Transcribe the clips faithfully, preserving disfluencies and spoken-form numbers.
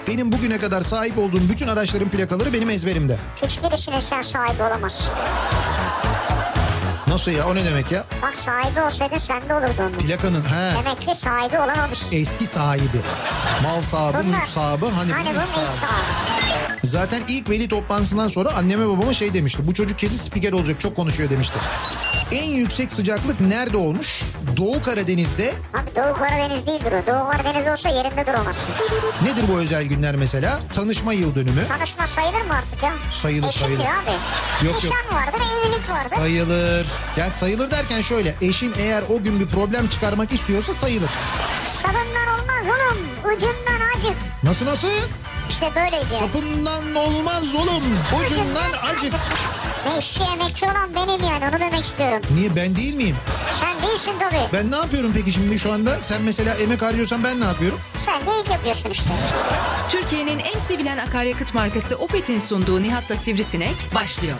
Benim bugüne kadar sahip olduğum bütün araçların plakaları benim ezberimde. Hiçbirisine sen sahibi olamazsın. Nasıl ya, o ne demek ya? Bak sahibi olsaydı sende olurdu onun. Plakanın he. Demek ki sahibi olamamışsın. Eski sahibi. Mal sahibi, Bunlar, mülk sahibi. Hani, hani bunun ilk sahibi. Zaten ilk veli toplantısından sonra anneme babama şey demişti. Bu çocuk kesin spiker olacak, çok konuşuyor demişti. En yüksek sıcaklık nerede olmuş? Doğu Karadeniz'de. Abi Doğu Karadeniz değildir o. Doğu Karadeniz olsa yerinde duramazsın. Nedir bu özel günler mesela? Tanışma yıl dönümü. Tanışma sayılır mı artık ya? Sayılır, Eşim sayılır. diyor abi. Yok, Nişan yok. vardır, evlilik vardır. Sayılır. Yani sayılır derken şöyle. Eşin eğer o gün bir problem çıkarmak istiyorsa sayılır. Sapından olmaz oğlum. Ucundan acık. Nasıl nasıl? İşte böyleydi. Sapından olmaz oğlum. Ucundan acık. Ne işçi emekçi olan benim yani, onu demek istiyorum. Niye, ben değil miyim? Sen değilsin tabii. Ben ne yapıyorum peki şimdi şu anda? Sen mesela emek harcıyorsan ben ne yapıyorum? Sen de ilk yapıyorsun işte. Türkiye'nin en sevilen akaryakıt markası Opet'in sunduğu Nihat'la Sivrisinek başlıyor.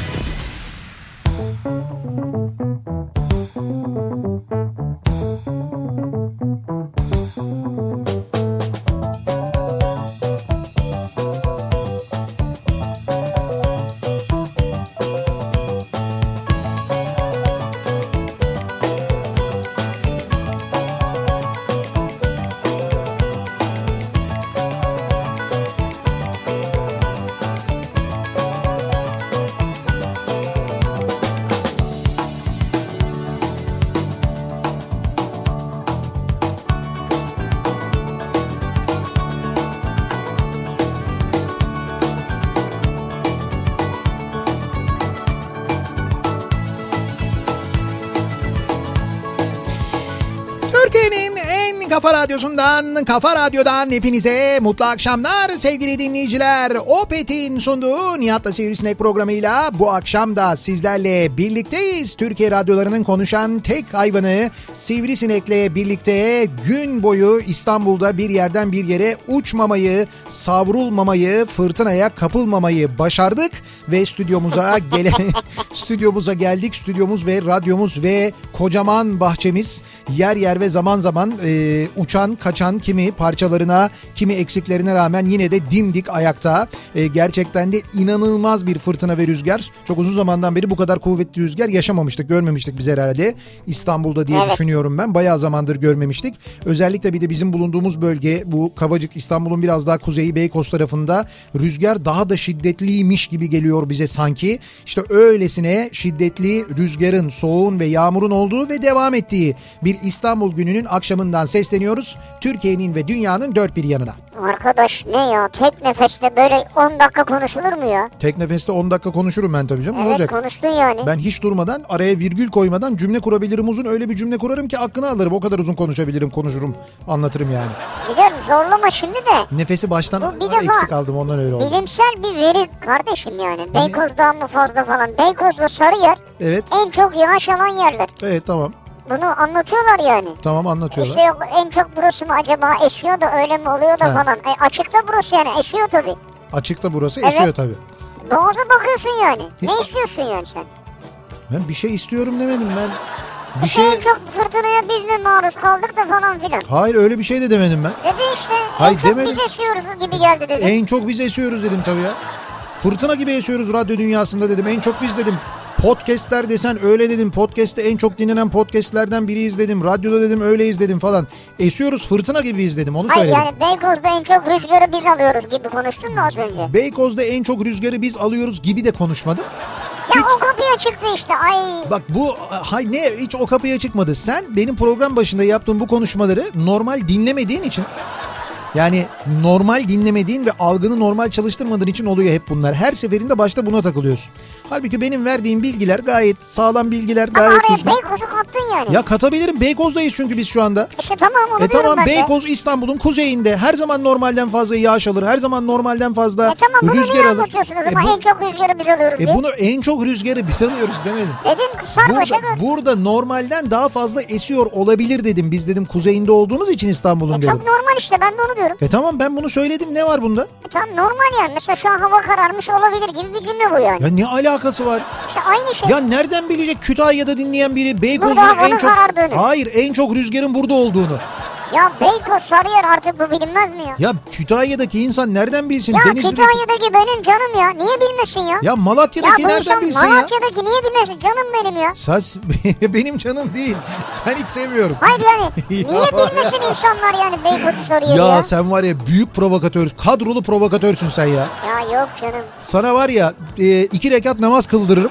Türkiye'nin en kafa radyosundan, Kafa Radyo'dan hepinize mutlu akşamlar sevgili dinleyiciler. Opet'in sunduğu Nihat'la Sivrisinek programıyla bu akşam da sizlerle birlikteyiz. Türkiye radyolarının konuşan tek hayvanı Sivrisinek'le birlikte gün boyu İstanbul'da bir yerden bir yere uçmamayı, savrulmamayı, fırtınaya kapılmamayı başardık ve stüdyomuza gele stüdyomuza geldik. Stüdyomuz ve radyomuz ve kocaman bahçemiz yer yer ve zaman zaman e, uçan, kaçan kimi parçalarına, kimi eksiklerine rağmen yine de dimdik ayakta. E, gerçekten de inanılmaz bir fırtına ve rüzgar. Çok uzun zamandan beri bu kadar kuvvetli rüzgar yaşamamıştık, görmemiştik biz herhalde İstanbul'da diye evet. düşünüyorum ben. Bayağı zamandır görmemiştik. Özellikle bir de bizim bulunduğumuz bölge, bu Kavacık, İstanbul'un biraz daha kuzeyi, Beykoz tarafında rüzgar daha da şiddetliymiş gibi geliyor bize sanki. İşte öylesine şiddetli rüzgarın, soğuğun ve yağmurun olduğu ve devam ettiği bir İstanbul gününün akşamından sesleniyoruz. Türkiye'nin ve dünyanın dört bir yanına. Arkadaş ne ya, tek nefeste böyle on dakika konuşulur mu ya? Tek nefeste on dakika konuşurum ben tabii canım. Evet, ne olacak? Konuştun yani. Ben hiç durmadan, araya virgül koymadan cümle kurabilirim uzun, öyle bir cümle kurarım ki aklını alırım. O kadar uzun konuşabilirim, konuşurum, anlatırım yani. Biliyorum, zorlama şimdi de. Nefesi baştan Bu bir eksik aldım, ondan öyle oldu. Bilimsel bir veri kardeşim yani. Beykoz'dan mı fazla falan. Beykoz'da Sarıyer evet. en çok yağış alan yerler. Evet, tamam. Bunu anlatıyorlar yani. Tamam, anlatıyorlar. İşte yok, en çok burası mı acaba, esiyor da öyle mi oluyor da He. falan. E, açıkta burası yani, esiyor tabii. Açıkta burası evet. esiyor tabii. Boğaza bakıyorsun yani. Hiç... Ne istiyorsun yani sen? Ben bir şey istiyorum demedim ben. Bir işte şey... en çok fırtınaya biz mi maruz kaldık da falan filan. Hayır, öyle bir şey de demedim ben. Dedi işte. Hayır, en çok demedim. biz esiyoruz gibi geldi dedi. En çok biz esiyoruz dedim tabii ya. Fırtına gibi esiyoruz radyo dünyasında dedim. En çok biz dedim. Podcastler desen öyle dedim. Podcast'te en çok dinlenen podcastlerden biriyiz dedim. Radyoda dedim öyleyiz dedim falan. Esiyoruz, fırtına gibiyiz dedim, onu Hayır, söyledim. yani Beykoz'da en çok rüzgarı biz alıyoruz gibi konuştun da az önce. Beykoz'da en çok rüzgarı biz alıyoruz gibi de konuşmadım. Ya hiç... o kapıya çıktı işte, ay. Bak bu hay ne, hiç o kapıya çıkmadı. Sen benim program başında yaptığım bu konuşmaları normal dinlemediğin için... Yani normal dinlemediğin ve algını normal çalıştırmadığın için oluyor hep bunlar. Her seferinde başta buna takılıyorsun. Halbuki benim verdiğim bilgiler gayet sağlam bilgiler, gayet ama düzgün. Ama oraya Beykoz'u kattın yani. Ya katabilirim. Beykoz'dayız çünkü biz şu anda. İşte tamam, onu e diyorum tamam, ben Beykoz de. İstanbul'un kuzeyinde. Her zaman normalden fazla yağış alır. Her zaman normalden fazla e tamam, bunu rüzgar niye alır. anlatıyorsunuz E ama bu, en çok rüzgarı biz alıyoruz e diye. Bunu en çok rüzgarı biz alıyoruz demedim. Dedim sarmaşa burada, gör. burada normalden daha fazla esiyor olabilir dedim. Biz dedim kuzeyinde olduğumuz için İstanbul'un e dedim. Çok normal işte, ben de onu diyorum. E tamam, ben bunu söyledim, ne var bunda? E tamam, normal yani. Mesela şu an hava kararmış olabilir gibi bir cümle bu yani. Ya ne alakası var? İşte aynı şey. Ya nereden bilecek Kütahya'da dinleyen biri Beykoz'un burada en çok... karardığını. Hayır, en çok rüzgarın burada olduğunu. Ya Beykoz, Sarıyer artık bu bilinmez mi ya? Ya Kütahya'daki insan nereden bilsin? Ya Denizli'deki... Kütahya'daki benim canım ya. Niye bilmesin ya? Ya Malatya'daki ya nereden bilsin ya? Malatya'daki niye bilmesin? Canım benim ya. Saz benim canım değil. Ben hiç sevmiyorum. Hayır yani niye bilmesin insanlar yani Beykoz'u Sarıyer'i ya? Ya sen var ya büyük provokatör, kadrolu provokatörsün sen ya. Ya yok canım. Sana var ya e, iki rekat namaz kıldırırım.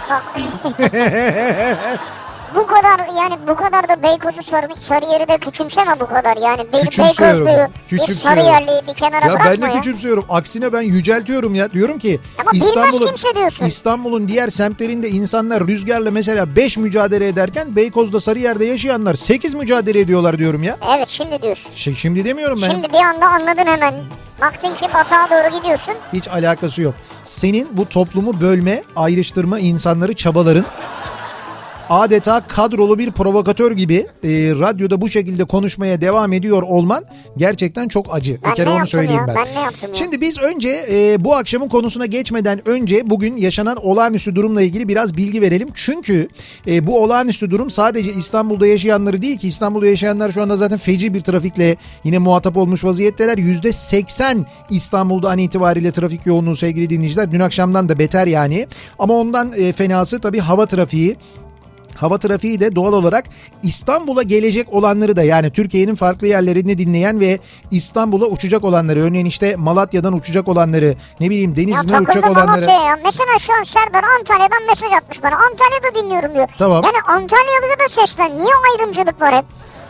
Bu kadar yani bu kadar da Beykoz'u Sarı, Sarıyer'i de küçümseme bu kadar yani. Bir Küçümsüyorum. Beykozluyu, bir Küçümsüyorum. Sarıyerli'yi bir kenara Ya bırakma ben de ya. küçümsüyorum. Aksine ben yüceltiyorum ya. Diyorum ki Ama bilmez İstanbul'un, kimse diyorsun. İstanbul'un diğer semtlerinde insanlar rüzgarla mesela beş mücadele ederken Beykoz'da Sarıyer'de yaşayanlar sekiz mücadele ediyorlar diyorum ya. Evet şimdi diyorsun. Şey, şimdi demiyorum ben. Şimdi bir anda anladın hemen. Baktın ki batağa doğru gidiyorsun. Hiç alakası yok. Senin bu toplumu bölme, ayrıştırma, insanları çabaların adeta kadrolu bir provokatör gibi e, radyoda bu şekilde konuşmaya devam ediyor olman gerçekten çok acı. Ben bir kere ne onu yaptım söyleyeyim ya? ben. Ben ne yaptım ya? Şimdi biz önce e, bu akşamın konusuna geçmeden önce bugün yaşanan olağanüstü durumla ilgili biraz bilgi verelim. Çünkü e, bu olağanüstü durum sadece İstanbul'da yaşayanları değil ki, İstanbul'da yaşayanlar şu anda zaten feci bir trafikle yine muhatap olmuş vaziyetteler. yüzde seksen İstanbul'da an itibariyle trafik yoğunluğu sevgili dinleyiciler. Dün akşamdan da beter yani. Ama ondan e, fenası tabii hava trafiği. Hava trafiği de doğal olarak İstanbul'a gelecek olanları da, yani Türkiye'nin farklı yerlerini dinleyen ve İstanbul'a uçacak olanları, örneğin işte Malatya'dan uçacak olanları, ne bileyim Denizli'den uçacak olanları. Malatya'ya ya. Mesela şu an Serdar Antalya'dan mesaj atmış bana. Antalya'da dinliyorum diyor. Tamam. Yani Antalyalı'ya da seslen. Niye ayrımcılık var hep?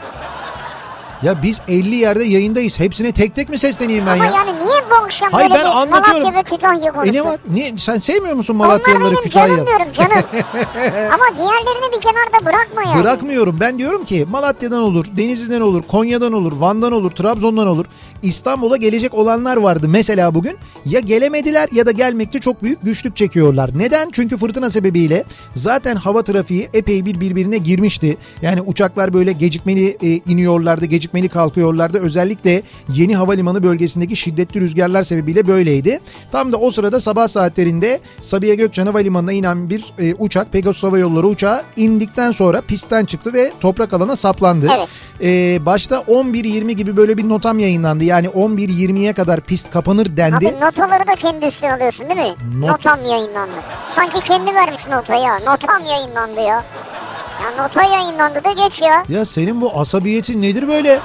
Ya biz elli yerde yayındayız. Hepsine tek tek mi sesleneyim ben Ama ya? yani niye bu akşam Hayır, böyle ben bir anlatıyorum. Malatya ve Kütahya konuşuyor? E ne var? Niye? Sen sevmiyor musun Onlar Malatyalıları, benim Kütahya? canım diyorum canım. Ama diğerlerini bir kenarda bırakma yani. Bırakmıyorum. Ben diyorum ki Malatya'dan olur, Denizli'den olur, Konya'dan olur, Van'dan olur, Trabzon'dan olur. İstanbul'a gelecek olanlar vardı mesela bugün. Ya gelemediler ya da gelmekte çok büyük güçlük çekiyorlar. Neden? Çünkü fırtına sebebiyle zaten hava trafiği epey bir birbirine girmişti. Yani uçaklar böyle gecikmeli e, iniyorlardı, gecikmeli kalkıyorlardı. Özellikle yeni havalimanı bölgesindeki şiddetli rüzgarlar sebebiyle böyleydi. Tam da o sırada sabah saatlerinde Sabiha Gökçen Havalimanı'na inen bir e, uçak, Pegasus Hava Yolları uçağı indikten sonra pistten çıktı ve toprak alana saplandı. Evet. E, başta on bir yirmi gibi böyle bir notam yayınlandı. Yani on bir yirmiye kadar pist kapanır dendi. Abi notaları da kendi üstüne alıyorsun değil mi? Not... Notam yayınlandı. Sanki kendi vermiş notayı ya. Notam yayınlandı ya. Ya nota yayınlandı da geç ya. Ya senin bu asabiyetin nedir böyle?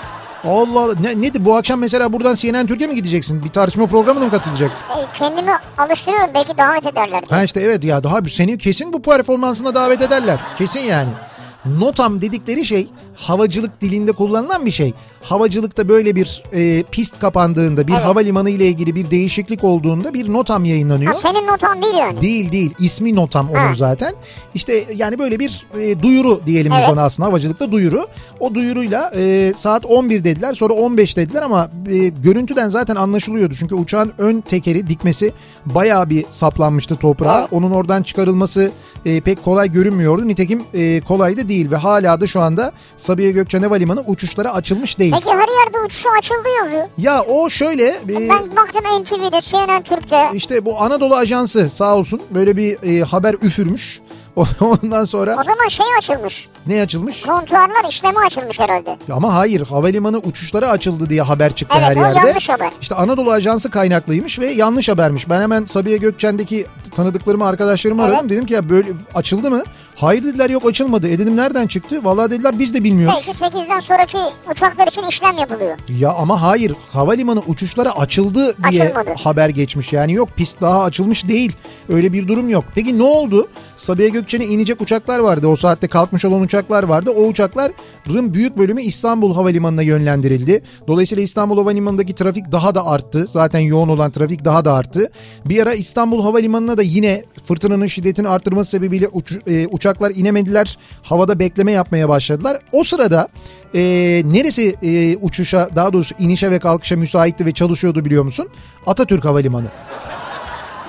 Allah Allah. Ne, nedir bu akşam mesela buradan C N N Türkiye mi gideceksin? Bir tartışma programına mı katılacaksın? E, kendimi alıştırıyorum, belki davet ederler diye. Ha işte evet ya, daha seni kesin bu performansına davet ederler. Kesin yani. Notam dedikleri şey havacılık dilinde kullanılan bir şey. Havacılıkta böyle bir e, pist kapandığında, bir evet. havalimanı ile ilgili bir değişiklik olduğunda bir notam yayınlanıyor. Ha, senin notan değil yani. Değil değil, ismi notam olur zaten. İşte yani böyle bir e, duyuru diyelim biz evet. ona, aslında havacılıkta duyuru. O duyuruyla e, saat on bir dediler, sonra on beş dediler ama e, görüntüden zaten anlaşılıyordu. Çünkü uçağın ön tekeri, dikmesi bayağı bir saplanmıştı toprağa. Evet. Onun oradan çıkarılması e, pek kolay görünmüyordu. Nitekim e, kolay da değil ve hala da şu anda Sabiha Gökçen Havalimanı uçuşlara açılmış değil. Peki her yerde uçuşu açıldı yazıyor. Ya o şöyle. E, ben baktım N T V'de, C N N Türk'te. İşte bu Anadolu Ajansı sağ olsun böyle bir e, haber üfürmüş. Ondan sonra... O zaman şey açılmış. Ne açılmış? Kontuarlar işlemi açılmış herhalde. Ama hayır, havalimanı uçuşları açıldı diye haber çıktı evet, her yerde. Evet, o yanlış haber. İşte Anadolu Ajansı kaynaklıymış ve yanlış habermiş. Ben hemen Sabiha Gökçen'deki tanıdıklarımı, arkadaşlarımı evet. aradım. Dedim ki ya böyle açıldı mı? Hayır dediler, yok açılmadı. E dedim nereden çıktı? Vallahi dediler biz de bilmiyoruz. Belki sekizden sonraki uçaklar için işlem yapılıyor. Ya ama hayır, havalimanı uçuşlara açıldı diye Açılmadı. Haber geçmiş. Yani yok, pist daha açılmış değil. Öyle bir durum yok. Peki ne oldu? Sabiha Gökçen'e inecek uçaklar vardı. O saatte kalkmış olan uçaklar vardı. O uçakların büyük bölümü İstanbul Havalimanı'na yönlendirildi. Dolayısıyla İstanbul Havalimanı'ndaki trafik daha da arttı. Zaten yoğun olan trafik daha da arttı. Bir ara İstanbul Havalimanı'na da yine fırtınanın şiddetini arttırması sebebiyle uç, e, uçaklar inemediler. Havada bekleme yapmaya başladılar. O sırada e, neresi e, uçuşa, daha doğrusu inişe ve kalkışa müsaitti ve çalışıyordu biliyor musun? Atatürk Havalimanı.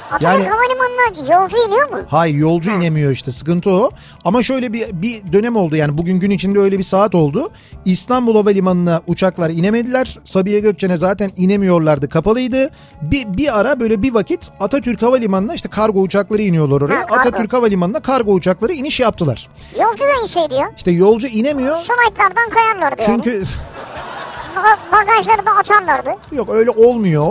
Atatürk Yani Havalimanı'na yolcu iniyor mu? hayır, yolcu inemiyor işte, sıkıntı o. Ama şöyle bir bir dönem oldu, yani bugün gün içinde öyle bir saat oldu. İstanbul Havalimanı'na uçaklar inemediler. Sabiha Gökçen'e zaten inemiyorlardı, kapalıydı. Bir, bir ara böyle bir vakit Atatürk Havalimanı'na işte kargo uçakları iniyorlar oraya. Ha, kargo. Atatürk Havalimanı'na kargo uçakları iniş yaptılar. Yolcu da inseydi ya. İşte yolcu inemiyor. Slaytlardan kayarlardı yani. Çünkü Ba- Bagajları da atarlardı. yok, öyle olmuyor.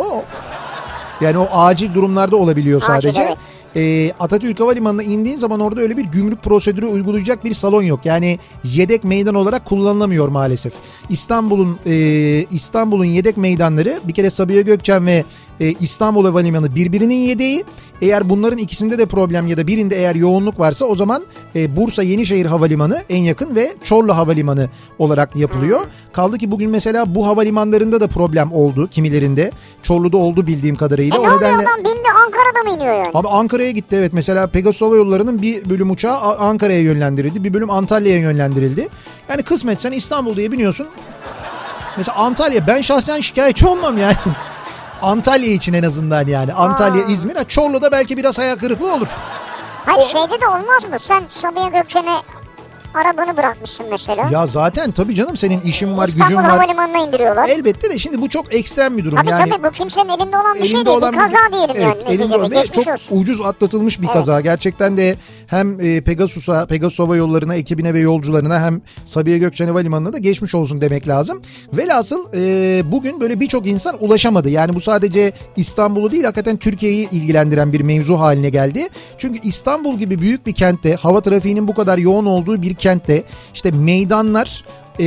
Yani o acil durumlarda olabiliyor sadece. Acil, evet. Ee, Atatürk Havalimanı'na indiğin zaman orada öyle bir gümrük prosedürü uygulayacak bir salon yok. Yani yedek meydan olarak kullanılamıyor maalesef. İstanbul'un e, İstanbul'un yedek meydanları bir kere Sabiha Gökçen ve e, İstanbul Havalimanı birbirinin yedeği. Eğer bunların ikisinde de problem ya da birinde eğer yoğunluk varsa o zaman e, Bursa Yenişehir Havalimanı en yakın ve Çorlu Havalimanı olarak yapılıyor. Kaldı ki bugün mesela bu havalimanlarında da problem oldu kimilerinde. Çorlu'da oldu bildiğim kadarıyla. E o ne oluyor, nedenle adam bindi Ankara'da mı iniyor yani? Abi Ankara'ya gitti, evet. Mesela Pegasus Hava Yolları'nın bir bölüm uçağı Ankara'ya yönlendirildi. Bir bölüm Antalya'ya yönlendirildi. Yani kısmet sen İstanbul diye biniyorsun. Mesela Antalya, ben şahsen şikayetçi olmam yani. Antalya için en azından yani. Antalya, Aa. İzmir. Çorlu'da belki biraz hayal kırıklığı olur. Hayır, şeyde de olmaz mı? Sen Sabiha Gökçen'e arabanı bırakmışsın mesela. Ya zaten tabii canım, senin işin var, İstanbul gücün var. Havalimanı'na indiriyorlar. Elbette de şimdi bu çok ekstrem bir durum. Tabii yani tabii, bu kimsenin elinde olan bir şey elinde değil. olan Bir kaza diyelim evet, yani. elinde Neticede. olan ve Geçmiş çok olsun. ucuz atlatılmış bir Evet. kaza. Gerçekten de hem e, Pegasus'a, Pegasus Hava Yolları'na, ekibine ve yolcularına, hem Sabiha Gökçen Havalimanı'na da geçmiş olsun demek lazım. Velhasıl e, bugün böyle birçok insan ulaşamadı. Yani bu sadece İstanbul'u değil, hakikaten Türkiye'yi ilgilendiren bir mevzu haline geldi. Çünkü İstanbul gibi büyük bir kentte, hava trafiğinin bu kadar yoğun olduğu bir kentte işte meydanlar e,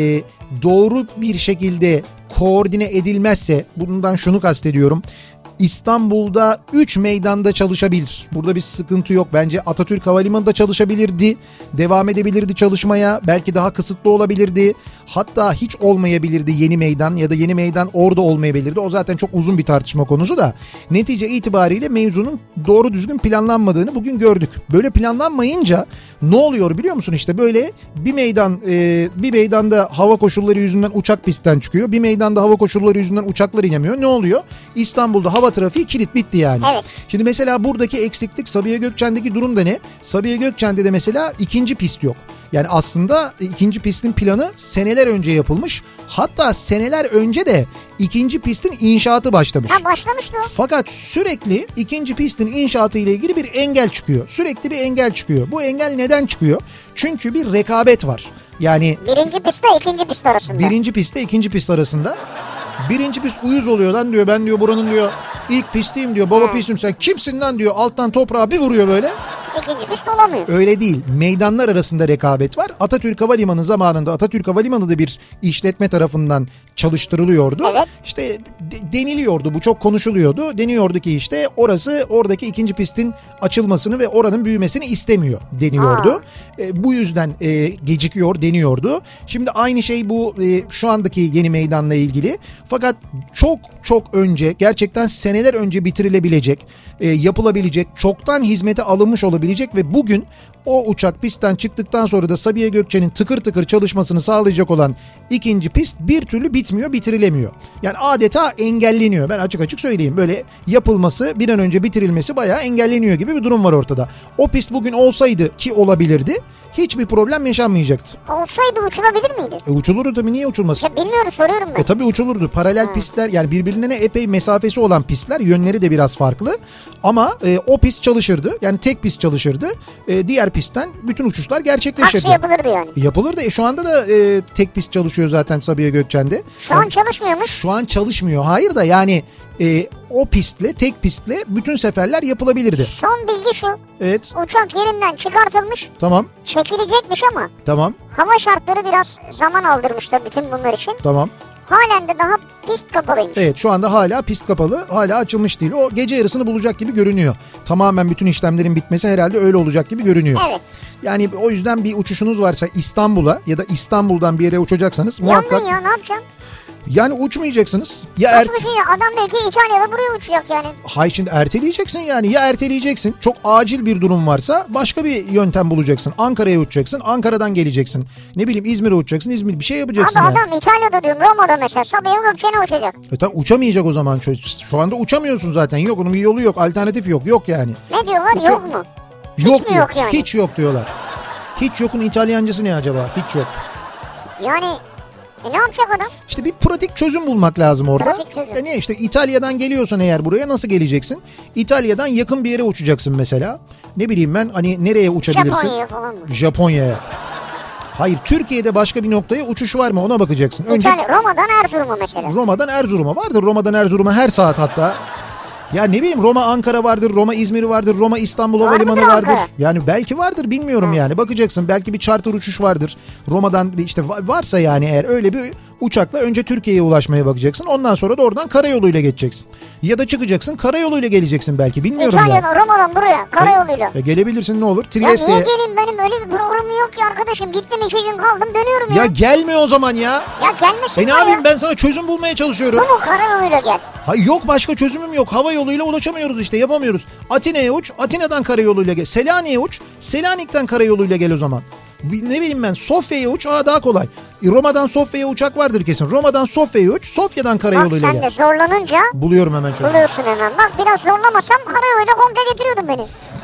doğru bir şekilde koordine edilmezse, bundan şunu kastediyorum. İstanbul'da üç meydanda çalışabilir. Burada bir sıkıntı yok. Bence Atatürk Havalimanı'nda çalışabilirdi. Devam edebilirdi çalışmaya. Belki daha kısıtlı olabilirdi. Hatta hiç olmayabilirdi yeni meydan, ya da yeni meydan orada olmayabilirdi. O zaten çok uzun bir tartışma konusu da. Netice itibariyle mevzunun doğru düzgün planlanmadığını bugün gördük. Böyle planlanmayınca ne oluyor biliyor musun? İşte böyle bir meydan e, bir meydanda hava koşulları yüzünden uçak pistten çıkıyor. Bir meydanda hava koşulları yüzünden uçaklar inemiyor. Ne oluyor? İstanbul'da hava trafiği kilit, bitti yani. Evet. Şimdi mesela buradaki eksiklik, Sabiha Gökçen'deki durum da ne? Sabiha Gökçen'de de mesela ikinci pist yok. Yani aslında ikinci pistin planı seneler önce yapılmış. Hatta seneler önce de ikinci pistin inşaatı başlamış. Ha, başlamıştı o. Fakat sürekli ikinci pistin inşaatı ile ilgili bir engel çıkıyor. Sürekli bir engel çıkıyor. Bu engel neden çıkıyor? Çünkü bir rekabet var. Yani Birinci pistle ikinci pist arasında. birinci pistte ikinci pist arasında. Birinci pist uyuz oluyor lan diyor. Ben diyor buranın diyor ilk pistiyim diyor. Baba pistim, sen kimsin lan diyor. Alttan toprağa bir vuruyor böyle. İkinci pist olamıyor. Öyle değil. Meydanlar arasında rekabet var. Atatürk Havalimanı zamanında, Atatürk Havalimanı da bir işletme tarafından çalıştırılıyordu. Evet. İşte de- deniliyordu, bu çok konuşuluyordu. Deniyordu ki işte orası, oradaki ikinci pistin açılmasını ve oranın büyümesini istemiyor deniyordu. E, bu yüzden e, gecikiyor deniyordu. Şimdi aynı şey bu e, şu andaki yeni meydanla ilgili. Fakat çok çok önce, gerçekten seneler önce bitirilebilecek, e, yapılabilecek, çoktan hizmete alınmış olabilecek ve bugün o uçak pistten çıktıktan sonra da Sabiha Gökçen'in tıkır tıkır çalışmasını sağlayacak olan ikinci pist bir türlü bitmiyor, bitirilemiyor. Yani adeta engelleniyor. Ben açık açık söyleyeyim. Böyle yapılması, bir an önce bitirilmesi bayağı engelleniyor gibi bir durum var ortada. O pist bugün olsaydı, ki olabilirdi, hiçbir problem yaşanmayacaktı. Olsaydı uçulabilir miydi? E uçulurdu tabii, niye uçulmasın? Ya bilmiyorum, soruyorum ben. E tabii uçulurdu. Paralel hmm. pistler, yani birbirine epey mesafesi olan pistler, yönleri de biraz farklı. Ama e, o pist çalışırdı. Yani tek pist çalışırdı. E, diğer pistten bütün uçuşlar gerçekleşirdi. Taksi yapılırdı yani. Yapılırdı. E, şu anda da e, tek pist çalışıyor zaten Sabiha Gökçen'de. Şu yani, an çalışmıyormuş. Şu an çalışmıyor. Hayır da yani e, o pistle, tek pistle bütün seferler yapılabilirdi. Son bilgi şu. Evet. Uçak yerinden çıkartılmış. Tamam. Çekilecekmiş ama Tamam. hava şartları biraz zaman aldırmış da bütün bunlar için. Tamam. Halen de daha pist kapalıymış. Evet, şu anda hala pist kapalı, hala açılmış değil. O gece yarısını bulacak gibi görünüyor. Tamamen bütün işlemlerin bitmesi herhalde öyle olacak gibi görünüyor. Evet. Yani o yüzden bir uçuşunuz varsa İstanbul'a ya da İstanbul'dan bir yere uçacaksanız muhakkak... Yanmayın ya, ne yapacaksın? Yani uçmayacaksınız. Ya Nasıl er... uçuyor? Adam belki İtalya'da buraya uçacak yani. Hayır, şimdi erteleyeceksin yani. Ya erteleyeceksin. Çok acil bir durum varsa başka bir yöntem bulacaksın. Ankara'ya uçacaksın. Ankara'dan geleceksin. Ne bileyim İzmir'e uçacaksın. İzmir bir şey yapacaksın Abi yani. adam İtalya'da diyorum, Roma'da mesela Sabiha Gökçen'e uçacak. E tabi uçamayacak o zaman. Şu anda uçamıyorsun zaten. Yok, onun bir yolu yok. Alternatif yok. Yok yani. Ne diyorlar? Uça... Yok mu? Yok, Hiç mi yok yani? Hiç yok diyorlar. Hiç yokun İtalyancası ne acaba? Hiç yok. Yani e ne yapacak adam? İşte bir pratik çözüm bulmak lazım orada. Pratik çözüm. E niye işte İtalya'dan geliyorsan eğer buraya nasıl geleceksin? İtalya'dan yakın bir yere uçacaksın mesela. Ne bileyim ben, hani nereye uçabilirsin? Japonya'ya falan mı? Japonya'ya. Hayır, Türkiye'de başka bir noktaya uçuş var mı ona bakacaksın. Önce İtalya, Roma'dan Erzurum'a mesela. Roma'dan Erzurum'a vardır. Roma'dan Erzurum'a her saat hatta. Ya ne bileyim, Roma Ankara vardır, Roma İzmir vardır, Roma İstanbul Havalimanı vardır. Ankara? Yani belki vardır, bilmiyorum. Hı. Yani bakacaksın, belki bir charter uçuş vardır. Roma'dan işte varsa yani eğer öyle bir uçakla önce Türkiye'ye ulaşmaya bakacaksın. Ondan sonra da oradan karayoluyla geçeceksin. Ya da çıkacaksın karayoluyla geleceksin belki, bilmiyorum İtalya'dan yani. Roma'dan buraya karayoluyla. E, gelebilirsin, ne olur. Ya Trieste'ye. niye geleyim, benim öyle bir programım yok ki arkadaşım. Gittim iki gün kaldım, dönüyorum ya. Ya gelme o zaman ya. Ya gelmesin E ne ya. yapayım, ben sana çözüm bulmaya çalışıyorum. Bu mu, karayoluyla gel. Ha, yok, başka çözümüm yok. Hava yoluyla ulaşamıyoruz işte, yapamıyoruz. Atina'ya uç, Atina'dan karayoluyla gel. Selanik'e uç, Selanik'ten karayoluyla gel o zaman. Ne bileyim ben, Sofya'ya uç, aa daha kolay. Roma'dan Sofya'ya uçak vardır kesin. Roma'dan Sofya'ya uç, Sofya'dan karayoluyla gel. gel. Bak sen de zorlanınca. Buluyorum hemen çözümü. Buluyorsun hemen. Bak biraz zorlamasam karayoluyla komple getiriyordun beni.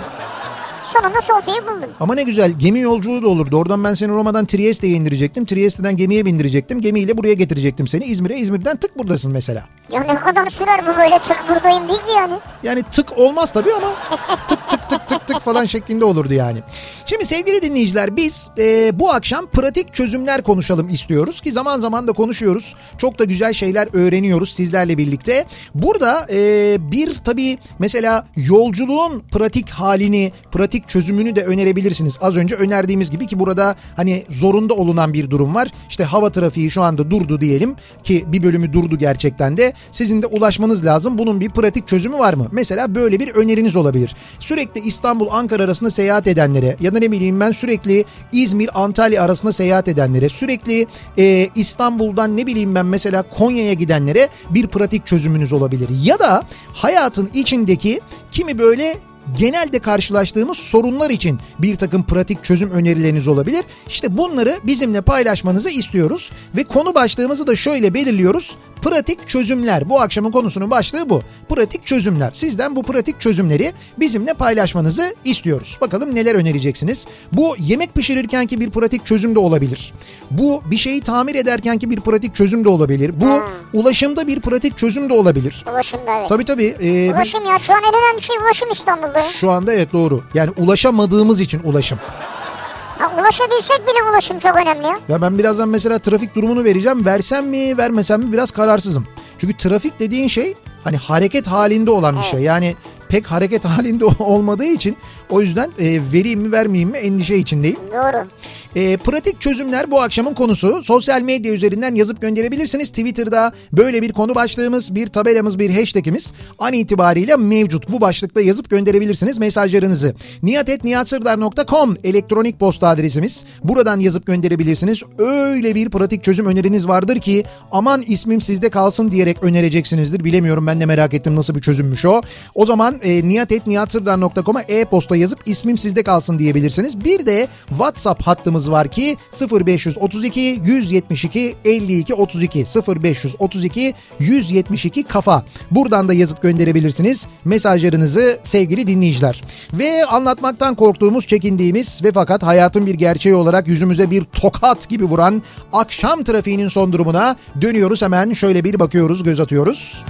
Sonunda Sofya'yı buldum. Ama ne güzel, gemi yolculuğu da olurdu. Oradan ben seni Roma'dan Trieste'ye indirecektim. Trieste'den gemiye bindirecektim. Gemiyle buraya getirecektim seni. İzmir'e, İzmir'den tık buradasın mesela. Ya ne kadar sürer bu, böyle tık buradayım değil ki yani. Yani tık olmaz tabii ama tık tık tık tık tık falan şeklinde olurdu yani. Şimdi sevgili dinleyiciler, biz e, bu akşam pratik çözümler konuşalım istiyoruz ki zaman zaman da konuşuyoruz. Çok da güzel şeyler öğreniyoruz sizlerle birlikte. Burada e, bir tabii mesela yolculuğun pratik halini, pratik çözümünü de önerebilirsiniz. Az önce önerdiğimiz gibi ki burada hani zorunda olunan bir durum var. İşte hava trafiği şu anda durdu diyelim ki bir bölümü durdu gerçekten de. Sizin de ulaşmanız lazım. Bunun bir pratik çözümü var mı? Mesela böyle bir öneriniz olabilir. Sürekli İstanbul-Ankara arasında seyahat edenlere ya da ne bileyim ben sürekli İzmir-Antalya arasında seyahat edenlere, sürekli e, İstanbul'dan ne bileyim ben mesela Konya'ya gidenlere bir pratik çözümünüz olabilir. Ya da hayatın içindeki kimi böyle genelde karşılaştığımız sorunlar için bir takım pratik çözüm önerileriniz olabilir. İşte bunları bizimle paylaşmanızı istiyoruz ve konu başlığımızı da şöyle belirliyoruz. Pratik çözümler. Bu akşamın konusunun başlığı bu. Pratik çözümler. Sizden bu pratik çözümleri bizimle paylaşmanızı istiyoruz. Bakalım neler önereceksiniz? Bu yemek pişirirkenki bir pratik çözüm de olabilir. Bu bir şeyi tamir ederkenki bir pratik çözüm de olabilir. Bu hmm. ulaşımda bir pratik çözüm de olabilir. Ulaşımda evet. Tabii tabii. E, ulaşım bir... ya şu an en önemli şey ulaşım İstanbul'da. Şu anda evet, doğru. Yani ulaşamadığımız için ulaşım. Ha, ulaşabilsek bile ulaşım çok önemli ya. Ya ben birazdan mesela trafik durumunu vereceğim. Versem mi vermesem mi biraz kararsızım. Çünkü trafik dediğin şey hani hareket halinde olan bir evet. şey. Yani pek hareket halinde olmadığı için o yüzden e, vereyim mi vermeyeyim mi endişe içindeyim. Doğru. E, pratik çözümler bu akşamın konusu. Sosyal medya üzerinden yazıp gönderebilirsiniz. Twitter'da böyle bir konu başlığımız, bir tabelamız, bir hashtagimiz an itibariyle mevcut. Bu başlıkla yazıp gönderebilirsiniz mesajlarınızı. nihat et nihat sırdar nokta com elektronik posta adresimiz. Buradan yazıp gönderebilirsiniz. Öyle bir pratik çözüm öneriniz vardır ki aman ismim sizde kalsın diyerek önereceksinizdir. Bilemiyorum, ben de merak ettim nasıl bir çözümmüş o. O zaman e, nihat et nihat sırdar nokta com'a e-posta yazıp ismim sizde kalsın diyebilirsiniz. Bir de WhatsApp hattımız var ki sıfır beş otuz iki yüz yetmiş iki elli iki otuz iki sıfır beş otuz iki yüz yetmiş iki kafa. Buradan da yazıp gönderebilirsiniz mesajlarınızı sevgili dinleyiciler. Ve anlatmaktan korktuğumuz, çekindiğimiz ve fakat hayatın bir gerçeği olarak yüzümüze bir tokat gibi vuran akşam trafiğinin son durumuna dönüyoruz. Hemen şöyle bir bakıyoruz, göz atıyoruz.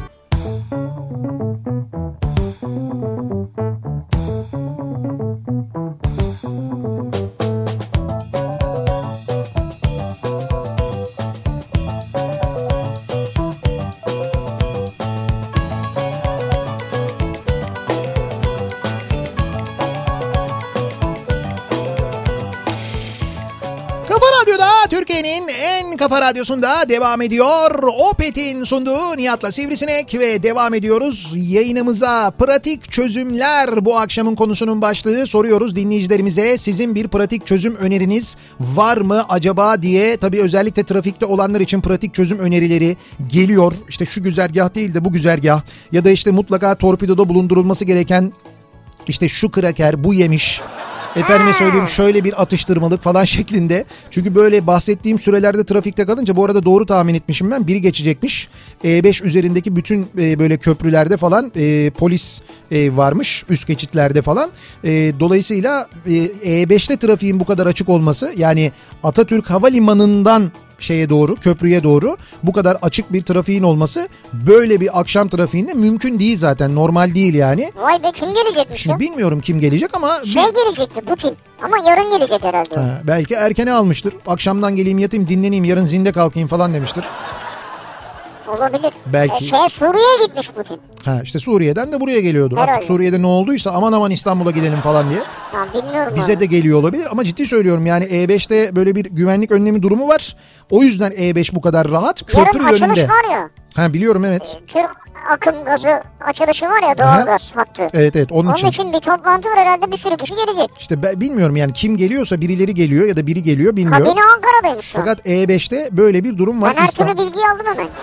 Kafa Radyosu'nda devam ediyor. Opet'in sunduğu Nihat'la Sivrisinek ve devam ediyoruz yayınımıza. Pratik çözümler bu akşamın konusunun başlığı. Soruyoruz dinleyicilerimize, sizin bir pratik çözüm öneriniz var mı acaba diye. Tabii özellikle trafikte olanlar için pratik çözüm önerileri geliyor. İşte şu güzergah değil de bu güzergah, ya da işte mutlaka torpidoda bulundurulması gereken işte şu kraker, bu yemiş, efendime söyleyeyim şöyle bir atıştırmalık falan şeklinde. Çünkü böyle bahsettiğim sürelerde trafikte kalınca, bu arada doğru tahmin etmişim ben, biri geçecekmiş. E beş üzerindeki bütün e, böyle köprülerde falan e, polis e, varmış, üst geçitlerde falan. E, dolayısıyla e, E beşte trafiğin bu kadar açık olması, yani Atatürk Havalimanı'ndan şeye doğru, köprüye doğru bu kadar açık bir trafiğin olması böyle bir akşam trafiğinde mümkün değil zaten, normal değil yani. Vay be, kim gelecekmiş ya? Bilmiyorum kim gelecek ama... Şey bir... gelecekti, Putin, ama yarın gelecek herhalde. Ha, belki erkene almıştır. Akşamdan geleyim yatayım dinleneyim, yarın zinde kalkayım falan demiştir. Olabilir. Belki. E, şey, Suriye'ye gitmiş Putin. Ha, işte Suriye'den de buraya geliyordu. Herhalde. Artık Suriye'de ne olduysa aman aman İstanbul'a gidelim falan diye. Ha, bilmiyorum. Bize abi. de geliyor olabilir ama ciddi söylüyorum, yani E beşte böyle bir güvenlik önlemi durumu var. O yüzden E beş bu kadar rahat. Köprü yarın yönünde. açılış var ya. Ha, biliyorum evet. E, Türk akım gazı açılışı var ya, doğalgaz hattı. Evet evet onun, Onun için. için bir toplantı var herhalde, bir sürü kişi gelecek. İşte ben bilmiyorum yani, kim geliyorsa birileri geliyor ya da biri geliyor bilmiyorum. Kabine Ankara'daymış şu an. Fakat E beşte böyle bir durum var. Ben her İstanbul... türlü bilgiyi aldım hemen.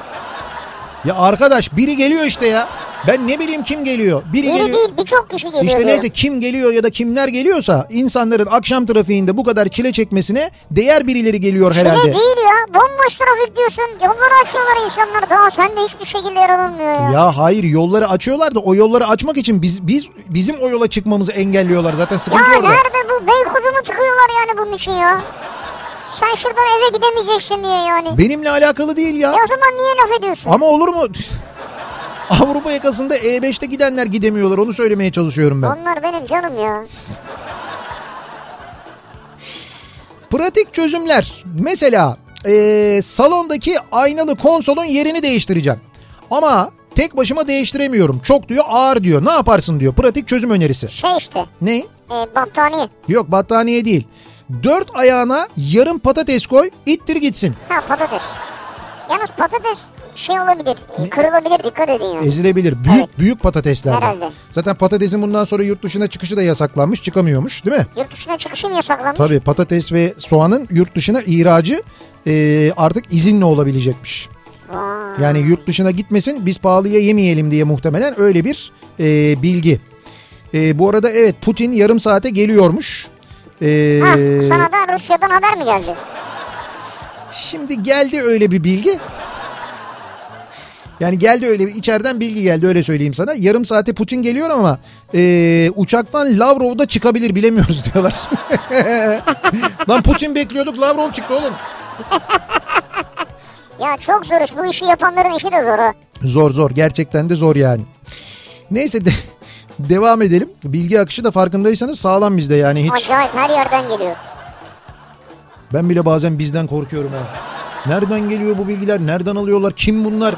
Ya arkadaş, biri geliyor işte ya. Ben ne bileyim kim geliyor. Biri, Biri geliyor. değil, birçok kişi geliyor. İşte diyor. neyse, kim geliyor ya da kimler geliyorsa insanların akşam trafiğinde bu kadar çile çekmesine değer birileri geliyor herhalde. Çile değil ya, bomboş trafik diyorsun. Yolları açıyorlar insanlar, daha sen de hiçbir şekilde yer alınmıyor ya. Ya hayır, yolları açıyorlar da o yolları açmak için biz biz bizim o yola çıkmamızı engelliyorlar. Zaten sıkıntı Ya orada. nerede bu, Beykoz'u mu tıkıyorlar yani bunun için ya? Sen şuradan eve gidemeyeceksin diye yani. Benimle alakalı değil ya. E o zaman niye laf ediyorsun? Ama olur mu? Avrupa yakasında E beşte gidenler gidemiyorlar, onu söylemeye çalışıyorum ben. Onlar benim canım ya. Pratik çözümler. Mesela ee, salondaki aynalı konsolun yerini değiştireceğim. Ama tek başıma değiştiremiyorum. Çok diyor, ağır diyor. Ne yaparsın diyor. Pratik çözüm önerisi. Şey işte. Ne? E, battaniye. Yok, battaniye değil. Dört ayağına yarım patates koy, ittir gitsin. Ha, patates. Yalnız patates şey olabilir, ne? Kırılabilir, dikkat edin yani. Ezilebilir. Büyük evet. büyük patatesler. Herhalde. Zaten patatesin bundan sonra yurt dışına çıkışı da yasaklanmış, çıkamıyormuş değil mi? Yurt dışına çıkışı mı yasaklanmış? Tabii, patates ve soğanın yurt dışına ihracı e, artık izinle olabilecekmiş. Vay. Yani yurt dışına gitmesin, biz pahalıya yemeyelim diye, muhtemelen öyle bir e, bilgi. E, bu arada evet, Putin yarım saate geliyormuş. E, ha, sana da Rusya'dan haber mi geldi? Şimdi geldi öyle bir bilgi. Yani geldi öyle bir içeriden bilgi geldi, öyle söyleyeyim sana. Yarım saate Putin geliyor ama e, uçaktan Lavrov'da çıkabilir, bilemiyoruz diyorlar. Lan Putin bekliyorduk, Lavrov çıktı oğlum. Ya çok zor iş, bu işi yapanların işi de zor ha. Zor zor, gerçekten de zor yani. Neyse de, devam edelim. Bilgi akışı da farkındaysanız sağlam bizde yani hiç. Acayip, her yerden geliyor. Ben bile bazen bizden korkuyorum ha. Nereden geliyor bu bilgiler? Nereden alıyorlar? Kim bunlar?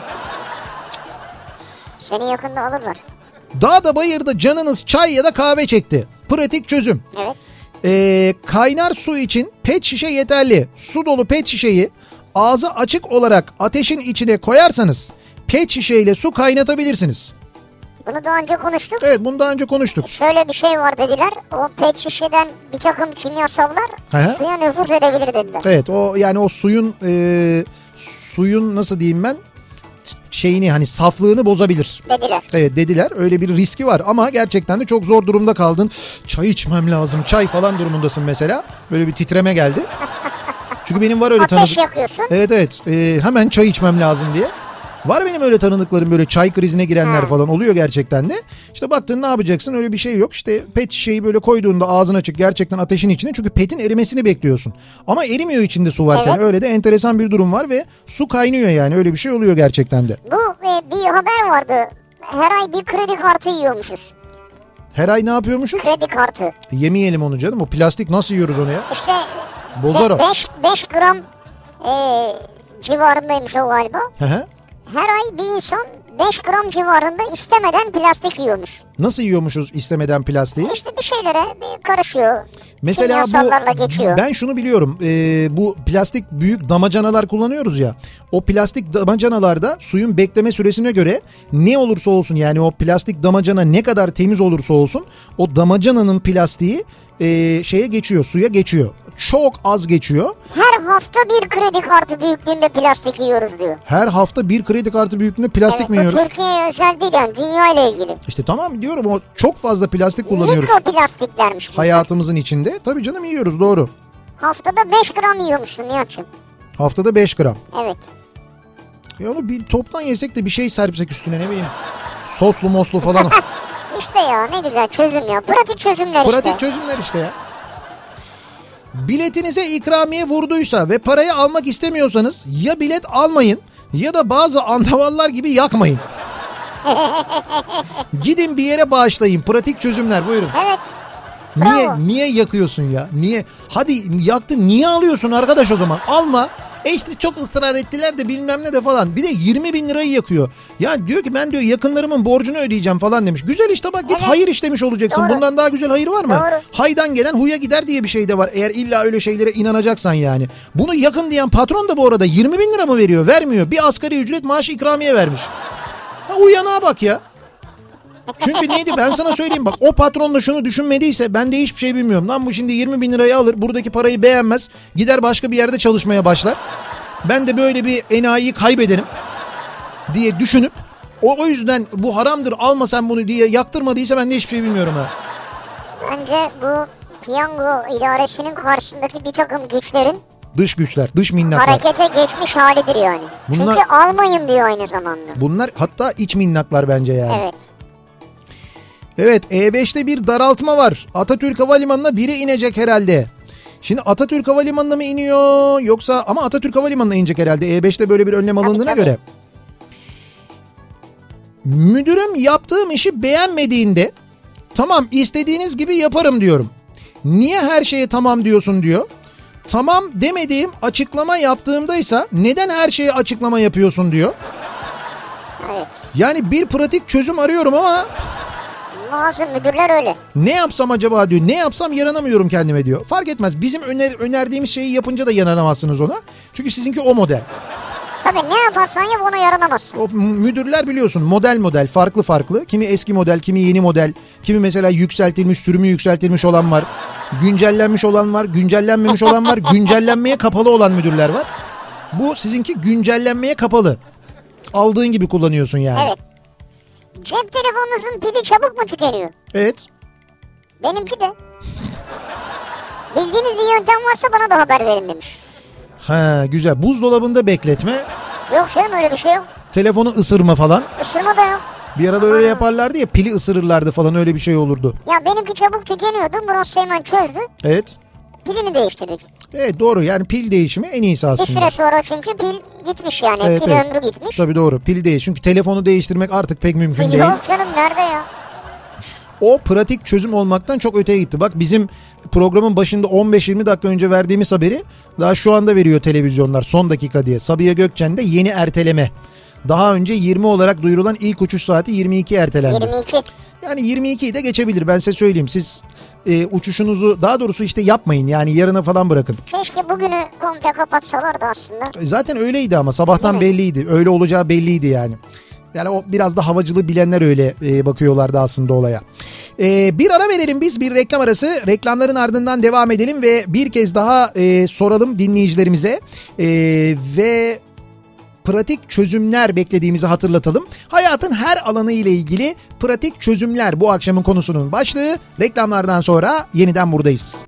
Seni yakında alırlar. Dağda bayırda canınız çay ya da kahve çekti. Pratik çözüm. Evet. Ee, kaynar su için pet şişe yeterli. Su dolu pet şişeyi ağzı açık olarak ateşin içine koyarsanız pet şişeyle su kaynatabilirsiniz. Bunu daha önce konuştuk. Evet, bunu daha önce konuştuk. Şöyle bir şey var dediler. O pet şişeden bir takım kimyasallar Hı-hı. suya nüfuz edebilir dediler. Evet, o yani o suyun e, suyun nasıl diyeyim ben, şeyini, hani saflığını bozabilir. Dediler. Evet dediler, öyle bir riski var ama gerçekten de çok zor durumda kaldın. Çay içmem lazım, çay falan durumundasın mesela. Böyle bir titreme geldi. Çünkü benim var öyle tanıdık. Ateş yakıyorsun. Evet evet e, hemen çay içmem lazım diye. Var benim öyle tanıdıklarım, böyle çay krizine girenler hmm. falan oluyor gerçekten de. İşte baktın ne yapacaksın, öyle bir şey yok. İşte pet şişeyi böyle koyduğunda ağzın açık gerçekten ateşin içine, çünkü petin erimesini bekliyorsun. Ama erimiyor içinde su varken, evet. Öyle de enteresan bir durum var ve su kaynıyor, yani öyle bir şey oluyor gerçekten de. Bu e, bir haber vardı, her ay bir kredi kartı yiyormuşuz. Her ay ne yapıyormuşuz? Kredi kartı. Yemeyelim onu canım, o plastik, nasıl yiyoruz onu ya? İşte bozar o. beş gram e, civarındaymış o galiba. Hı hı. Her ay bir insan beş gram civarında istemeden plastik yiyormuş. Nasıl yiyormuşuz istemeden plastiği? İşte bir şeylere bir karışıyor. Mesela Kimyasallarla bu geçiyor. Ben şunu biliyorum. Ee, bu plastik büyük damacanalar kullanıyoruz ya. O plastik damacanalarda suyun bekleme süresine göre ne olursa olsun, yani o plastik damacana ne kadar temiz olursa olsun o damacananın plastiği e, şeye geçiyor, suya geçiyor. Çok az geçiyor. Her hafta bir kredi kartı büyüklüğünde plastik yiyoruz diyor. Her hafta bir kredi kartı büyüklüğünde plastik evet, mi yiyoruz? Türkiye'ye özel değil yani, dünya ile ilgili. İşte tamam diyorum, o çok fazla plastik kullanıyoruz. Mikroplastiklermiş bunlar. Hayatımızın içinde. Tabii canım, yiyoruz, doğru. Haftada beş gram yiyormuşsun Nihat'cığım. Haftada beş gram. Evet. Ya onu bir toptan yesek de bir şey serpsek üstüne, ne bileyim. Soslu moslu falan. İşte ya ne güzel çözüm ya. Pratik çözümler Pratik işte. çözümler işte ya. Biletinize ikramiye vurduysa ve parayı almak istemiyorsanız ya bilet almayın ya da bazı andavallar gibi yakmayın. Gidin bir yere bağışlayın. Pratik çözümler, buyurun. Evet. Niye Bravo. niye yakıyorsun ya? Niye? Hadi yaktın, niye alıyorsun arkadaş o zaman? Alma. E işte çok ısrar ettiler de bilmem ne de falan. Bir de yirmi bin lirayı yakıyor. Ya diyor ki ben diyor yakınlarımın borcunu ödeyeceğim falan demiş. Güzel işte, bak git Evet. hayır işlemiş olacaksın. Doğru. Bundan daha güzel hayır var mı? Doğru. Haydan gelen huya gider diye bir şey de var. Eğer illa öyle şeylere inanacaksan yani. Bunu yakın diyen patron da bu arada yirmi bin lira mı veriyor? Vermiyor. Bir asgari ücret maaşı ikramiye vermiş. Ha, uyanağa bak ya. Çünkü neydi, ben sana söyleyeyim bak, o patron da şunu düşünmediyse ben de hiçbir şey bilmiyorum. Lan bu şimdi yirmi bin lirayı alır, buradaki parayı beğenmez, gider başka bir yerde çalışmaya başlar. Ben de böyle bir enayiyi kaybederim diye düşünüp o, o yüzden bu haramdır alma sen bunu diye yaktırmadıysa ben de hiçbir şey bilmiyorum ha. Bence bu piyango idaresinin karşısındaki bir takım güçlerin Dış güçler, dış minnaklar. harekete geçmiş halidir yani. Bunlar- Çünkü almayın diyor aynı zamanda. Bunlar hatta iç minnaklar bence yani. Evet. Evet, E beşte bir daraltma var. Atatürk Havalimanı'na biri inecek herhalde. Şimdi Atatürk Havalimanı'na mı iniyor yoksa, ama Atatürk Havalimanı'na inecek herhalde. E beşte böyle bir önlem Tabii, alındığına tabii. göre. Müdürüm yaptığım işi beğenmediğinde tamam istediğiniz gibi yaparım diyorum. Niye her şeye tamam diyorsun diyor. Tamam demediğim açıklama yaptığımdaysa neden her şeye açıklama yapıyorsun diyor. Evet. Yani bir pratik çözüm arıyorum ama Bazı müdürler öyle. ne yapsam acaba diyor. Ne yapsam yaranamıyorum kendime diyor. Fark etmez. Bizim öner, önerdiğimiz şeyi yapınca da yaranamazsınız ona. Çünkü sizinki o model. Tabii ne yaparsan yap ona yaranamazsın. O müdürler biliyorsun model model, farklı farklı. Kimi eski model, kimi yeni model. Kimi mesela yükseltilmiş, sürümü yükseltilmiş olan var. Güncellenmiş olan var, güncellenmemiş olan var. Güncellenmeye kapalı olan müdürler var. Bu sizinki güncellenmeye kapalı. Aldığın gibi kullanıyorsun yani. Evet. Cep telefonunuzun pili çabuk mu tükeniyor? Evet. Benimki de. Bildiğiniz bir yöntem varsa bana da haber verin demiş. Ha, güzel. Buzdolabında bekletme, Yok canım öyle bir şey yok. telefonu ısırma falan. Isırma da yok. Bir arada öyle yaparlardı ya, pili ısırırlardı falan, öyle bir şey olurdu. Ya benimki çabuk tükeniyordu. Murat Seymen çözdü. Evet. Pilini değiştirdik. Evet doğru, yani pil değişimi en iyisi Bir aslında. süre sonra çünkü pil gitmiş yani. Evet, pil evet. ömrü gitmiş. Tabii doğru, pil değiş. Çünkü telefonu değiştirmek artık pek mümkün değil. Yok canım nerede ya? O pratik çözüm olmaktan çok öteye gitti. Bak bizim programın başında on beş yirmi dakika önce verdiğimiz haberi daha şu anda veriyor televizyonlar son dakika diye. Sabiha Gökçen'de yeni erteleme. Daha önce yirmi olarak duyurulan ilk uçuş saati yirmi iki ertelendi. yirmi iki. Yani yirmi ikiyi de geçebilir, ben size söyleyeyim. Siz e, uçuşunuzu daha doğrusu işte yapmayın, yani yarına falan bırakın. Keşke bugünü komple kapatsalardı aslında. E, Zaten öyleydi ama sabahtan Değil mi? belliydi. Öyle olacağı belliydi yani. Yani o biraz da havacılığı bilenler öyle e, bakıyorlardı aslında olaya. E, bir ara verelim biz, bir reklam arası. Reklamların ardından devam edelim ve bir kez daha e, soralım dinleyicilerimize. E, ve pratik çözümler beklediğimizi hatırlatalım. Hayatın her alanı ile ilgili pratik çözümler bu akşamın konusunun başlığı. Reklamlardan sonra yeniden buradayız.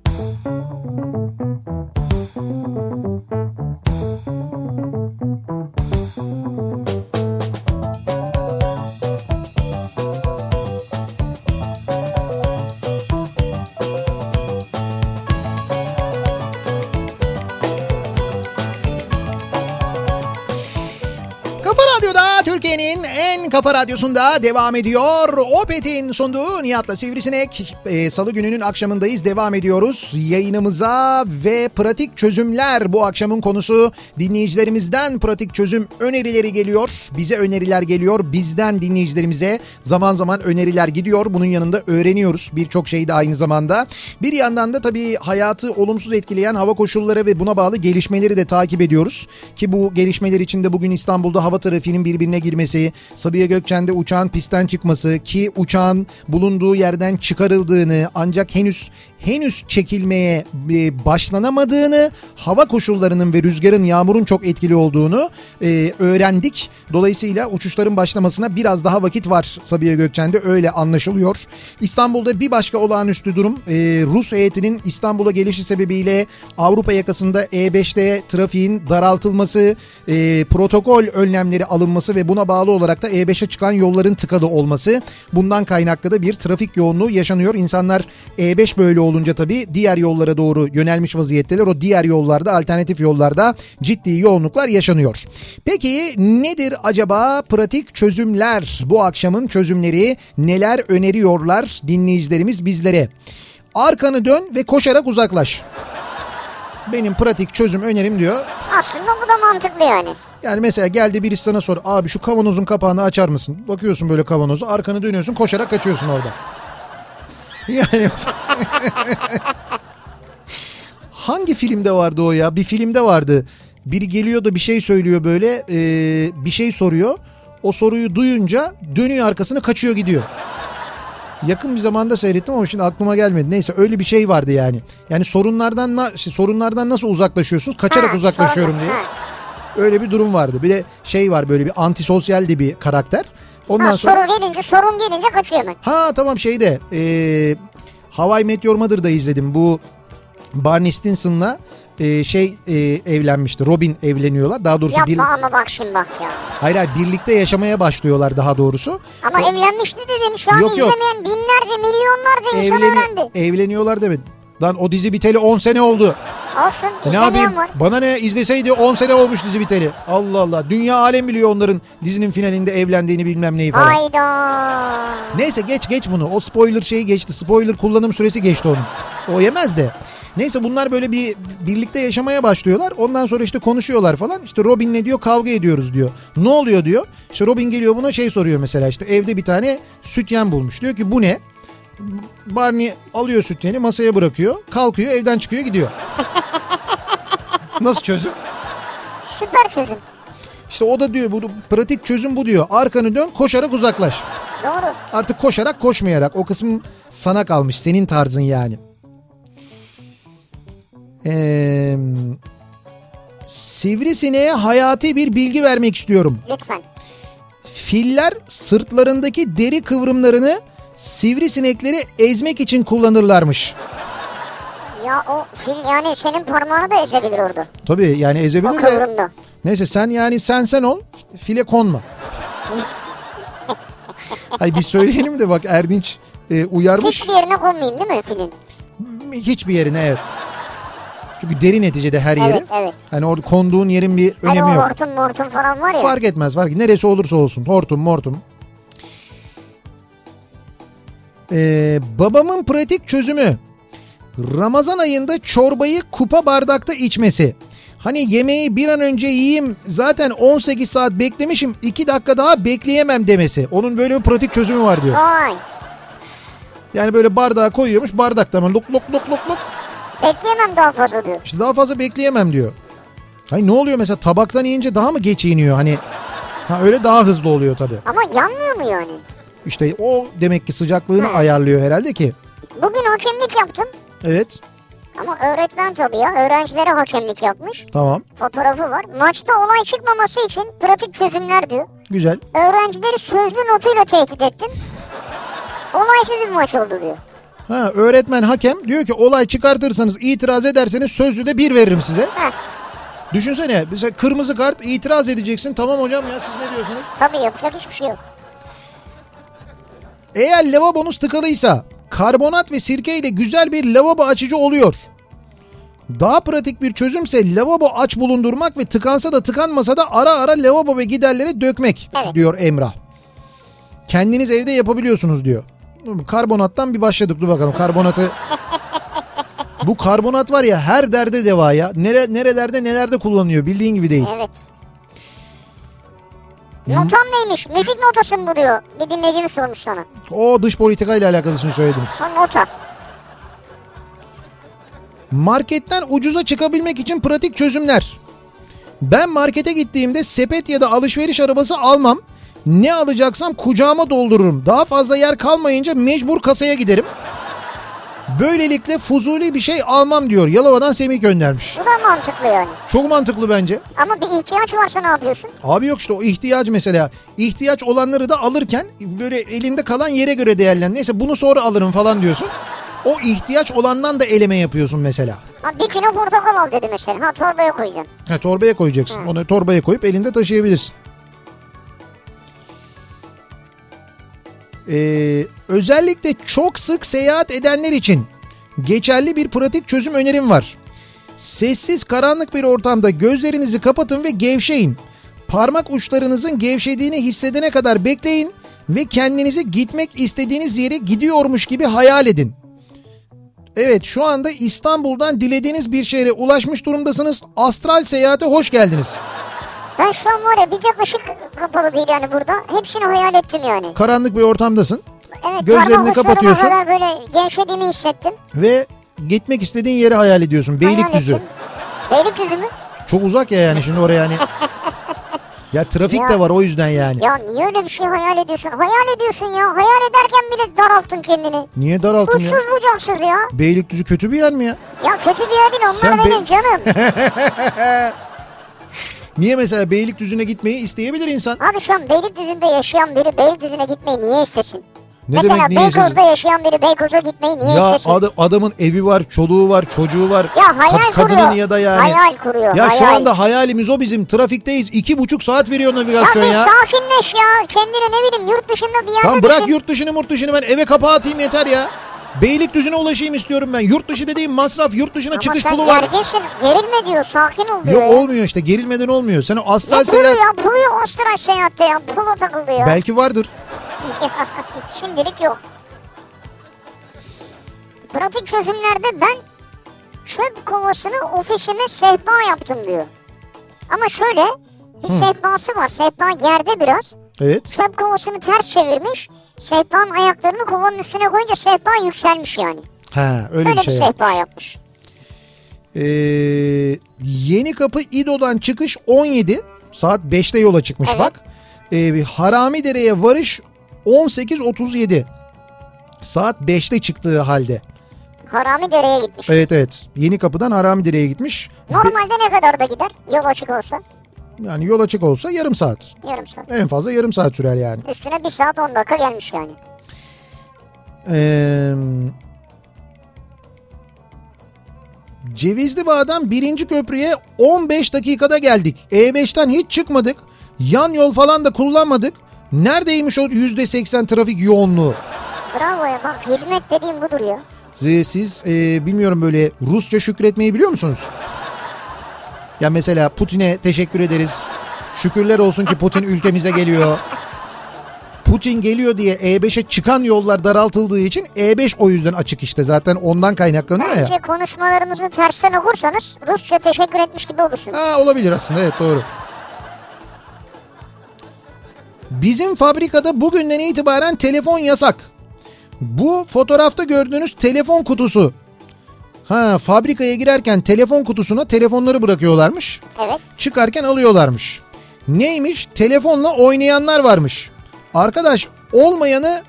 Kafa Radyo'da, Türkiye'nin en kafa radyosunda devam ediyor. Opet'in sunduğu Nihat'la Sivrisinek. Ee, Salı gününün akşamındayız, devam ediyoruz yayınımıza ve pratik çözümler bu akşamın konusu. Dinleyicilerimizden pratik çözüm önerileri geliyor. Bize öneriler geliyor. Bizden dinleyicilerimize zaman zaman öneriler gidiyor. Bunun yanında öğreniyoruz birçok şeyi de aynı zamanda. Bir yandan da tabii hayatı olumsuz etkileyen hava koşulları ve buna bağlı gelişmeleri de takip ediyoruz. Ki bu gelişmeler içinde bugün İstanbul'da hava trafiğinin birbirine girmesi, Sabiha Gökçen'de uçağın pistten çıkması, ki uçağın bulunduğu yerden çıkarıldığını ancak henüz henüz çekilmeye başlanamadığını, hava koşullarının ve rüzgarın, yağmurun çok etkili olduğunu e, öğrendik. Dolayısıyla uçuşların başlamasına biraz daha vakit var Sabiha Gökçen'de, öyle anlaşılıyor. İstanbul'da bir başka olağanüstü durum, e, Rus heyetinin İstanbul'a gelişi sebebiyle Avrupa yakasında E beşte trafiğin daraltılması, e, protokol önlemleri alınması ve buna bağlı olarak da E beşe çıkan yolların tıkalı olması. Bundan kaynaklı da bir trafik yoğunluğu yaşanıyor. İnsanlar E beş böyle olunca tabii diğer yollara doğru yönelmiş vaziyetteler. O diğer yollarda, alternatif yollarda ciddi yoğunluklar yaşanıyor. Peki nedir acaba pratik çözümler? Bu akşamın çözümleri, neler öneriyorlar dinleyicilerimiz bizlere? Arkanı dön ve koşarak uzaklaş. Benim pratik çözüm önerim diyor. Aslında bu da mantıklı yani. Yani mesela geldi birisi sana sor, abi şu kavanozun kapağını açar mısın? Bakıyorsun böyle kavanozu, arkanı dönüyorsun, koşarak kaçıyorsun orada. Yani hangi filmde vardı o ya? Bir filmde vardı. Biri geliyor da bir şey söylüyor böyle, e, bir şey soruyor. O soruyu duyunca dönüyor arkasını, kaçıyor gidiyor. Yakın bir zamanda seyrettim ama şimdi aklıma gelmedi. Neyse, öyle bir şey vardı yani. Yani sorunlardan sorunlardan nasıl uzaklaşıyorsunuz? Kaçarak ha, uzaklaşıyorum sorun, diye. Ha. Öyle bir durum vardı. Bir de şey var, böyle bir antisosyal de bir karakter. Ondan ha, sonra soru gelince, sorun gelince kaçıyor mu? Ha tamam, şeyde e, How I Met Your Mother'da izledim. Bu Barney Stinson'la e, şey e, evlenmişti. Robin evleniyorlar. Daha doğrusu yapma bir... ama bak şimdi bak ya. Hayır hayır, birlikte yaşamaya başlıyorlar daha doğrusu. Ama o... evlenmişti dedin. Şu an yok, izlemeyen yok. Binlerce, milyonlarca insan Evleni... öğrendi. Evleniyorlar demedim. Lan o dizi biteli on sene oldu. Olsun. E ne yapayım? Var. Bana ne, izleseydi on sene olmuş dizi biteli. Allah Allah. Dünya alem biliyor onların dizinin finalinde evlendiğini, bilmem neyi falan. Hayda. Neyse geç geç bunu. O spoiler şeyi geçti. Spoiler kullanım süresi geçti onun. O yemez de. Neyse, bunlar böyle bir birlikte yaşamaya başlıyorlar. Ondan sonra işte konuşuyorlar falan. İşte Robin ne diyor? Kavga ediyoruz diyor. Ne oluyor diyor. İşte Robin geliyor buna şey soruyor mesela, işte evde bir tane sütyen bulmuş. Diyor ki bu ne? Barney alıyor sütyeni, masaya bırakıyor. Kalkıyor, evden çıkıyor, gidiyor. Nasıl çözüm? Süper çözüm. İşte o da diyor, bu pratik çözüm bu diyor. Arkanı dön, koşarak uzaklaş. Doğru. Artık koşarak, koşmayarak, o kısım sana kalmış, senin tarzın yani. Ee, Sivrisineğe hayati bir bilgi vermek istiyorum. Lütfen. Filler sırtlarındaki deri kıvrımlarını sivrisinekleri ezmek için kullanırlarmış. Ya o fil yani senin parmağını da ezebilir orada. Tabii yani ezebilir o de. kıvrımda. Neyse sen yani sen sen ol, file konma. Hayır biz söyleyelim de bak, Erdinç e, uyarmış. Hiçbir yerine konmayayım değil mi filin? Hiçbir yerine, evet. Çünkü deri neticede her yeri. Evet, evet. Hani orada konduğun yerin bir önemi hani yok. Hani hortum mortum falan var ya. Fark etmez, fark etmez. Neresi olursa olsun. Hortum mortum. Ee, babamın pratik çözümü. Ramazan ayında çorbayı kupa bardakta içmesi. Hani yemeği bir an önce yiyeyim, zaten on sekiz saat beklemişim, iki dakika daha bekleyemem demesi. Onun böyle bir pratik çözümü var diyor. Vay. Yani böyle bardağa koyuyormuş, bardakta mı luk luk luk luk luk. Bekleyemem daha fazla diyor. İşte daha fazla bekleyemem diyor. Hani ne oluyor mesela, tabaktan yiyince daha mı geç yeniyor hani? Ha öyle daha hızlı oluyor tabii. Ama yanmıyor mu yani? İşte o demek ki sıcaklığını Hı. ayarlıyor herhalde ki. Bugün hakemlik yaptım. Evet. Ama öğretmen tabii ya, öğrencilere hakemlik yapmış. Tamam. Fotoğrafı var. Maçta olay çıkmaması için pratik çözümler diyor. Güzel. Öğrencileri sözlü notuyla tehdit ettim. Olaysız bir maç oldu diyor. Ha, öğretmen hakem diyor ki olay çıkartırsanız, itiraz ederseniz sözlüde bir veririm size. Heh. Düşünsene mesela kırmızı kart, itiraz edeceksin. Tamam hocam ya, siz ne diyorsunuz? Tabii yapacak hiçbir şey yok. Eğer lavabonuz tıkalıysa karbonat ve sirke ile güzel bir lavabo açıcı oluyor. Daha pratik bir çözümse lavabo aç bulundurmak ve tıkansa da tıkanmasa da ara ara lavabo ve giderleri dökmek, evet. diyor Emrah. Kendiniz evde yapabiliyorsunuz diyor. Karbonattan bir başladık, dur bakalım karbonatı. Bu karbonat var ya, her derde deva ya. Nere, nerelerde nelerde kullanılıyor bildiğin gibi değil. Evet. Notam neymiş? Müzik notası mı bu diyor. Bir dinleyicimiz sormuş sana. O dış politika ile alakalısını söylediniz. O nota. Marketten ucuza çıkabilmek için pratik çözümler. Ben markete gittiğimde sepet ya da alışveriş arabası almam. Ne alacaksam kucağıma doldururum. Daha fazla yer kalmayınca mecbur kasaya giderim. Böylelikle fuzuli bir şey almam diyor. Yalova'dan Semih göndermiş. Bu da mantıklı yani. Çok mantıklı bence. Ama bir ihtiyaç varsa ne yapıyorsun? Abi yok işte o ihtiyaç mesela. İhtiyaç olanları da alırken böyle elinde kalan yere göre değerlen. Neyse bunu sonra alırım falan diyorsun. O ihtiyaç olandan da eleme yapıyorsun mesela. Ha, bir kilo portakal al dedi mesela. Ha, torbaya koyacaksın. Ha, torbaya koyacaksın. Hı. Onu torbaya koyup elinde taşıyabilirsin. Ee, özellikle çok sık seyahat edenler için geçerli bir pratik çözüm önerim var. Sessiz karanlık bir ortamda gözlerinizi kapatın ve gevşeyin. Parmak uçlarınızın gevşediğini hissedene kadar bekleyin ve kendinizi gitmek istediğiniz yere gidiyormuş gibi hayal edin. Evet, şu anda İstanbul'dan dilediğiniz bir şehre ulaşmış durumdasınız. Astral seyahate hoş geldiniz. Ben şu an var ya, bir tek ışık kapalı değil yani burada. Hepsini hayal ettim yani. Karanlık bir ortamdasın. Evet, gözlerini kapatıyorsun. Kadar böyle gevşediğimi hissettim. Ve gitmek istediğin yeri hayal ediyorsun. Beylikdüzü. Beylikdüzü mü? Çok uzak ya yani şimdi oraya yani. Ya trafik ya, de var o yüzden yani. Ya niye öyle bir şey hayal ediyorsun? Hayal ediyorsun ya. Hayal ederken bile daralttın kendini. Niye daralttın ya? Uçsuz bucaksız ya. Beylikdüzü kötü bir yer mi ya? Ya kötü bir yer değil, onlar Sen benim be... canım. Niye mesela Beylikdüzü'ne gitmeyi isteyebilir insan? Abi şu an Beylikdüzü'nde yaşayan biri Beylikdüzü'ne gitmeyi niye istesin? Ne mesela Beykoz'da yaşayan biri Beykoz'a gitmeyi niye ya istesin? Ya ad- adamın evi var, çoluğu var, çocuğu var. Ya hayal Kad- kuruyor. Kadının ya da yani. Hayal kuruyor. Ya hayal. şu anda hayalimiz o bizim. Trafikteyiz. İki buçuk saat veriyor navigasyon ya. Ya bir sakinleş ya. Kendine ne bileyim yurt dışında bir yerde Tamam bırak düşün. yurt dışını murt dışını, ben eve kapağı atayım yeter ya. Beylikdüzü'ne ulaşayım istiyorum ben. Yurt dışı dediğim masraf, yurt dışına ama çıkış pulu var. Ama sen gerginsin, gerilme diyor, sakin ol diyor. Yok ya. olmuyor işte, gerilmeden olmuyor. Sen o astral ne seyahat... pulu ya, pulu yok astral seyahatte ya. Pulu takıldı ya. Belki vardır. Şimdilik yok. Pratik çözümlerde ben çöp kovasını ofisime sehpa yaptım diyor. Ama şöyle bir Hı. sehpası var. Sehpa yerde biraz. Evet. Çöp kovasını ters çevirmiş. Sehpanın ayaklarını kovanın üstüne koyunca sehpa yükselmiş yani. Ha, öyle, öyle bir şey. bir sehpa yapmış. Ee, Yenikapı İdo'dan çıkış on yedi saat beşte yola çıkmış evet. Bak. Ee, Haramidere'ye varış on sekiz otuz yedi saat beşte çıktığı halde. Haramidere'ye gitmiş. Evet evet. Yenikapı'dan Haramidere'ye gitmiş. Normalde Be- ne kadar da gider yol açık olsa? Yani yol açık olsa yarım saat. Yarım saat. En fazla yarım saat sürer yani. Üstüne bir saat on dakika gelmiş yani. Eee... Cevizli Bağ'dan birinci köprüye on beş dakikada geldik. E beşten hiç çıkmadık. Yan yol falan da kullanmadık. Neredeymiş o yüzde seksen trafik yoğunluğu? Bravo ya, bak hizmet dediğim budur ya. Siz e, bilmiyorum böyle Rusça şükretmeyi biliyor musunuz? Ya mesela Putin'e teşekkür ederiz. Şükürler olsun ki Putin ülkemize geliyor. Putin geliyor diye E beşe çıkan yollar daraltıldığı için E beş o yüzden açık işte. Zaten ondan kaynaklanıyor Bence ya. Bence konuşmalarımızı tersten okursanız Rusça teşekkür etmiş gibi olursunuz. Ha, olabilir aslında, evet doğru. Bizim fabrikada bugünden itibaren telefon yasak. Bu fotoğrafta gördüğünüz telefon kutusu. Ha, fabrikaya girerken telefon kutusuna telefonları bırakıyorlarmış. Evet. Çıkarken alıyorlarmış. Neymiş? Telefonla oynayanlar varmış. Arkadaş olmayanı...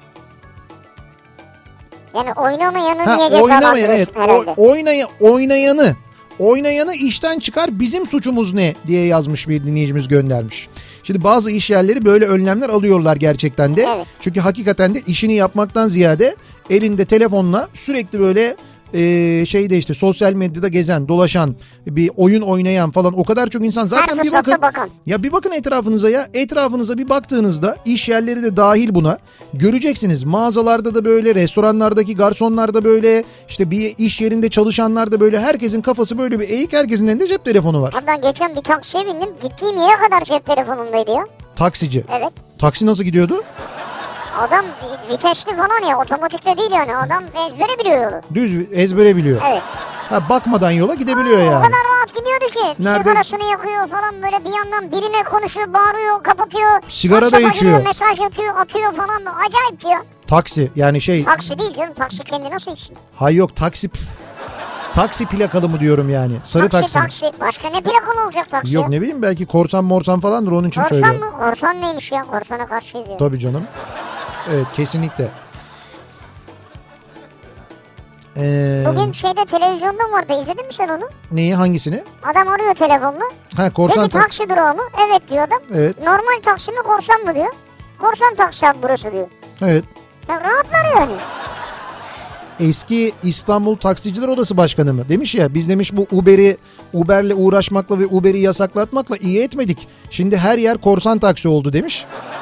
Yani oynamayanı ha, niye cezalandırırsın evet, herhalde? O, oynaya, oynayanı. Oynayanı işten çıkar, bizim suçumuz ne diye yazmış bir dinleyicimiz, göndermiş. Şimdi bazı iş yerleri böyle önlemler alıyorlar gerçekten de. Evet. Çünkü hakikaten de işini yapmaktan ziyade elinde telefonla sürekli böyle e, şeyde işte sosyal medyada gezen, dolaşan, bir oyun oynayan falan o kadar çok insan zaten Her bir bakın. fırsatta bakan. Ya bir bakın etrafınıza ya. Etrafınıza bir baktığınızda iş yerleri de dahil buna. Göreceksiniz mağazalarda da böyle, restoranlardaki garsonlar da böyle, işte bir iş yerinde çalışanlar da böyle, herkesin kafası böyle bir eğik, herkesin elinde cep telefonu var. Abi ben geçen bir taksiye bindim. Gittiğim yere kadar cep telefonumdaydı ya. Taksici. Evet. Taksi nasıl gidiyordu? Adam vitesli falan ya, otomatikte değil yani. Adam ezbere biliyor yolu. Düz ezbere biliyor. Evet. Ha, bakmadan yola gidebiliyor Aa, yani. O kadar rahat gidiyordu ki. Nerede? Sigarasını yakıyor falan, böyle bir yandan birine konuşuyor, bağırıyor, kapatıyor. Sigara da WhatsApp'a içiyor. giriyor, mesaj atıyor, atıyor falan. Acayip diyor. Taksi yani şey. Taksi değil canım. Taksi kendi nasıl içsin? Hay yok taksi. Taksi plakalı mı diyorum yani. Sarı Taksi taksi. taksi. Başka ne plakalı olacak taksi Yok ya? ne bileyim, belki korsan morsan falandır, onun için Korsan söylüyorum. mı? Korsan neymiş ya? Korsana karşıyız ya. Tabii canım. Evet kesinlikle. Ee, Bugün şeyde, televizyonda vardı. İzledin mi sen onu? neyi, hangisini? Adam arıyor telefonla. Ha korsan Dedi tak- taksi durağı mı? Evet diyor adam. Evet. Normal taksi mi, korsan mı diyor. Korsan taksi abi burası diyor. Evet. Ya rahatlar yani. Eski İstanbul Taksiciler Odası Başkanı mı? Demiş ya, biz demiş bu Uber'i Uber'le uğraşmakla ve Uber'i yasaklatmakla iyi etmedik. Şimdi her yer korsan taksi oldu demiş.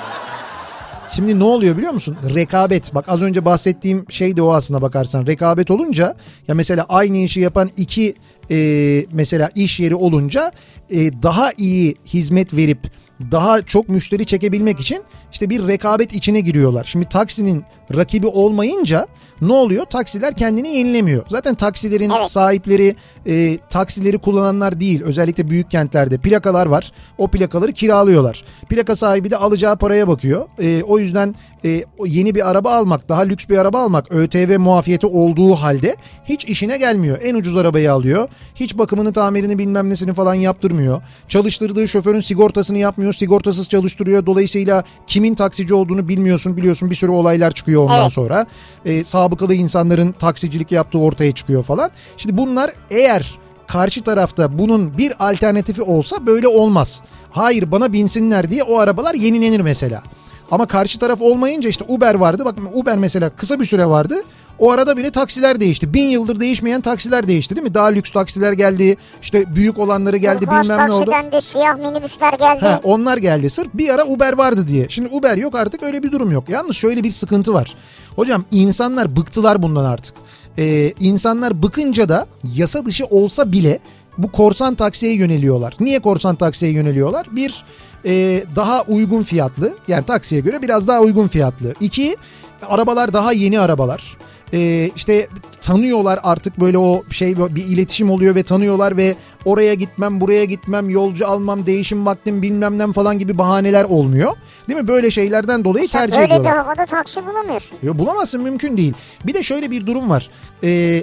Şimdi ne oluyor biliyor musun? Rekabet. Bak az önce bahsettiğim şey de o aslına bakarsan. Rekabet olunca, ya mesela aynı işi yapan iki e, mesela iş yeri olunca e, daha iyi hizmet verip daha çok müşteri çekebilmek için işte bir rekabet içine giriyorlar. Şimdi taksinin rakibi olmayınca ne oluyor? Taksiler kendini yenilemiyor. Zaten taksilerin Evet. sahipleri e, taksileri kullananlar değil. Özellikle büyük kentlerde plakalar var. O plakaları kiralıyorlar. Plaka sahibi de alacağı paraya bakıyor. E, o yüzden e, yeni bir araba almak, daha lüks bir araba almak ÖTV muafiyeti olduğu halde hiç işine gelmiyor. En ucuz arabayı alıyor. Hiç bakımını, tamirini, bilmem nesini falan yaptırmıyor. Çalıştırdığı şoförün sigortasını yapmıyor. Sigortasız çalıştırıyor. Dolayısıyla kimin taksici olduğunu bilmiyorsun. Biliyorsun bir sürü olaylar çıkıyor ondan Evet. sonra. E, sabıkalı insanların taksicilik yaptığı ortaya çıkıyor falan. Şimdi bunlar, eğer karşı tarafta bunun bir alternatifi olsa böyle olmaz. Hayır bana binsinler diye o arabalar yenilenir mesela. Ama karşı taraf olmayınca işte Uber vardı. Bak Uber mesela kısa bir süre vardı. O arada bile taksiler değişti. Bin yıldır değişmeyen taksiler değişti değil mi? Daha lüks taksiler geldi. İşte büyük olanları geldi, Turkuaz bilmem ne oldu. taksiden de siyah minibüsler geldi. Ha, onlar geldi. Sırf bir ara Uber vardı diye. Şimdi Uber yok artık, öyle bir durum yok. Yalnız şöyle bir sıkıntı var. Hocam insanlar bıktılar bundan artık. Ee, insanlar bıkınca da yasa dışı olsa bile bu korsan taksiye yöneliyorlar. Niye korsan taksiye yöneliyorlar? Bir, e, daha uygun fiyatlı. Yani taksiye göre biraz daha uygun fiyatlı. İki, arabalar daha yeni arabalar. Ee, işte tanıyorlar artık, böyle o şey, bir iletişim oluyor ve tanıyorlar ve oraya gitmem, buraya gitmem, yolcu almam, değişim vaktim bilmem ne falan gibi bahaneler olmuyor. Değil mi? Böyle şeylerden dolayı Sen tercih böyle ediyorlar. bir havada taksi bulamıyorsun. Yo, bulamazsın, mümkün değil. Bir de şöyle bir durum var. Ee,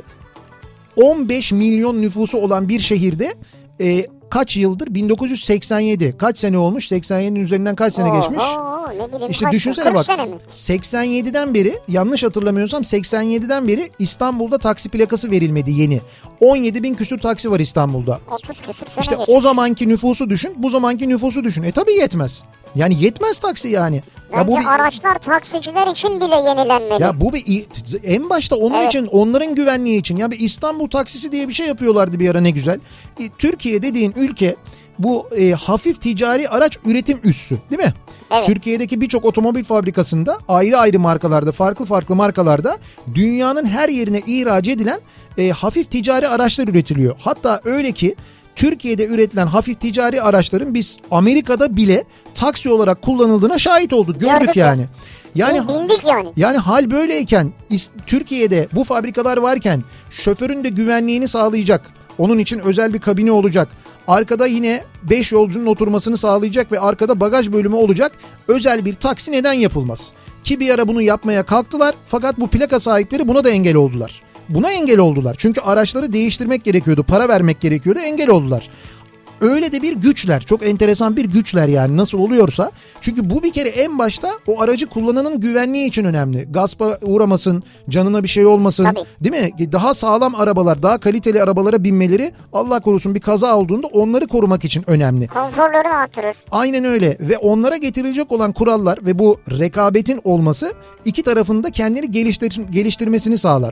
on beş milyon nüfusu olan bir şehirde e, kaç yıldır? bin dokuz yüz seksen yedi. Kaç sene olmuş? seksen yedinin üzerinden kaç sene Oho, geçmiş? ne bileyim, İşte kaç, düşünsene kırk bak. sene mi? seksen yediden beri, yanlış hatırlamıyorsam seksen yediden beri İstanbul'da taksi plakası verilmedi yeni. on yedi bin küsür taksi var İstanbul'da. otuz küsür sene İşte geçmiş. o zamanki nüfusu düşün, bu zamanki nüfusu düşün. E tabii yetmez. Yani yetmez taksi yani. Ya Bence bu bir, araçlar taksiciler için bile yenilenmeli. ya bu bir, en başta onun Evet. için, onların güvenliği için. Ya bir İstanbul taksisi diye bir şey yapıyorlardı bir ara, ne güzel. E, Türkiye dediğin ülke bu e, hafif ticari araç üretim üssü değil mi? Evet. Türkiye'deki birçok otomobil fabrikasında ayrı ayrı markalarda, farklı farklı markalarda dünyanın her yerine ihraç edilen e, hafif ticari araçlar üretiliyor. Hatta öyle ki Türkiye'de üretilen hafif ticari araçların biz Amerika'da bile taksi olarak kullanıldığına şahit olduk, gördük, Gördük ya. yani. Yani Bindik yani. yani hal böyleyken, İs- Türkiye'de bu fabrikalar varken şoförün de güvenliğini sağlayacak, onun için özel bir kabini olacak, arkada yine beş yolcunun oturmasını sağlayacak ve arkada bagaj bölümü olacak özel bir taksi neden yapılmaz? Ki bir ara bunu yapmaya kalktılar, fakat bu plaka sahipleri buna da engel oldular. Buna engel oldular. Çünkü araçları değiştirmek gerekiyordu, para vermek gerekiyordu, engel oldular. Öyle de bir güçler, çok enteresan bir güçler yani, nasıl oluyorsa. Çünkü bu bir kere en başta o aracı kullananın güvenliği için önemli. Gaspa uğramasın, canına bir şey olmasın. Tabii. Değil mi? Daha sağlam arabalar, daha kaliteli arabalara binmeleri, Allah korusun bir kaza olduğunda onları korumak için önemli. Konforlarını artırır. Aynen öyle ve onlara getirilecek olan kurallar ve bu rekabetin olması iki tarafın da kendini geliştir geliştirmesini sağlar.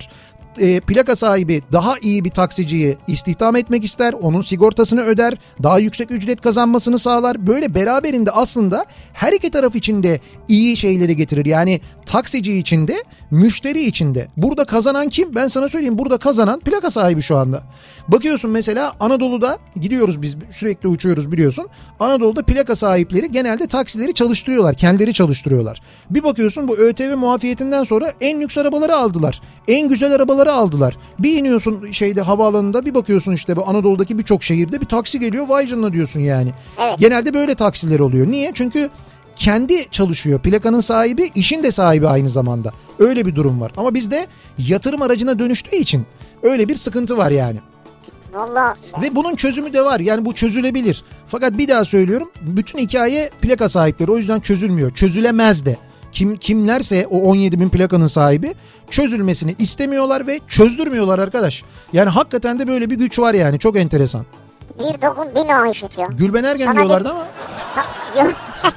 e, plaka sahibi daha iyi bir taksiciyi istihdam etmek ister. Onun sigortasını öder. Daha yüksek ücret kazanmasını sağlar. Böyle beraberinde aslında her iki taraf için de iyi şeyleri getirir. Yani taksici için de müşteri için de. Burada kazanan kim? Ben sana söyleyeyim. Burada kazanan plaka sahibi şu anda. Bakıyorsun mesela Anadolu'da gidiyoruz biz, sürekli uçuyoruz biliyorsun. Anadolu'da plaka sahipleri genelde taksileri çalıştırıyorlar. Kendileri çalıştırıyorlar. Bir bakıyorsun bu ÖTV muafiyetinden sonra en lüks arabaları aldılar. En güzel arabaları aldılar. Bir iniyorsun şeyde havaalanında, bir bakıyorsun işte bu Anadolu'daki birçok şehirde bir taksi geliyor. Vay canına diyorsun yani. Evet. Genelde böyle taksiler oluyor. Niye? Çünkü kendi çalışıyor. Plakanın sahibi, işin de sahibi aynı zamanda. Öyle bir durum var. Ama bizde yatırım aracına dönüştüğü için öyle bir sıkıntı var yani. Vallahi. Ve bunun çözümü de var. Yani bu çözülebilir. Fakat bir daha söylüyorum. Bütün hikaye plaka sahipleri. O yüzden çözülmüyor. Çözülemez de. Kim kimlerse o on yedi bin plakanın sahibi çözülmesini istemiyorlar ve çözdürmüyorlar arkadaş. Yani hakikaten de böyle bir güç var yani. Çok enteresan. Bir dokun bin o işitiyor. Gülben Ergen Sana diyorlardı bir... ama. Ha, yok.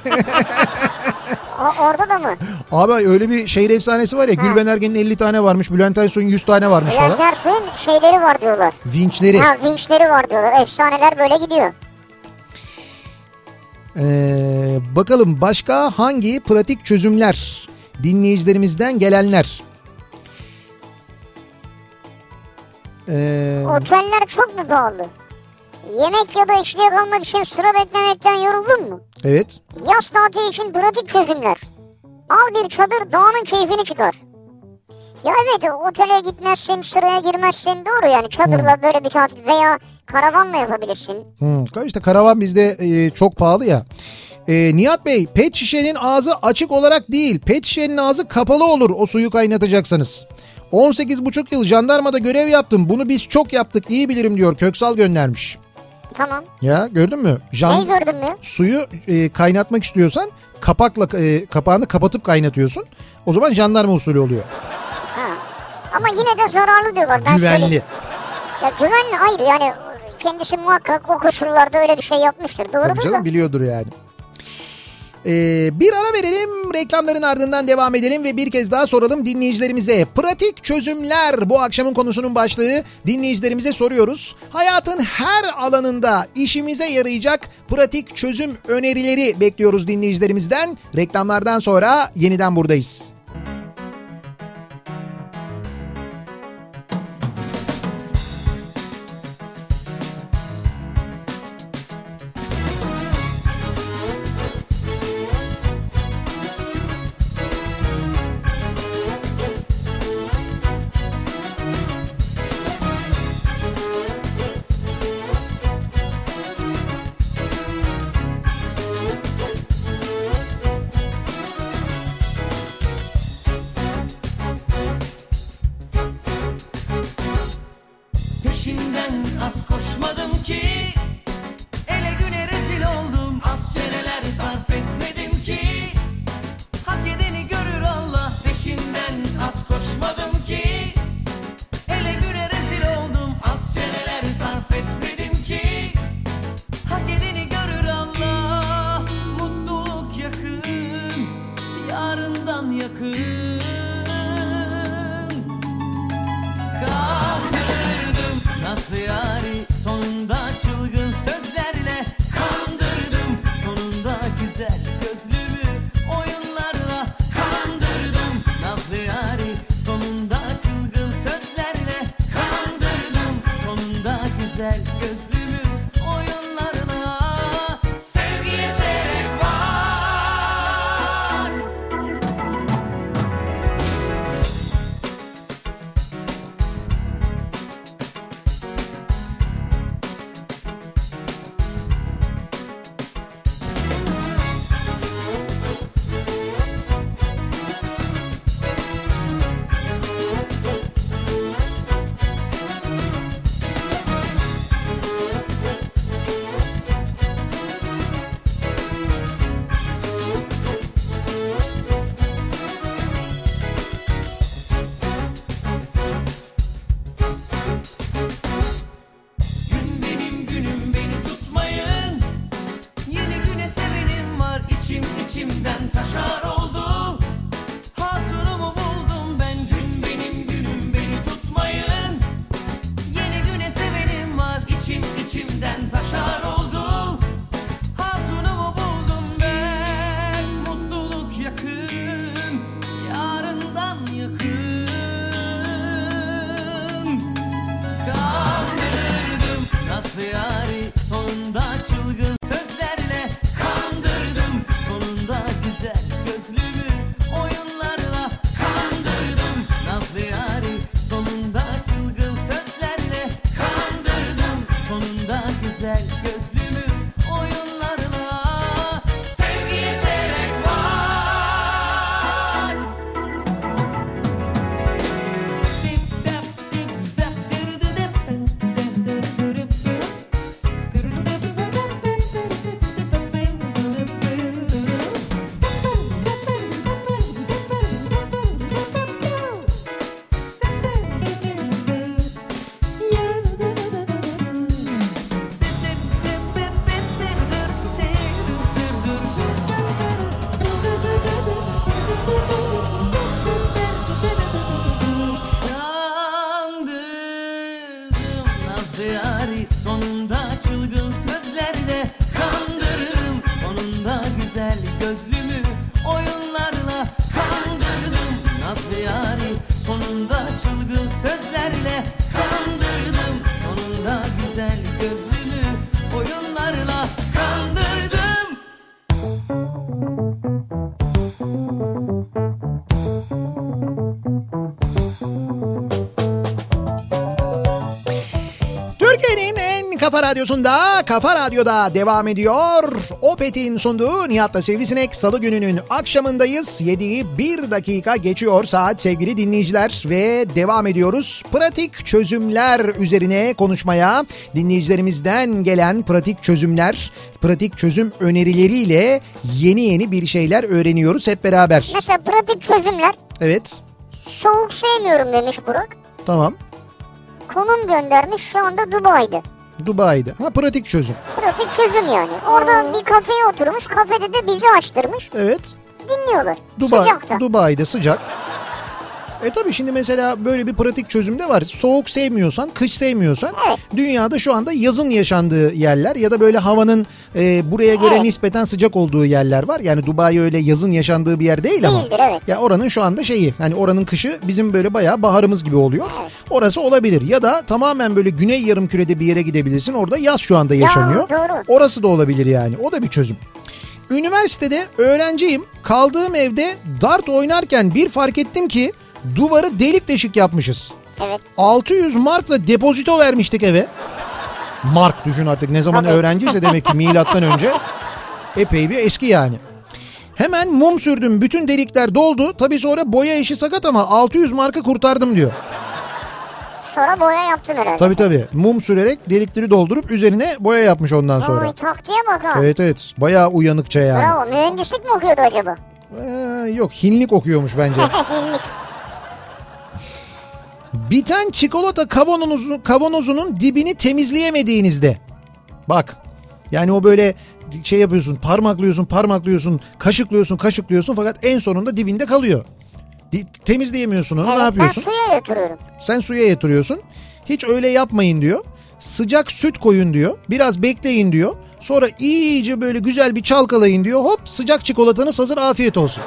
o, orada da mı? Abi öyle bir şehir efsanesi var ya. Ha. Gülben Ergen'in elli tane varmış. Bülent Ersoy'un yüz tane varmış Bülent falan. Bülent Ersoy'un şeyleri var diyorlar. Vinçleri. Ha, vinçleri var diyorlar. Efsaneler böyle gidiyor. Ee, bakalım başka hangi pratik çözümler dinleyicilerimizden gelenler. Ee... Oteller çok mu pahalı? Yemek ya da içkiye kalmak için sıra beklemekten yoruldun mu? Evet. Yaz tatili için pratik çözümler. Al bir çadır, doğanın keyfini çıkar. Ya evet, otele gitmezsin, sıraya girmezsin, doğru yani çadırla hmm. böyle bir tatil veya karavanla yapabilirsin. Hmm. İşte karavan bizde e, çok pahalı ya. E, Nihat Bey, pet şişenin ağzı açık olarak değil, pet şişenin ağzı kapalı olur o suyu kaynatacaksanız. on sekiz buçuk yıl jandarmada görev yaptım, bunu biz çok yaptık, iyi bilirim diyor, Köksal göndermiş. Tamam. Ya gördün mü? Jan... Neyi gördün mü? Suyu e, kaynatmak istiyorsan kapakla e, kapağını kapatıp kaynatıyorsun. O zaman jandarma usulü oluyor. Ha. Ama yine de zararlı diyorlar. Ben güvenli. Söyleyeyim. Ya güvenli hayır yani kendisi muhakkak o koşullarda öyle bir şey yapmıştır. Doğru Tabii canım, da. biliyordur yani. Ee, bir ara verelim, reklamların ardından devam edelim ve bir kez daha soralım dinleyicilerimize. Pratik çözümler bu akşamın konusunun başlığı. Dinleyicilerimize soruyoruz. Hayatın her alanında işimize yarayacak pratik çözüm önerileri bekliyoruz dinleyicilerimizden. Reklamlardan sonra yeniden buradayız. gözlümü oyunlarla kandırdım. Nazlı yari sonunda çılgın sözlerle kandırdım. Sonunda güzel gözlümü oyunlarla sevgiye gerek var. Dip dap dip zap dırdı dip kandırdım. Nazlı yari sonunda çılgın sözlerle kandırdım. Sonunda güzel gözlümü oyunlarla kandırdım. Nazlı yari sonunda çılgın sözlerle kandırdım. Sonunda güzel gözlümü oyunlarla kandırdım. Türkiye'nin en kafa radyosunda, Kafa Radyo'da devam ediyor. Opet'in sunduğu Nihat'la Sivrisinek Salı gününün akşamındayız. yediyi bir dakika geçiyor saat sevgili dinleyiciler ve devam ediyoruz. Pratik çözümler üzerine konuşmaya, dinleyicilerimizden gelen pratik çözümler, pratik çözüm önerileriyle yeni yeni bir şeyler öğreniyoruz hep beraber. Mesela pratik çözümler. Evet, Soğuk sevmiyorum demiş Burak. tamam. Konum göndermiş, şu anda Dubai'de. Dubai'de. Ha, pratik çözüm. Pratik çözüm yani. Orada bir kafeye oturmuş, kafede de bizi açtırmış. Evet. Dinliyorlar. Dubai, Sıcakta. Dubai'de sıcak. E tabii şimdi mesela böyle bir pratik çözüm de var. Soğuk sevmiyorsan, kış sevmiyorsan, Evet. dünyada şu anda yazın yaşandığı yerler ya da böyle havanın e, buraya göre Evet. nispeten sıcak olduğu yerler var. Yani Dubai öyle yazın yaşandığı bir yer değil ama. Değildir, evet. Ya oranın şu anda şeyi, hani oranın kışı bizim böyle bayağı baharımız gibi oluyor. Evet. Orası olabilir ya da tamamen böyle güney yarımkürede bir yere gidebilirsin. Orada yaz şu anda yaşanıyor. doğru. Orası da olabilir yani. O da bir çözüm. Üniversitede öğrenciyim. Kaldığım evde dart oynarken bir fark ettim ki duvarı delik deşik yapmışız. Evet. altı yüz markla depozito vermiştik eve. Mark düşün artık, ne zaman Tabii. öğrenciyse demek ki milattan önce. Epey bir eski yani. Hemen mum sürdüm, bütün delikler doldu. Tabii sonra boya işi sakat ama altı yüz markı kurtardım diyor. Sonra boya yaptın herhalde. Tabii tabii, mum sürerek delikleri doldurup üzerine boya yapmış ondan sonra. Vay, taktiğe bak ha. Evet evet, bayağı uyanıkça yani. Bravo. Mühendislik mi okuyordu acaba? Ee, yok, hinlik okuyormuş bence. Hinlik. Biten çikolata kavanozu, kavanozunun dibini temizleyemediğinizde. Bak, yani o böyle şey yapıyorsun, parmaklıyorsun parmaklıyorsun, kaşıklıyorsun kaşıklıyorsun fakat en sonunda dibinde kalıyor. Di- temizleyemiyorsun onu, Evet, ne yapıyorsun? ben suya yatırıyorum. Sen suya yatırıyorsun. Hiç öyle yapmayın diyor. Sıcak süt koyun diyor. Biraz bekleyin diyor. Sonra iyice böyle güzel bir çalkalayın diyor. Hop, sıcak çikolatanız hazır, afiyet olsun.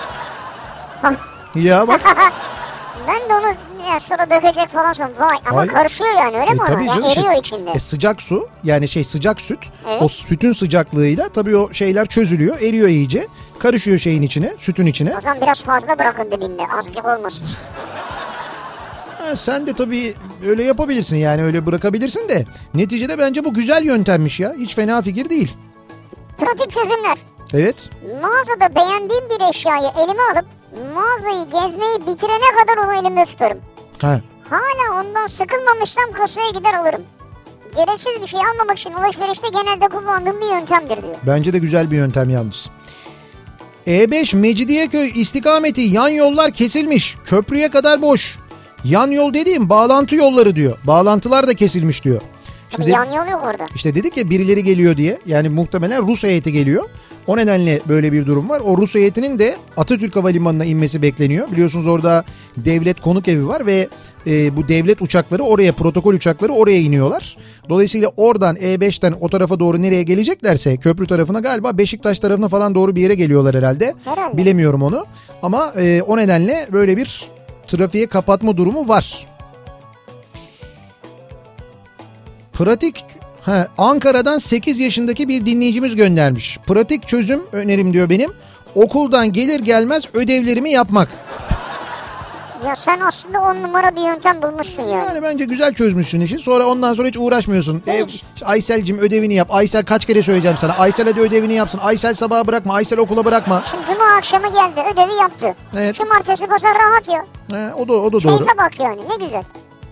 Ya bak. Ben de onu ya sonra dökecek falan sonra. Vay, ama Ay. karışıyor yani, öyle E, mi ona? tabii Ya, canım, eriyor şey- içinde. E, sıcak su, yani şey sıcak süt, Evet. o sütün sıcaklığıyla tabii o şeyler çözülüyor, eriyor iyice, karışıyor şeyin içine, sütün içine. O zaman biraz fazla bırakın dibinde, azıcık olmasın. Ha, sen de tabii öyle yapabilirsin, yani öyle bırakabilirsin de neticede bence bu güzel yöntemmiş ya, hiç fena fikir değil. Pratik çözümler. Evet. Mağazada beğendiğim bir eşyayı elime alıp mağazayı gezmeyi bitirene kadar onu elimde tutarım. Ha. Hala ondan sıkılmamışsam kasaya gider alırım. Gereksiz bir şey almamak için alışverişte genelde kullandığım bir yöntemdir diyor. Bence de güzel bir yöntem yalnız. E beş Mecidiyeköy istikameti yan yollar kesilmiş. Köprüye kadar boş. Yan yol dediğim bağlantı yolları diyor. Bağlantılar da kesilmiş diyor. Tabii Şimdi, yan yol yok orada. işte dedik ya birileri geliyor diye. Yani muhtemelen Rus heyeti geliyor. O nedenle böyle bir durum var. O Rus heyetinin de Atatürk Havalimanı'na inmesi bekleniyor. Biliyorsunuz orada devlet konuk evi var ve e, bu devlet uçakları oraya, protokol uçakları oraya iniyorlar. Dolayısıyla oradan E beşten o tarafa doğru nereye geleceklerse, köprü tarafına, galiba Beşiktaş tarafına falan doğru bir yere geliyorlar herhalde. Herhalde. Bilemiyorum onu. Ama e, o nedenle böyle bir trafiğe kapatma durumu var. Pratik, he, Ankara'dan sekiz yaşındaki bir dinleyicimiz göndermiş. Pratik çözüm önerim diyor benim. Okuldan gelir gelmez ödevlerimi yapmak. Ya sen aslında on numara bir yöntem bulmuşsun yani. Yani bence güzel çözmüşsün işi. Sonra ondan sonra hiç uğraşmıyorsun. Ev, Hiç. Aysel'cim ödevini yap. Aysel kaç kere söyleyeceğim sana. Aysel hadi ödevini yapsın. Aysel sabaha bırakma. Aysel okula bırakma. Şimdi cuma akşamı geldi, ödevi yaptı. Evet. Cumartesi pazar rahat ya. He, o da o da doğru. Keyfe bak yani, ne güzel.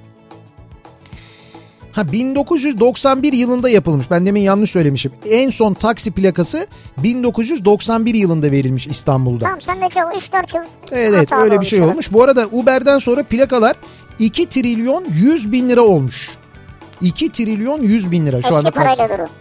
Ha bin dokuz yüz doksan bir yılında yapılmış. Ben demin yanlış söylemişim. En son taksi plakası bin dokuz yüz doksan bir yılında verilmiş İstanbul'da. Tamam, sen de çok üç dört yıl Evet evet hatalı öyle bir şey olmuş. olmuş. Bu arada Uber'den sonra plakalar iki trilyon yüz bin lira olmuş. iki trilyon yüz bin lira şu Eski anda taksi. parayla duru.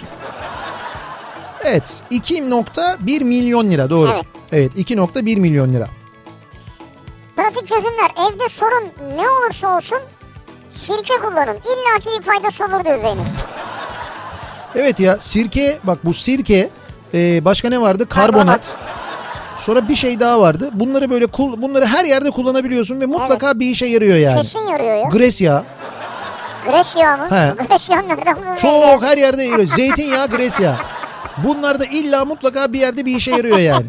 Evet iki nokta bir milyon lira doğru. Evet. Evet iki nokta bir milyon lira. Pratik çözümler. Evde sorun ne olursa olsun sirke kullanın. İlla ki bir faydası olur diyor Zeynep. Evet ya sirke bak bu sirke e, başka ne vardı? Karbonat. Karbonat. Sonra bir şey daha vardı. Bunları böyle kul, bunları her yerde kullanabiliyorsun ve mutlaka bir işe yarıyor yani. Kesin yarıyor ya. Gres yağı. Gres yağı mı? He. Gres yağı nereden buldun? Çok her yerde yarıyor. Zeytinyağı, gres yağı. Bunlar da illa mutlaka bir yerde bir işe yarıyor yani.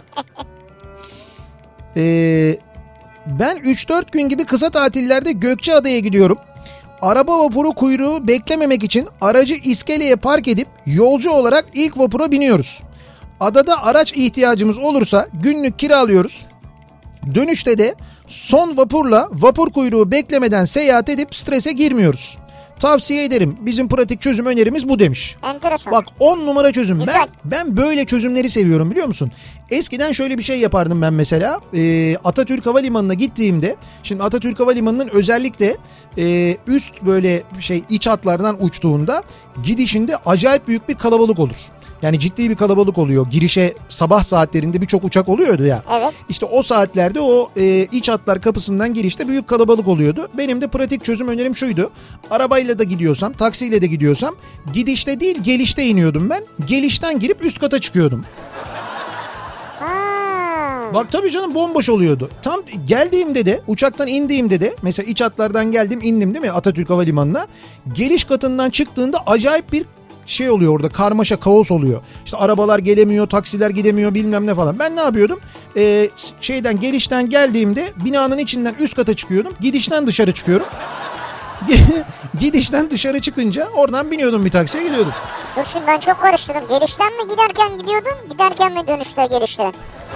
Ee, ben üç dört gün gibi kısa tatillerde Gökçeada'ya gidiyorum. Araba vapuru kuyruğu beklememek için aracı iskeleye park edip yolcu olarak ilk vapura biniyoruz. Adada araç ihtiyacımız olursa günlük kiralıyoruz. Dönüşte de son vapurla vapur kuyruğu beklemeden seyahat edip strese girmiyoruz. Tavsiye ederim. Bizim pratik çözüm önerimiz bu demiş. Enteresan. Bak on numara çözüm. Güzel. Ben ben böyle çözümleri seviyorum biliyor musun? Eskiden şöyle bir şey yapardım ben mesela. Ee, Atatürk Havalimanı'na gittiğimde, şimdi Atatürk Havalimanı'nın özellikle e, üst böyle şey iç hatlardan uçtuğunda gidişinde acayip büyük bir kalabalık olur. Yani ciddi bir kalabalık oluyor. Girişe sabah saatlerinde birçok uçak oluyordu ya. Evet. İşte o saatlerde o e, iç hatlar kapısından girişte büyük kalabalık oluyordu. Benim de pratik çözüm önerim şuydu. Arabayla da gidiyorsam, taksiyle de gidiyorsam gidişte değil gelişte iniyordum ben. Gelişten girip üst kata çıkıyordum. Ha. Bak tabii canım bomboş oluyordu. Tam geldiğimde de uçaktan indiğimde de mesela iç hatlardan geldim indim değil mi Atatürk Havalimanı'na. Geliş katından çıktığında acayip bir şey oluyor orada, karmaşa, kaos oluyor. İşte arabalar gelemiyor, taksiler gidemiyor bilmem ne falan. Ben ne yapıyordum? Ee, şeyden gelişten geldiğimde binanın içinden üst kata çıkıyordum. Gidişten dışarı çıkıyorum. Gidişten dışarı çıkınca oradan biniyordum bir taksiye gidiyordum. Dur şimdi ben çok karıştırdım. Gelişten mi giderken gidiyordun? Giderken mi dönüşte gelişten?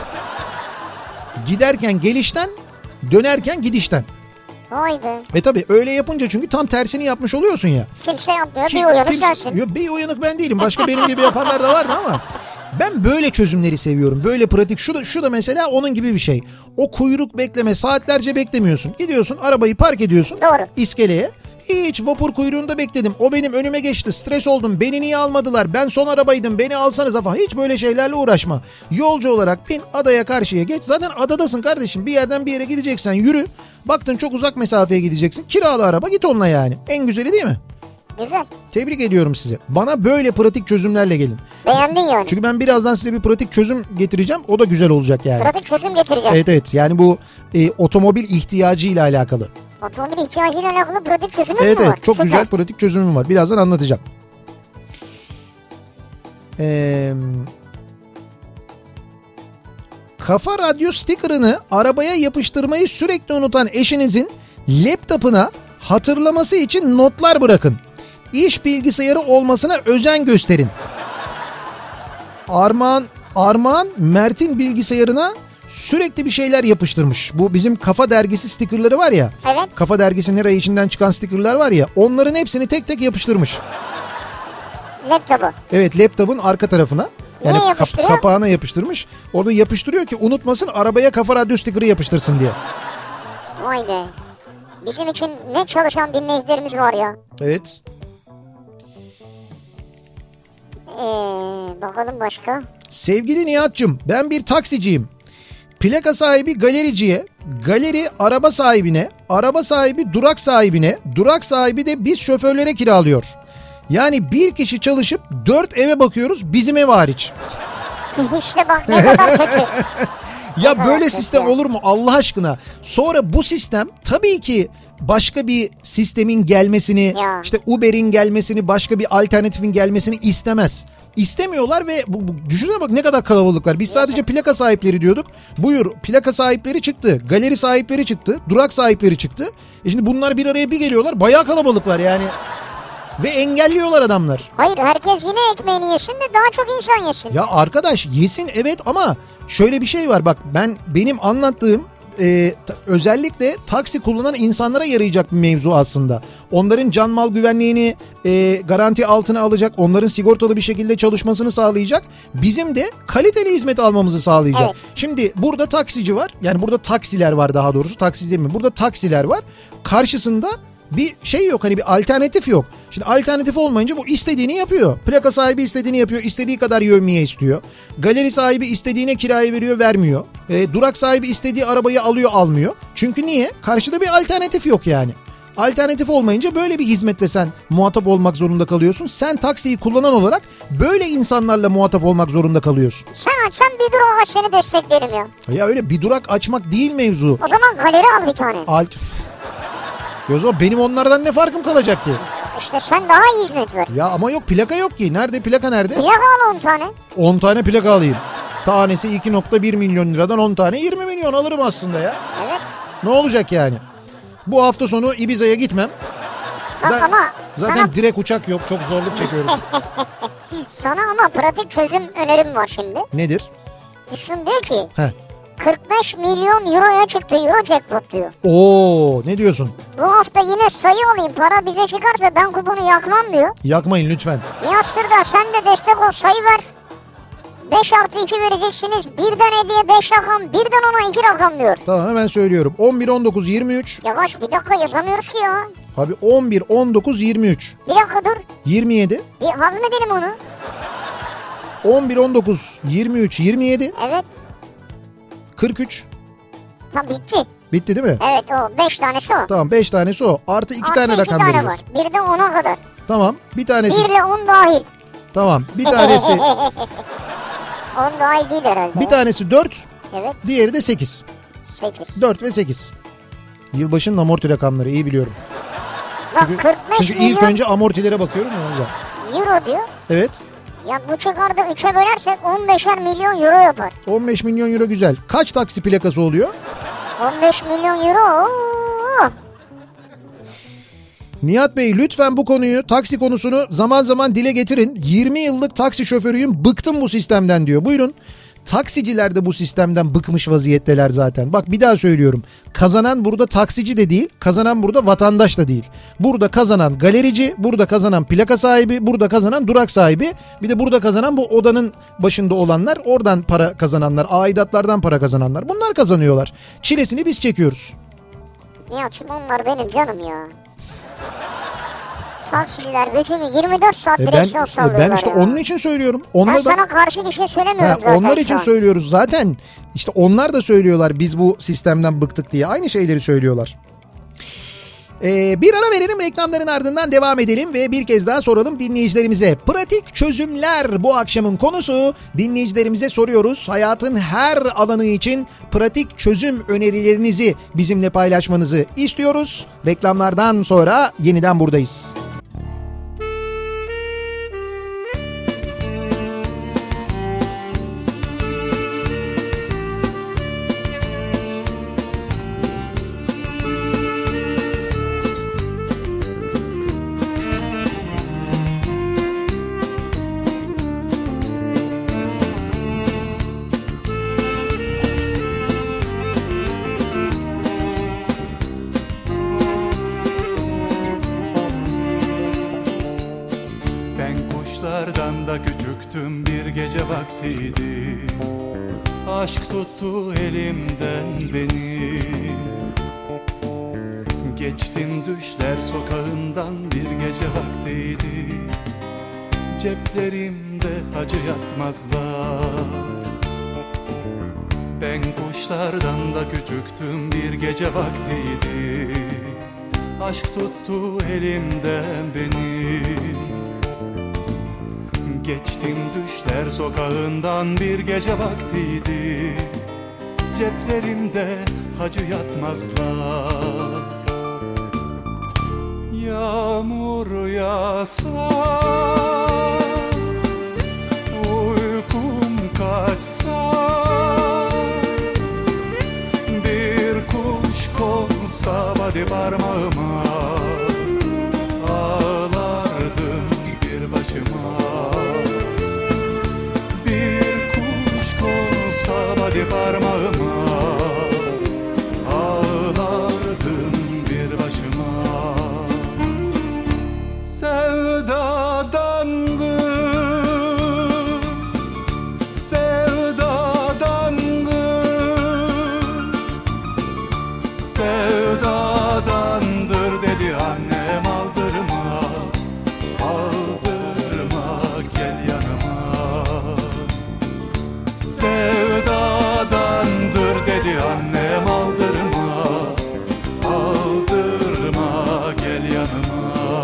Giderken gelişten, dönerken gidişten. Vay be. E tabi öyle yapınca çünkü tam tersini yapmış oluyorsun ya. Kimse yapmıyor. Kim- bir uyanık kimse- sensin. Yo, bir uyanık ben değilim. Başka benim gibi yapanlar da vardı ama. Ben böyle çözümleri seviyorum. Böyle pratik. Şu da, şu da mesela onun gibi bir şey. O kuyruk bekleme, saatlerce beklemiyorsun. Gidiyorsun arabayı park ediyorsun. Doğru. İskeleye. Hiç vapur kuyruğunda bekledim. O benim önüme geçti. Stres oldum. Beni niye almadılar? Ben son arabaydım. Beni alsanıza falan. Hiç böyle şeylerle uğraşma. Yolcu olarak bin adaya karşıya geç. Zaten adadasın kardeşim. Bir yerden bir yere gideceksen yürü. Baktın çok uzak mesafeye gideceksin. Kiralı araba git onunla yani. En güzeli değil mi? Güzel. Tebrik ediyorum sizi. Bana böyle pratik çözümlerle gelin. Beğendin yani. Çünkü ben birazdan size bir pratik çözüm getireceğim. O da güzel olacak yani. Pratik çözüm getireceğim. Evet evet. Yani bu e, otomobil ihtiyacıyla alakalı. Otomobil ihtiyacıyla alakalı pratik çözümün Evet mü var? evet. Çok Süper. güzel pratik çözümüm var. Birazdan anlatacağım. Eee... Kafa Radyo sticker'ını arabaya yapıştırmayı sürekli unutan eşinizin laptopuna hatırlaması için notlar bırakın. İş bilgisayarı olmasına özen gösterin. Armağan, Armağan Mert'in bilgisayarına sürekli bir şeyler yapıştırmış. Bu bizim Kafa Dergisi stickerları var ya. Evet. Kafa Dergisi'nin her ay içinden çıkan stickerlar var ya. Onların hepsini tek tek yapıştırmış. Laptopu. Evet, laptopun arka tarafına. Yani Niye kap- yapıştırıyor? kapağına yapıştırmış. Onu yapıştırıyor ki unutmasın, arabaya Kafa Radyo sticker'ı yapıştırsın diye. Vay be. Bizim için ne çalışan dinleyicilerimiz var ya. Evet. Ee, bakalım başka. Sevgili Nihat'cığım, ben bir taksiciyim. Plaka sahibi galericiye, galeri araba sahibine, araba sahibi durak sahibine, durak sahibi de biz şoförlere kiralıyor. Yani bir kişi çalışıp dört eve bakıyoruz, bizim ev hariç. İşte bak ne kadar kötü. Ya Evet, böyle evet sistem ya. olur mu Allah aşkına? Sonra bu sistem tabii ki başka bir sistemin gelmesini, Ya. işte Uber'in gelmesini, başka bir alternatifin gelmesini istemez. İstemiyorlar ve bu, bu, düşünsene bak ne kadar kalabalıklar. Biz sadece plaka sahipleri diyorduk. Buyur, plaka sahipleri çıktı. Galeri sahipleri çıktı. Durak sahipleri çıktı. E şimdi bunlar bir araya bir geliyorlar. Bayağı kalabalıklar yani. Ve engelliyorlar adamlar. Hayır, herkes yine ekmeğini yesin de daha çok insan yesin. Ya arkadaş yesin evet ama şöyle bir şey var. Bak ben benim anlattığım e, t- özellikle taksi kullanan insanlara yarayacak bir mevzu aslında. Onların can mal güvenliğini e, garanti altına alacak. Onların sigortalı bir şekilde çalışmasını sağlayacak. Bizim de kaliteli hizmet almamızı sağlayacak. Evet. Şimdi burada taksici var. Yani burada taksiler var daha doğrusu. Taksi değil mi? Burada taksiler var. Karşısında bir şey yok, hani bir alternatif yok. Şimdi alternatif olmayınca bu istediğini yapıyor. Plaka sahibi istediğini yapıyor. İstediği kadar yevmiye istiyor. Galeri sahibi istediğine kirayı veriyor, vermiyor. E, durak sahibi istediği arabayı alıyor, almıyor. Çünkü niye? Karşıda bir alternatif yok yani. Alternatif olmayınca böyle bir hizmetle sen muhatap olmak zorunda kalıyorsun. Sen taksiyi kullanan olarak böyle insanlarla muhatap olmak zorunda kalıyorsun. Sen açsan bir durak aç, seni desteklerim ya. Ya öyle bir durak açmak değil mevzu. O zaman galeri al bir tane. Alt... O zaman benim onlardan ne farkım kalacak ki? İşte sen daha iyi hizmet ver. Ya ama yok, plaka yok ki. Nerede plaka, nerede? Plaka al on tane. on tane plaka alayım. Tanesi iki nokta bir milyon liradan on tane yirmi milyon alırım aslında ya. Evet. Ne olacak yani? Bu hafta sonu Ibiza'ya gitmem. Bak Zaten, ama zaten sana, direkt uçak yok. Çok zorluk çekiyorum. sana ama pratik çözüm önerim var şimdi. Nedir? Füsun diyor ki Heh. kırk beş milyon euroya çıktı Euro Jackpot diyor. Oo, ne diyorsun? Bu hafta yine sayı alayım, para bize çıkarsa ben kuponu yakmam diyor. Yakmayın lütfen. Nihat Sırdar sen de destek ol, sayı ver. beş artı iki vereceksiniz. Birden elliye beş rakam, birden ona iki rakam diyor. Tamam, hemen söylüyorum. on bir, on dokuz, yirmi üç. Yavaş, bir dakika yazamıyoruz ki ya. Abi on bir, on dokuz, yirmi üç. Bir dakika dur. yirmi yedi. Bir hazmedelim onu. on bir, on dokuz, yirmi üç, yirmi yedi. Evet. kırk üç. Ha bitti. Bitti değil mi? Evet, o beş tanesi o. Tamam, beş tanesi o. Artı iki Artı tane iki rakam tane vereceğiz. var. Bir de ona kadar. Tamam, bir tanesi. bir ile on dahil. Tamam, bir tanesi. on dahil değil herhalde. Bir tanesi dört, Evet. diğeri de sekiz. sekiz. dört ve sekiz. Yılbaşının amorti rakamları iyi biliyorum. Bak Çünkü, kırk beş çünkü milyon ilk önce amortilere bakıyorum ya o yüzden. euro diyor. Evet. Ya bu çıkardı üçe bölersek on beşer milyon euro yapar. on beş milyon euro güzel. Kaç taksi plakası oluyor? on beş milyon euro. Oo. Nihat Bey lütfen bu konuyu, taksi konusunu zaman zaman dile getirin. yirmi yıllık taksi şoförüyüm, bıktım bu sistemden diyor. Buyurun. Taksiciler de bu sistemden bıkmış vaziyetteler zaten. Bak bir daha söylüyorum. Kazanan burada taksici de değil, kazanan burada vatandaş da değil. Burada kazanan galerici, burada kazanan plaka sahibi, burada kazanan durak sahibi. Bir de burada kazanan bu odanın başında olanlar, oradan para kazananlar, aidatlardan para kazananlar. Bunlar kazanıyorlar. Çilesini biz çekiyoruz. Nihat'cığım onlar benim canım ya. Taksiciler bütün yirmi dört saat E ben, direksiyon e sallıyorlar ben işte ya. onun için söylüyorum. Ben Onlar sana da, karşı bir şey söylemiyorum ha, zaten onlar şu için an. söylüyoruz zaten. İşte onlar da söylüyorlar biz bu sistemden bıktık diye. Aynı şeyleri söylüyorlar. Ee, bir ara verelim, reklamların ardından devam edelim ve bir kez daha soralım dinleyicilerimize. Pratik çözümler bu akşamın konusu. Dinleyicilerimize soruyoruz. Hayatın her alanı için pratik çözüm önerilerinizi bizimle paylaşmanızı istiyoruz. Reklamlardan sonra yeniden buradayız. Küçüktüm, bir gece vaktiydi. Aşk tuttu elimden beni. Geçtim düşler sokağından, bir gece vaktiydi. Ceplerimde acı yatmazlar. Ben kuşlardan da küçüktüm, bir gece vaktiydi. Aşk tuttu elimden beni. Geçtim düşler sokağından, bir gece vaktiydi. Ceplerimde hacı yatmazlar. Yağmur yağsa, parmağıma, ağlardım bir başıma. Bir kuş konsa body parmağıma, ağlardım bir başıma. Sevdadandı, sevdadandı, sevdadandır dedi annem. Aldırma, aldırma, gel yanıma. Sevdadandır dedi annem. Aldırma, aldırma, gel yanıma.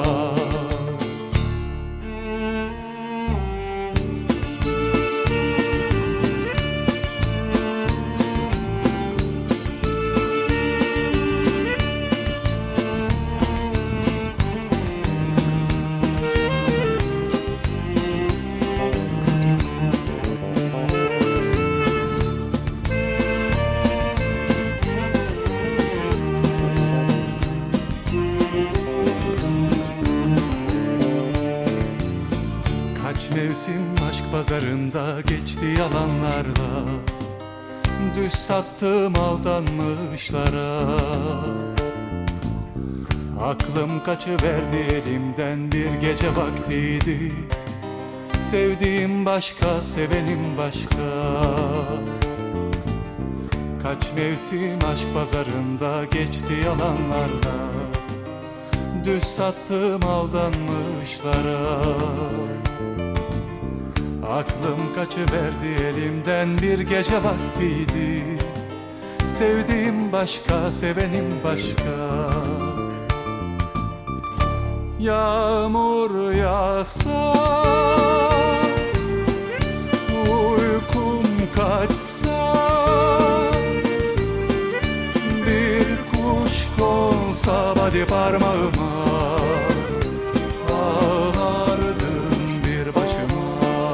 Kaç mevsim aşk pazarında geçti yalanlarla, düz sattım aldanmışlara. Aklım kaçıverdi elimden bir gece vaktiydi. Sevdiğim başka, sevenim başka. Kaç mevsim aşk pazarında geçti yalanlarla, düz sattım aldanmışlara. Aklım kaçıverdi elimden bir gece vaktiydi. Sevdiğim başka, sevenim başka. Yağmur yağsa, uykum kaçsa, bir kuş konsa body parmağıma, ağlardım bir başıma.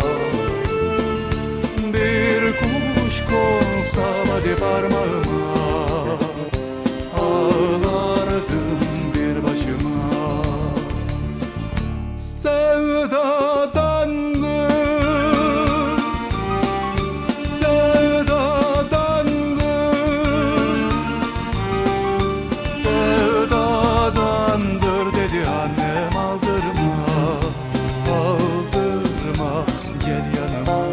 Bir kuş konsa body parmağıma, ağlardım bir başıma. Sevdadandı, sevdadandı, sevdadandır dedi annem. Aldırma, aldırma, gel yanıma.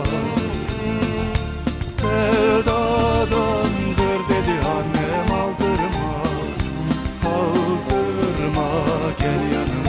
Sevdadandır dedi annem. Aldırma, aldırma, gel yanıma.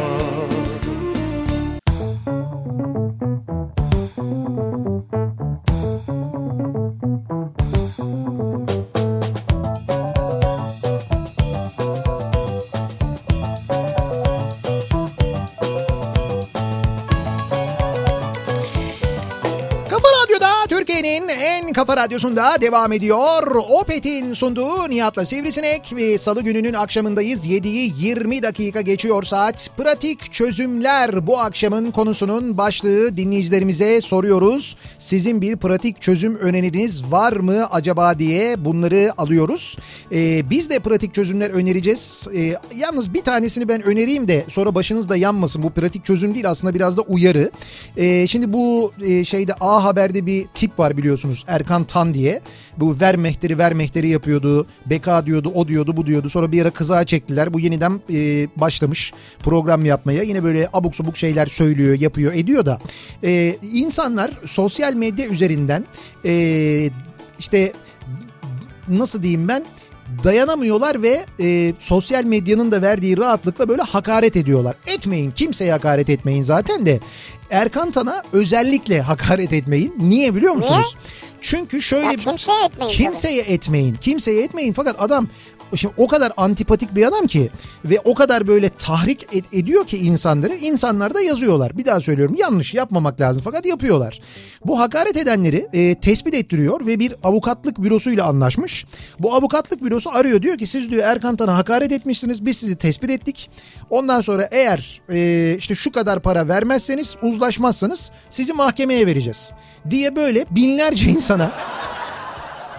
Kafa Radyo'da, Türkiye'nin en kafa radyosunda devam ediyor. Opet'in sunduğu Nihat'la Sivrisinek ve Salı gününün akşamındayız. yediyi yirmi dakika geçiyor saat. Pratik çözümler bu akşamın konusunun başlığı. Dinleyicilerimize soruyoruz. Sizin bir pratik çözüm öneriniz var mı acaba diye bunları alıyoruz. Ee, biz de pratik çözümler önereceğiz. Ee, yalnız bir tanesini ben önereyim de sonra başınız da yanmasın. Bu pratik çözüm değil, aslında biraz da uyarı. Ee, şimdi bu e, şeyde A Haber'de bir tip var biliyorsunuz, Erkan Tan diye. Bu ver mehteri ver mehteri yapıyordu. Beka diyordu, o diyordu, bu diyordu. Sonra bir ara kızağa çektiler. Bu yeniden e, başlamış program yapmaya. Yine böyle abuk subuk şeyler söylüyor, yapıyor, ediyor da. E, insanlar sosyal medya üzerinden e, işte nasıl diyeyim ben, dayanamıyorlar ve e, sosyal medyanın da verdiği rahatlıkla böyle hakaret ediyorlar. Etmeyin, kimseye hakaret etmeyin zaten de. Erkan Tan'a özellikle hakaret etmeyin. Niye biliyor musunuz? Niye? Çünkü şöyle... Ya kimseye etmeyin. Kimseye tabii. etmeyin. Kimseye etmeyin. Fakat adam şimdi o kadar antipatik bir adam ki ve o kadar böyle tahrik ed- ediyor ki insanları. İnsanlar da yazıyorlar. Bir daha söylüyorum, yanlış yapmamak lazım fakat yapıyorlar. Bu hakaret edenleri e, tespit ettiriyor ve bir avukatlık bürosuyla anlaşmış. Bu avukatlık bürosu arıyor, diyor ki siz diyor Erkan Tan'a hakaret etmişsiniz, biz sizi tespit ettik. Ondan sonra eğer e, işte şu kadar para vermezseniz, uzlaşmazsanız sizi mahkemeye vereceğiz diye böyle binlerce insana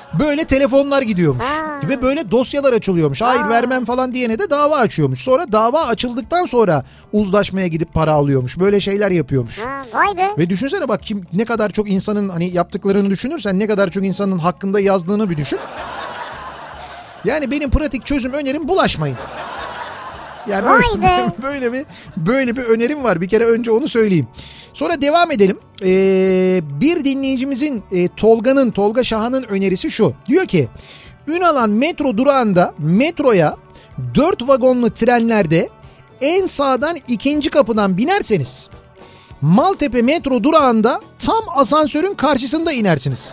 Böyle telefonlar gidiyormuş. Ha. Ve böyle dosyalar açılıyormuş. Hayır Ha. vermem falan diyene de dava açıyormuş. Sonra dava açıldıktan sonra uzlaşmaya gidip para alıyormuş. Böyle şeyler yapıyormuş. Ha, vay be. Ve düşünsene bak kim ne kadar çok insanın hani yaptıklarını düşünürsen ne kadar çok insanın hakkında yazdığını bir düşün. Yani benim pratik çözüm önerim bulaşmayın. Yani Vay böyle, be. böyle bir böyle bir önerim var. Bir kere önce onu söyleyeyim. Sonra devam edelim. Ee, bir dinleyicimizin e, Tolga'nın Tolga Şahan'ın önerisi şu. Diyor ki Ünalan metro durağında metroya dört vagonlu trenlerde en sağdan ikinci kapıdan binerseniz Maltepe metro durağında tam asansörün karşısında inersiniz.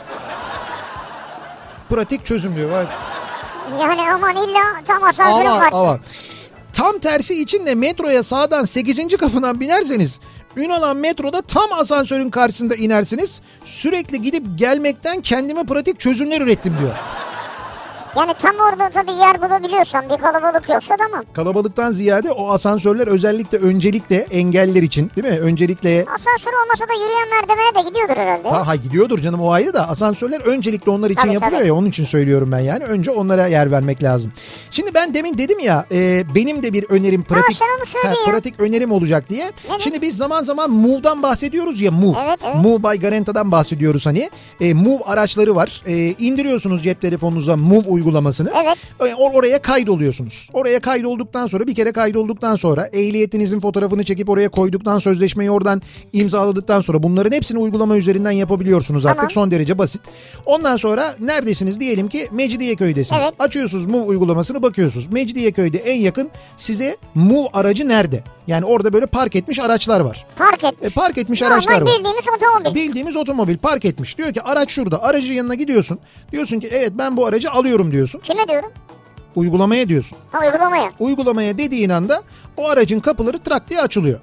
Pratik çözüm diyor. Vay. Yani aman illa tam asansörün Ama, karşısında. ama. Tam tersi için de metroya sağdan sekizinci kapıdan binerseniz Ünalan metroda tam asansörün karşısında inersiniz. Sürekli gidip gelmekten kendime pratik çözümler ürettim diyor. Yani tam orada tabii yer bulabiliyorsan, bir kalabalık yoksa tamam. Kalabalıktan ziyade o asansörler özellikle öncelikle engeller için değil mi? Öncelikle Asansör olmasa da yürüyen merdivene de gidiyordur herhalde. ha, ha gidiyordur canım o ayrı da asansörler öncelikle onlar için Tabii, yapılıyor tabii. ya onun için söylüyorum ben yani. Önce onlara yer vermek lazım. Şimdi ben demin dedim ya e, benim de bir önerim pratik sen onu söyle ya. pratik önerim olacak diye. Evet. Şimdi biz zaman zaman Move'dan bahsediyoruz ya Move. Evet, evet. Move by Garanta'dan bahsediyoruz hani. E, Move araçları var. E, indiriyorsunuz cep telefonunuza Move uygulamasını. Evet. E, or- oraya kaydoluyorsunuz. Oraya kaydolduktan sonra bir kere kaydolduktan sonra ehliyetinizin fotoğrafını çekip oraya koyduktan sözleşmeyi oradan imzaladıktan sonra bunların hepsini uygulama üzerinden yapabiliyorsunuz artık. Tamam. Son derece basit. Ondan sonra neredesiniz diyelim ki Mecidiyeköy'desiniz. Evet. Açıyorsunuz Move uygulamasını bakıyorsunuz. Mecidiyeköy'de en yakın size Move aracı nerede? Yani orada böyle park etmiş araçlar var. Park etmiş. E, park etmiş Normal araçlar var. bildiğimiz otomobil. Bildiğimiz otomobil park etmiş. Diyor ki araç şurada. Aracın yanına gidiyorsun. Diyorsun ki evet ben bu aracı alıyorum diyorsun. Kime diyorum? Uygulamaya diyorsun. Ha, uygulamaya. Uygulamaya dediğin anda o aracın kapıları trak diye açılıyor.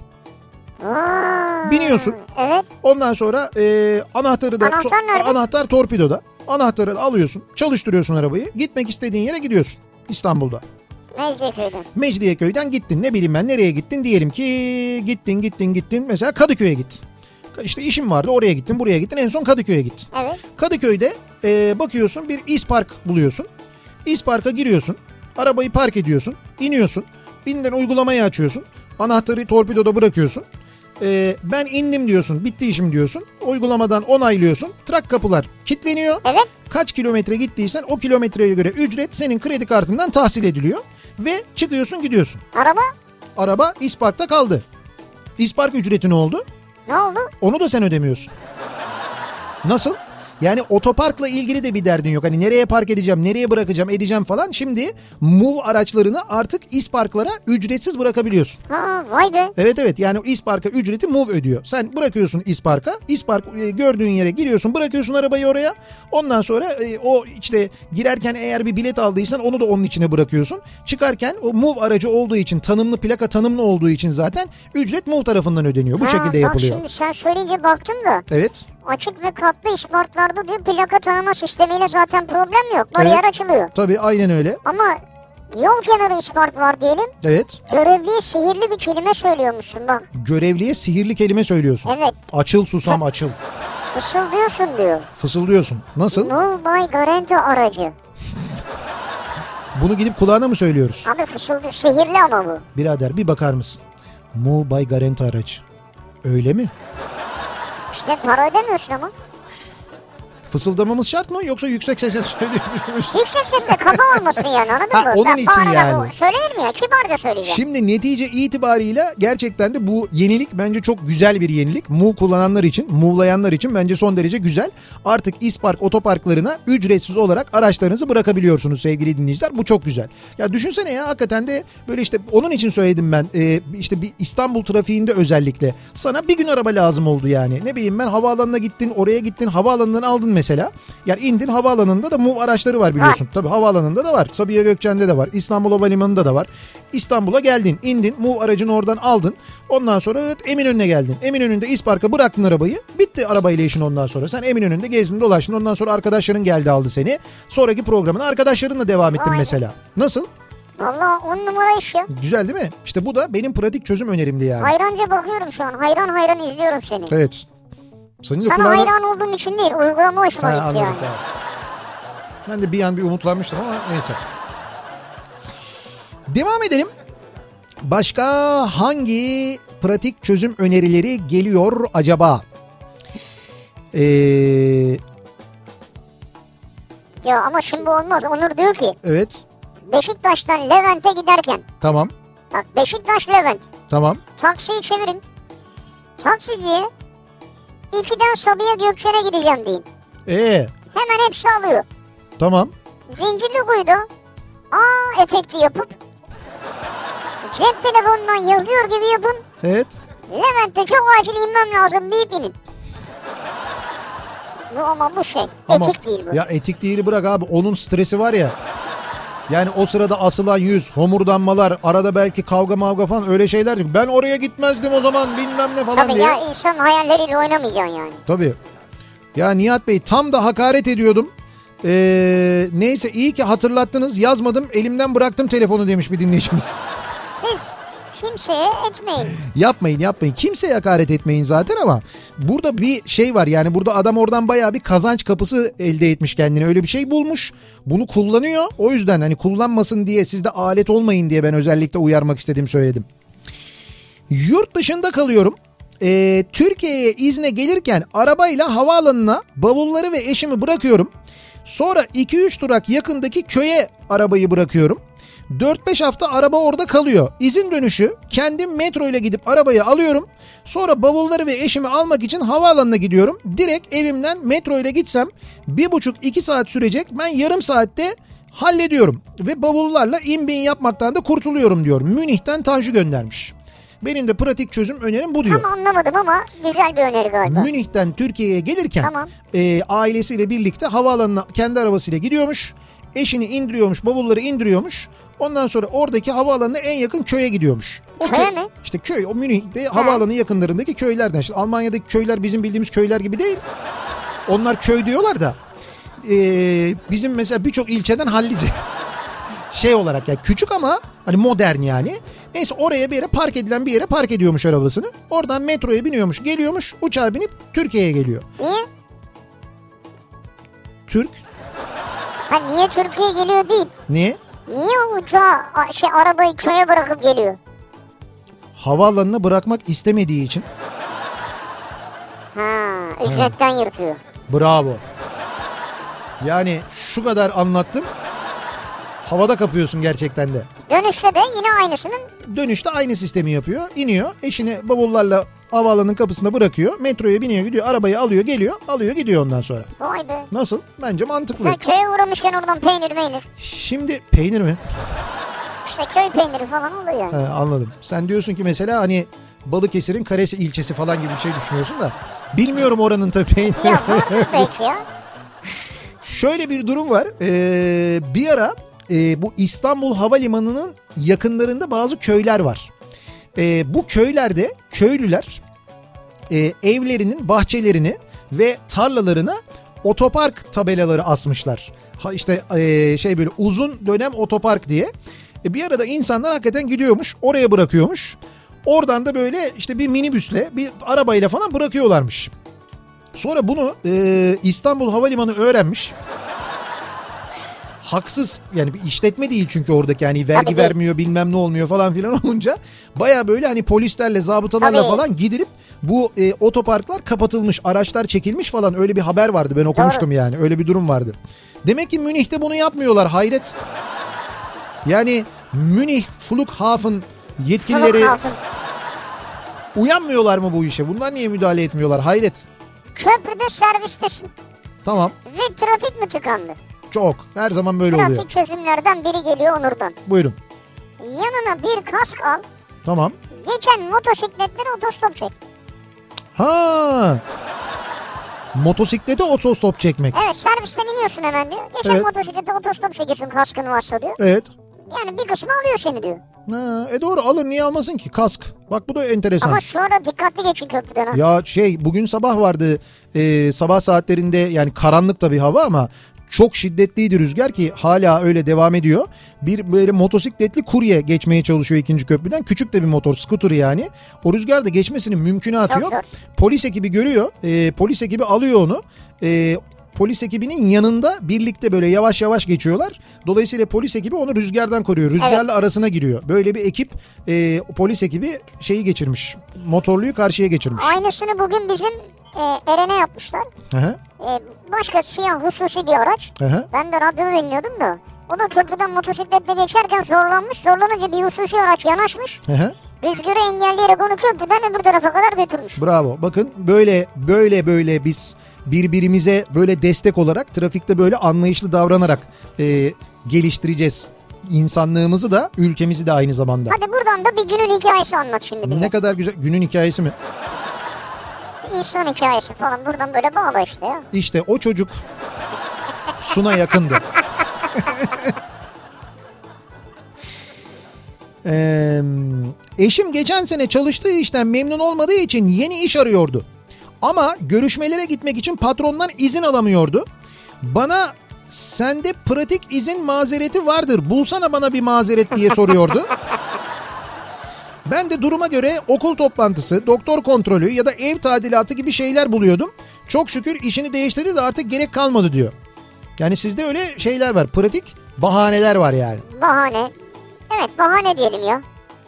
Aa, Biniyorsun. Evet. Ondan sonra e, anahtarı da Anahtar nerede? anahtar torpidoda. Anahtarı da alıyorsun. Çalıştırıyorsun arabayı. Gitmek istediğin yere gidiyorsun. İstanbul'da. Mecidiyeköy'den. Mecidiyeköy'den gittin. Ne bileyim ben nereye gittin? Diyelim ki gittin gittin gittin. Mesela Kadıköy'e gittin. İşte işim vardı oraya gittin buraya gittin. En son Kadıköy'e gittin. Evet. Kadıköy'de e, bakıyorsun bir İspark buluyorsun. İspark'a giriyorsun. Arabayı park ediyorsun. İniyorsun. İnden uygulamayı açıyorsun. Anahtarı torpidoda bırakıyorsun. E, ben indim diyorsun. Bitti işim diyorsun. Uygulamadan onaylıyorsun. Trak kapılar kilitleniyor. Evet. Kaç kilometre gittiysen o kilometreye göre ücret senin kredi kartından tahsil ediliyor. Ve çıkıyorsun gidiyorsun. Araba Araba İspark'ta kaldı. İspark ücreti ne oldu? ne oldu? Onu da sen ödemiyorsun. Nasıl? Yani otoparkla ilgili de bir derdin yok. Hani nereye park edeceğim, nereye bırakacağım, edeceğim falan. Şimdi Move araçlarını artık İspark'lara ücretsiz bırakabiliyorsun. Ha, vay be. Evet evet yani İspark'a ücreti Move ödüyor. Sen bırakıyorsun İspark'a. İspark e, gördüğün yere giriyorsun, bırakıyorsun arabayı oraya. Ondan sonra e, o işte girerken eğer bir bilet aldıysan onu da onun içine bırakıyorsun. Çıkarken o Move aracı olduğu için, tanımlı plaka tanımlı olduğu için zaten ücret Move tarafından ödeniyor. Bu Ha, şekilde bak yapılıyor. şimdi sen söyleyince baktım da Evet. açık ve katlı isparklarda diyor plaka tanıma sistemiyle zaten problem yok. Bariyer Evet. açılıyor. Tabii aynen öyle. Ama yol kenarı ispark var diyelim. Evet. Görevliye sihirli bir kelime söylüyormuşsun bak. Görevliye sihirli kelime söylüyorsun. Evet. Açıl susam açıl. Fısıldıyorsun diyor. Fısıldıyorsun. Nasıl? Move by Garanti aracı. Bunu gidip kulağına mı söylüyoruz? Abi fısıldıyor. Sihirli ama bu. Birader bir bakar mısın? Move by Garanti aracı. Öyle mi? İşte para ödemiyorsun ama. Fısıldamamız şart mı yoksa yüksek sesle söyleyebilir miyiz? Yüksek sesle kaba olmasın yani anladın Ha, mı? onun Ben için bağırarak yani. o- Söylenir mi ya? Kibarca söyleyeceğim. Şimdi netice itibarıyla gerçekten de bu yenilik bence çok güzel bir yenilik. Move kullananlar için, Move'layanlar için bence son derece güzel. Artık İspark otoparklarına ücretsiz olarak araçlarınızı bırakabiliyorsunuz sevgili dinleyiciler. Bu çok güzel. Ya düşünsene ya hakikaten de böyle işte onun için söyledim ben. Ee, işte bir İstanbul trafiğinde özellikle. Sana bir gün araba lazım oldu yani. Ne bileyim ben havaalanına gittin, oraya gittin, havaalanından aldın mesela. Yani indin havaalanında da Move araçları var biliyorsun. Tabii havaalanında da var. Sabiha Gökçen'de de var. İstanbul Havalimanı'nda da var. İstanbul'a geldin, indin, Move aracını oradan aldın. Ondan sonra evet, Eminönü'ne geldin. Eminönü'nde İspark'a bıraktın arabayı. Bitti arabayla işin ondan sonra. Sen Eminönü'nde gezdin, dolaştın. Ondan sonra arkadaşların geldi aldı seni. Sonraki programına arkadaşlarınla devam ettin Aynen. mesela. Nasıl? Valla on numara iş ya. Güzel değil mi? İşte bu da benim pratik çözüm önerimdi yani. Hayranca bakıyorum şu an. Hayran hayran izliyorum seni. Evet. Senin de Sana kulağına... hayran olduğum için değil. Uygulama hoşuma Ha, gitti anladım, yani. tamam. Ben de bir an bir umutlanmıştım ama neyse. Devam edelim. Başka hangi pratik çözüm önerileri geliyor acaba? Eee... Ya ama şimdi bu olmaz. Onur diyor ki Evet. Beşiktaş'tan Levent'e giderken. Tamam. Bak Beşiktaş Levent. Tamam. Taksiyi çevirin. Taksiciye ikiden Sabiha Gökçen'e gideceğim deyin. Ee. Hemen hepsi alıyor. Tamam. Zincirlikuyu'da aa efekti yapıp cep telefonundan yazıyor gibi yapın. Evet. Levent'te çok acil inmem lazım deyip inin. Bu ama bu şey. Ama, etik değil bu. Ya etik değil bırak abi. Onun stresi var ya. Yani o sırada asılan yüz, homurdanmalar, arada belki kavga mavga falan öyle şeyler. Ben oraya gitmezdim o zaman bilmem ne falan Tabii diye. ya insan hayalleriyle oynamayacaksın yani. Tabii. Ya Nihat Bey tam da hakaret ediyordum. Ee, neyse iyi ki hatırlattınız, yazmadım, elimden bıraktım telefonu demiş bir dinleyicimiz. Siz kimseye etmeyin. Yapmayın yapmayın. Kimseye hakaret etmeyin zaten ama burada bir şey var. Yani burada adam oradan bayağı bir kazanç kapısı elde etmiş kendine. Öyle bir şey bulmuş. Bunu kullanıyor. O yüzden hani kullanmasın diye, siz de alet olmayın diye ben özellikle uyarmak istedim, söyledim. Yurt dışında kalıyorum. Ee, Türkiye'ye izne gelirken arabayla havaalanına bavulları ve eşimi bırakıyorum. Sonra iki üç durak yakındaki köye arabayı bırakıyorum. dört beş hafta araba orada kalıyor. İzin dönüşü kendim metro ile gidip arabayı alıyorum. Sonra bavulları ve eşimi almak için havaalanına gidiyorum. Direkt evimden metro ile gitsem bir buçuk iki saat sürecek. Ben yarım saatte hallediyorum. Ve bavullarla in bin yapmaktan da kurtuluyorum diyor. Münih'ten Tanju göndermiş. Benim de pratik çözüm önerim bu diyor. Tam anlamadım ama güzel bir öneri galiba. Münih'ten Türkiye'ye gelirken Tamam. e, ailesiyle birlikte havaalanına kendi arabasıyla gidiyormuş. Eşini indiriyormuş, bavulları indiriyormuş. Ondan sonra oradaki havaalanına en yakın köye gidiyormuş. O Köy köy, mi? İşte köy, o Münih'te havaalanı yakınlarındaki köylerden. İşte Almanya'daki köyler bizim bildiğimiz köyler gibi değil. Onlar köy diyorlar da e, bizim mesela birçok ilçeden hallice. Şey olarak yani küçük ama hani modern yani. Neyse oraya bir yere park edilen bir yere park ediyormuş arabasını. Oradan metroya biniyormuş, geliyormuş, uçağa binip Türkiye'ye geliyor. Niye? Türk. Ha niye Türkiye geliyor değil. Niye? Niye o uçağı şey arabayı köye bırakıp geliyor? Havaalanına bırakmak istemediği için. Ha ücretten yırtıyor. Bravo. Yani şu kadar anlattım. Havada kapıyorsun gerçekten de. Dönüşte de yine aynısının. Dönüşte aynı sistemi yapıyor. İniyor, eşini bavullarla havaalanının kapısında bırakıyor. Metroya biniyor, gidiyor, arabayı alıyor, geliyor, alıyor, gidiyor ondan sonra. Vay be. Nasıl? Bence mantıklı. Sen köye uğramışken oradan peynir meynir. Şimdi peynir mi? İşte köy peyniri falan olur yani. He, anladım. Sen diyorsun ki mesela hani Balıkesir'in Karesi ilçesi falan gibi bir şey düşünüyorsun da. Bilmiyorum oranın tabii peyniri. Ya var belki ya. Şöyle bir durum var. Ee, bir ara e, bu İstanbul Havalimanı'nın yakınlarında bazı köyler var. E, bu köylerde köylüler e, evlerinin bahçelerini ve tarlalarına otopark tabelaları asmışlar. Ha işte e, şey böyle uzun dönem otopark diye. E, bir arada insanlar hakikaten gidiyormuş, oraya bırakıyormuş. Oradan da böyle işte bir minibüsle, bir arabayla falan bırakıyorlarmış. Sonra bunu e, İstanbul Havalimanı öğrenmiş. Haksız yani bir işletme değil çünkü oradaki yani vergi Tabii vermiyor bilmem ne olmuyor falan filan olunca baya böyle hani polislerle zabıtalarla Tabii. falan gidilip bu e, otoparklar kapatılmış, araçlar çekilmiş falan, öyle bir haber vardı, ben okumuştum. Doğru. Yani öyle bir durum vardı. Demek ki Münih'te bunu yapmıyorlar, hayret. Yani Münih Flughafen yetkilileri Flughafen. Uyanmıyorlar mı bu işe? Bunlar niye müdahale etmiyorlar? Hayret. Köprüde servistesin. Tamam. Ve trafik mi tıkandı? Çok. Her zaman böyle Pratik oluyor. Pratik çözümlerden biri geliyor Onur'dan. Buyurun. Yanına bir kask al. Tamam. Geçen motosikletleri otostop çek. Ha. Motosiklete otostop çekmek. Evet, servisten iniyorsun hemen diyor. Geçen evet. motosiklete otostop çekiyorsun kaskın varsa diyor. Evet. Yani bir kısmı alıyor seni diyor. Ha, e doğru, alır, niye almasın ki kask. Bak bu da enteresan. Ama sonra dikkatli geçin köprüden. Ha. Ya şey bugün sabah vardı e, sabah saatlerinde, yani karanlık tabii hava ama çok şiddetliydi rüzgar ki hala öyle devam ediyor. Bir böyle motosikletli kurye geçmeye çalışıyor ikinci köprüden. Küçük de bir motor, scooter yani. O rüzgarda geçmesinin mümkünatı yok. Polis ekibi görüyor. E, polis ekibi alıyor onu. E, polis ekibinin yanında birlikte böyle yavaş yavaş geçiyorlar. Dolayısıyla polis ekibi onu rüzgardan koruyor. Rüzgarla evet. arasına giriyor. Böyle bir ekip e, polis ekibi şeyi geçirmiş. Motorluyu karşıya geçirmiş. Aynısını bugün bizim e, Eren'e yapmışlar. Hı-hı. E, başka siyah hususi bir araç. Hı-hı. Ben de radyoda dinliyordum da. O da köprüden motosikletle geçerken zorlanmış. Zorlanınca bir hususi araç yanaşmış. Hı-hı. Rüzgarı engelleyerek onu köprüden öbür tarafa kadar götürmüş. Bravo. Bakın böyle böyle böyle biz birbirimize böyle destek olarak trafikte böyle anlayışlı davranarak e, geliştireceğiz. İnsanlığımızı da ülkemizi de aynı zamanda. Hadi buradan da bir günün hikayesi anlat şimdi bize. Ne kadar güzel. Günün hikayesi mi? İnsan hikayesi falan buradan böyle bağla işte ya. İşte o çocuk Suna yakındı. Ee, eşim geçen sene çalıştığı işten memnun olmadığı için yeni iş arıyordu. Ama görüşmelere gitmek için patrondan izin alamıyordu. Bana sende pratik izin mazereti vardır, bulsana bana bir mazeret diye soruyordu. Ben de duruma göre okul toplantısı, doktor kontrolü ya da ev tadilatı gibi şeyler buluyordum. Çok şükür işini değiştirdi de artık gerek kalmadı diyor. Yani sizde öyle şeyler var, pratik bahaneler var yani. Bahane. Evet, bahane diyelim ya.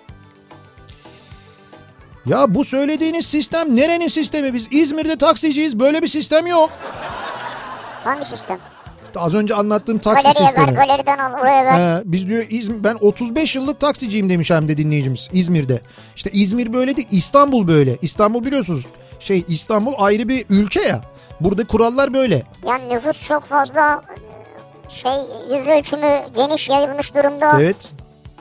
Ya bu söylediğiniz sistem nerenin sistemi? Biz İzmir'de taksiciyiz, böyle bir sistem yok. Hangi sistem? İşte az önce anlattığım taksi Galeriye sistemi. ver, galeriden al, oraya ver. He, biz diyor İzmir, ben otuz beş yıllık taksiciyim demiş hem de dinleyicimiz İzmir'de. İşte İzmir böyle değil, İstanbul böyle. İstanbul biliyorsunuz şey, İstanbul ayrı bir ülke ya. Burada kurallar böyle. Yani nüfus çok fazla, şey, yüz ölçümü geniş yayılmış durumda. Evet.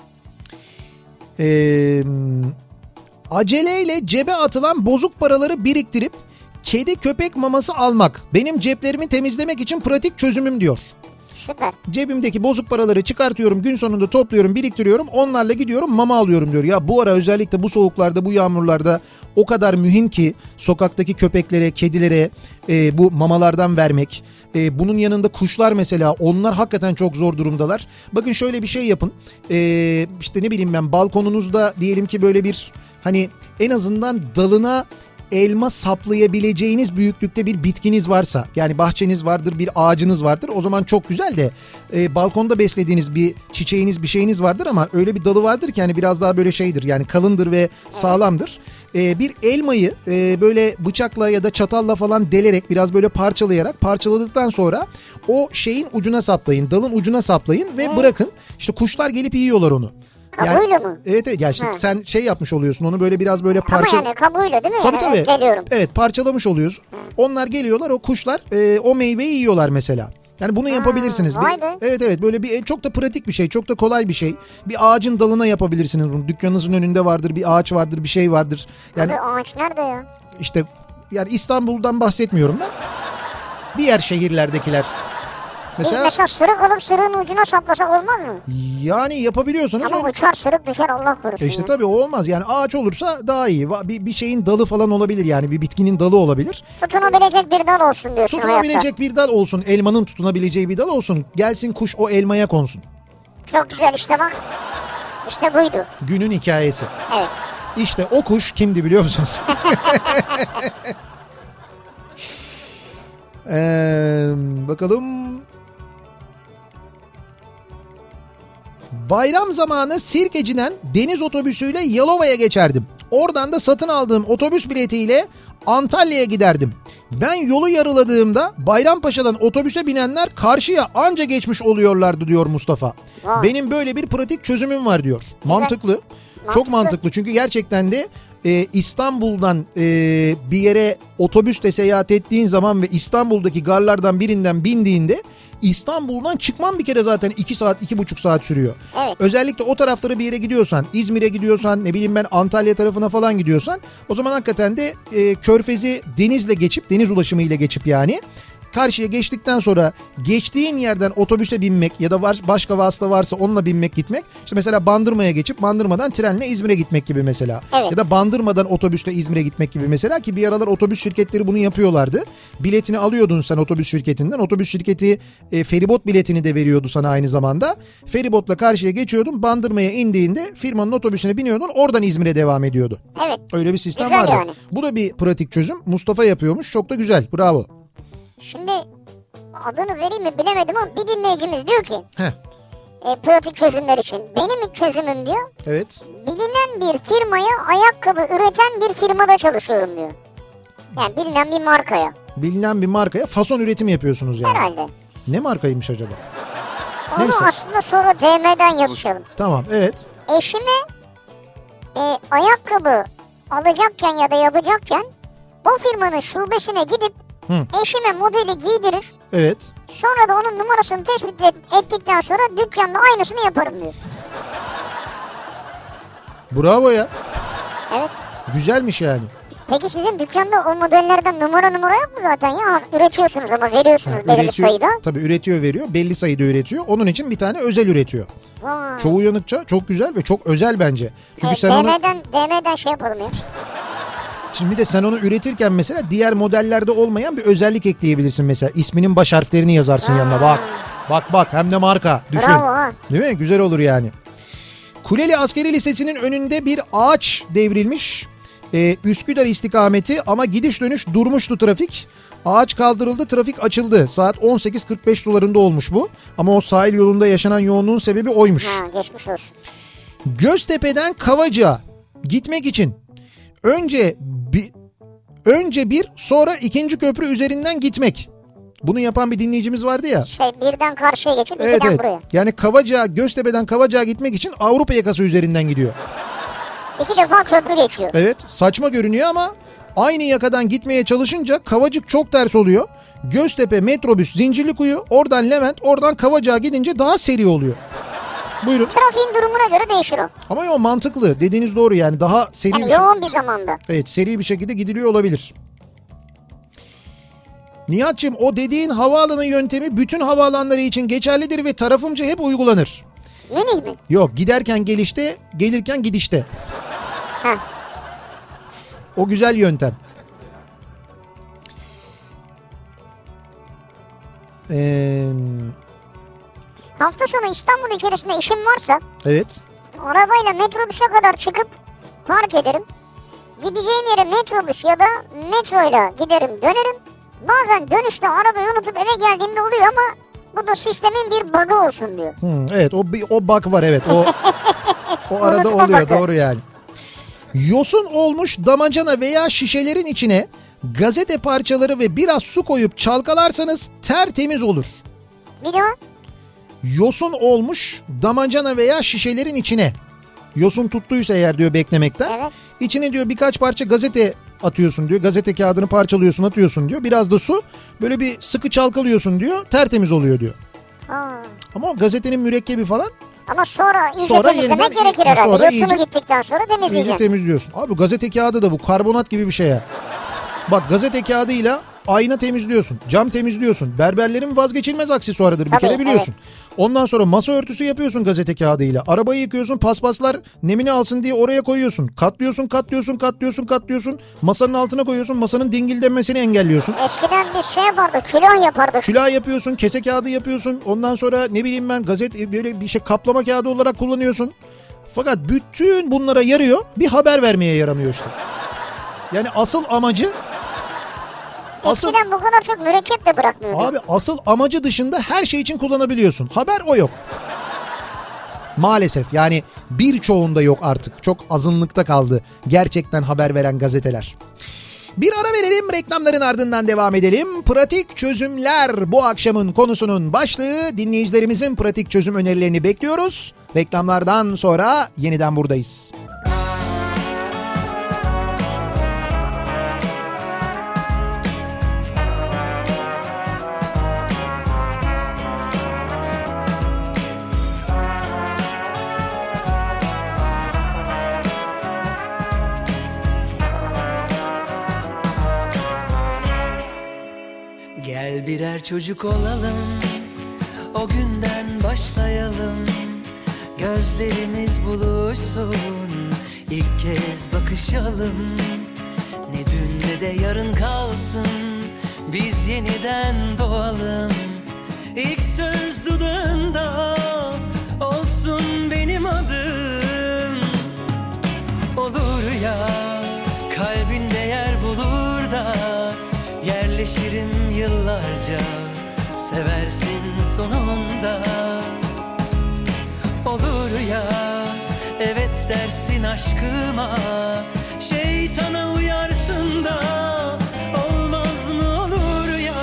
Ee, aceleyle cebe atılan bozuk paraları biriktirip kedi köpek maması almak benim ceplerimi temizlemek için pratik çözümüm diyor. Süper. Cebimdeki bozuk paraları çıkartıyorum, gün sonunda topluyorum, biriktiriyorum, onlarla gidiyorum mama alıyorum diyor. Ya bu ara özellikle bu soğuklarda, bu yağmurlarda o kadar mühim ki sokaktaki köpeklere, kedilere e, bu mamalardan vermek. E, bunun yanında kuşlar mesela, onlar hakikaten çok zor durumdalar. Bakın şöyle bir şey yapın. E, işte ne bileyim ben, balkonunuzda diyelim ki böyle bir, hani en azından dalına elma saplayabileceğiniz büyüklükte bir bitkiniz varsa, yani bahçeniz vardır, bir ağacınız vardır, o zaman çok güzel de e, balkonda beslediğiniz bir çiçeğiniz, bir şeyiniz vardır ama öyle bir dalı vardır ki hani biraz daha böyle şeydir, yani kalındır ve sağlamdır. E, bir elmayı e, böyle bıçakla ya da çatalla falan delerek, biraz böyle parçalayarak, parçaladıktan sonra o şeyin ucuna saplayın, dalın ucuna saplayın ve hmm. bırakın. İşte kuşlar gelip yiyorlar onu. Kabuğuyla yani, mı? Evet evet. Yani işte sen şey yapmış oluyorsun, onu böyle biraz böyle parça... Ama yani kabuğuyla değil mi? Tabii yani tabii. Geliyorum. Evet, parçalamış oluyorsun. Onlar geliyorlar, o kuşlar e, o meyveyi yiyorlar mesela. Yani bunu yapabilirsiniz. Vay bir, be. evet evet, böyle bir çok da pratik bir şey, çok da kolay bir şey. Bir ağacın dalına yapabilirsiniz bunu. Dükkanınızın önünde vardır, bir ağaç vardır, bir şey vardır. Yani abi ağaç nerede ya? İşte yani İstanbul'dan bahsetmiyorum ben. Diğer şehirlerdekiler. Mesela, Biz mesela sırık alıp sırığın ucuna saplasak olmaz mı? Yani yapabiliyorsunuz. Ama uçar sırık düşer, Allah korusun. E işte tabii o olmaz. Yani ağaç olursa daha iyi. Bir, bir şeyin dalı falan olabilir yani. Bir bitkinin dalı olabilir. Tutunabilecek bir dal olsun diyorsun. Tutunabilecek hayatta. bir dal olsun. Elmanın tutunabileceği bir dal olsun. Gelsin kuş o elmaya konsun. Çok güzel, işte bak. İşte buydu. Günün hikayesi. Evet. İşte o kuş kimdi biliyor musunuz? ee, bakalım... Bayram zamanı Sirkeci'den deniz otobüsüyle Yalova'ya geçerdim. Oradan da satın aldığım otobüs biletiyle Antalya'ya giderdim. Ben yolu yarıladığımda Bayrampaşa'dan otobüse binenler karşıya anca geçmiş oluyorlardı diyor Mustafa. Vay. Benim böyle bir pratik çözümüm var diyor. Mantıklı. Mantıklı. Çok mantıklı. Çünkü gerçekten de e, İstanbul'dan e, bir yere otobüsle seyahat ettiğin zaman ve İstanbul'daki garlardan birinden bindiğinde İstanbul'dan çıkman bir kere zaten iki saat, iki buçuk saat sürüyor. Evet. Özellikle o taraflara bir yere gidiyorsan, İzmir'e gidiyorsan, ne bileyim ben Antalya tarafına falan gidiyorsan, o zaman hakikaten de e, Körfez'i denizle geçip, deniz ulaşımıyla geçip yani karşıya geçtikten sonra geçtiğin yerden otobüse binmek ya da var, başka vasıta varsa onunla binmek, gitmek. İşte mesela Bandırma'ya geçip Bandırma'dan trenle İzmir'e gitmek gibi mesela. Evet. Ya da Bandırma'dan otobüsle İzmir'e gitmek gibi mesela, ki bir aralar otobüs şirketleri bunu yapıyorlardı. Biletini alıyordun sen otobüs şirketinden. Otobüs şirketi e, feribot biletini de veriyordu sana aynı zamanda. Feribotla karşıya geçiyordun. Bandırma'ya indiğinde firmanın otobüsüne biniyordun. Oradan İzmir'e devam ediyordu. Evet. Öyle bir sistem güzel vardı. Yani. Bu da bir pratik çözüm. Mustafa yapıyormuş. Çok da güzel. Bravo. Şimdi adını vereyim mi bilemedim ama bir dinleyicimiz diyor ki Heh. e, pratik çözümler için. Benim çözümüm diyor. Evet. Bilinen bir firmaya ayakkabı üreten bir firmada çalışıyorum diyor. Yani bilinen bir markaya. Bilinen bir markaya fason üretimi yapıyorsunuz yani. Herhalde. Ne markaymış acaba? Onu Neyse. aslında sonra D M'den yazışalım. Tamam, evet. Eşime e, ayakkabı alacakken ya da yapacakken o firmanın şubesine gidip Hı. eşime modeli giydirir. Evet. Sonra da onun numarasını tespit et, ettikten sonra dükkanda aynısını yaparım diyor. Bravo ya. Evet. Güzelmiş yani. Peki sizin dükkanda o modellerden numara numara yok mu zaten ya? Üretiyorsunuz ama veriyorsunuz Ha, belirli üretiyor, sayıda. tabii üretiyor veriyor. Belli sayıda üretiyor. Onun için bir tane özel üretiyor. Vay. Çoğu uyanıkça çok güzel ve çok özel bence. Çünkü E, sen onu... D M'den, D M'den şey yapalım ya. Şimdi bir de sen onu üretirken mesela diğer modellerde olmayan bir özellik ekleyebilirsin mesela. İsminin baş harflerini yazarsın Ha. yanına. Bak. Bak bak hem de marka. Düşün. Bravo ha. Değil mi? Güzel olur yani. Kuleli Askeri Lisesi'nin önünde bir ağaç devrilmiş. Ee, Üsküdar istikameti ama gidiş dönüş durmuştu trafik. Ağaç kaldırıldı, trafik açıldı. Saat on sekiz kırk beş sularında olmuş bu. Ama o sahil yolunda yaşanan yoğunluğun sebebi oymuş. Ha, geçmiş olsun. Göztepe'den Kavacık'a gitmek için önce bir önce bir sonra ikinci köprü üzerinden gitmek. Bunu yapan bir dinleyicimiz vardı ya. Şey birden karşıya geçip Evet, ikiden evet. buraya. Yani Kavacık'a, Göztepe'den Kavacık'a gitmek için Avrupa yakası üzerinden gidiyor. İki defa köprü geçiyor. Evet, saçma görünüyor ama aynı yakadan gitmeye çalışınca Kavacık çok ters oluyor. Göztepe metrobüs Zincirlikuyu, oradan Levent, oradan Kavacık'a gidince daha seri oluyor. Buyurun. Trafiğin durumuna göre değişir o. Ama yo mantıklı. Dediğiniz doğru yani daha seri Yani bir şey- yoğun bir zamanda. Evet, seri bir şekilde gidiliyor olabilir. Nihat'cığım o dediğin havaalanı yöntemi bütün havaalanları için geçerlidir ve tarafımca hep uygulanır. Münih mi? Yok, giderken gelişte, gelirken gidişte. Heh. O güzel yöntem. Ee, Hafta sonu İstanbul içerisinde işim varsa evet. arabayla metrobüse kadar çıkıp park ederim. Gideceğim yere metrobüs ya da metroyla giderim dönerim. Bazen dönüşte arabayı unutup eve geldiğimde oluyor ama bu da sistemin bir bug'ı olsun diyor. Hmm, evet o o bug var evet. O o arada Unutma oluyor bug'ı. doğru yani. Yosun olmuş damacana veya şişelerin içine gazete parçaları ve biraz su koyup çalkalarsanız tertemiz olur. Bir de o. Yosun olmuş damacana veya şişelerin içine. Yosun tuttuysa eğer diyor beklemekten. Evet. İçine diyor birkaç parça gazete atıyorsun diyor. Gazete kağıdını parçalıyorsun, atıyorsun diyor. Biraz da su. Böyle bir sıkı çalkalıyorsun diyor. Tertemiz oluyor diyor. Ha. Ama o gazetenin mürekkebi falan Ama sonra iyice Sonra temizlemek yeniden- gerekir herhalde. sonra Yosunu iyice- gittikten sonra iyice temizleyeceksin. temizliyorsun. Abi gazete kağıdı da bu karbonat gibi bir şey ya. Bak gazete kağıdıyla ayna temizliyorsun. Cam temizliyorsun. Berberlerin vazgeçilmez aksesuarıdır bir Tabii, kere biliyorsun. Ondan sonra masa örtüsü yapıyorsun gazete kağıdıyla. Arabayı yıkıyorsun, paspaslar nemini alsın diye oraya koyuyorsun. Katlıyorsun, katlıyorsun, katlıyorsun, katlıyorsun. Masanın altına koyuyorsun. Masanın dingildenmesini engelliyorsun. Eskiden biz şey yapardık, külah yapardık. Külah yapıyorsun, kese kağıdı yapıyorsun. Ondan sonra ne bileyim ben gazete böyle bir şey kaplama kağıdı olarak kullanıyorsun. Fakat bütün bunlara yarıyor. Bir haber vermeye yaramıyor işte. Yani asıl amacı asıl Eskiden bu kadar çok mürekkep de bırakmıyordu. abi asıl amacı dışında her şey için kullanabiliyorsun. Haber o yok. Maalesef yani birçoğunda yok artık. Çok azınlıkta kaldı gerçekten haber veren gazeteler. Bir ara verelim, reklamların ardından devam edelim. Pratik çözümler bu akşamın konusunun başlığı. Dinleyicilerimizin pratik çözüm önerilerini bekliyoruz. Reklamlardan sonra yeniden buradayız. Gel birer çocuk olalım, o günden başlayalım. Gözlerimiz buluşsun, ilk kez bakışalım. Ne dün ne de yarın kalsın, biz yeniden doğalım. İlk söz dudağında olsun benim adım. Olur ya, kalbinde yer bulur da yerleşirim yıllarca sonunda. Olur ya, evet dersin aşkıma, şeytana uyarsın da olmaz mı olur ya.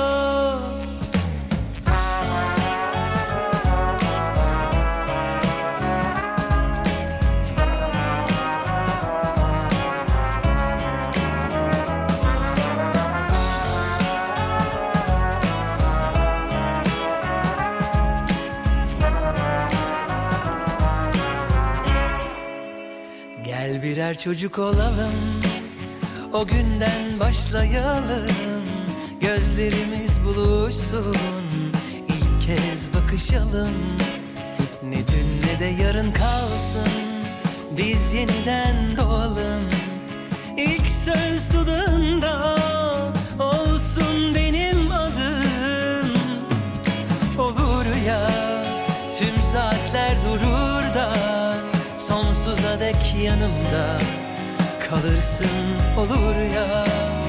Gel birer çocuk olalım, o günden başlayalım. Gözlerimiz buluşsun, ilk kez bakışalım. Ne dün ne de yarın kalsın, biz yeniden doğalım. İlk söz dudağında olsun benim adım. Olur ya, tüm saatler durur da sonsuza dek yanımda kalırsın. Olur ya,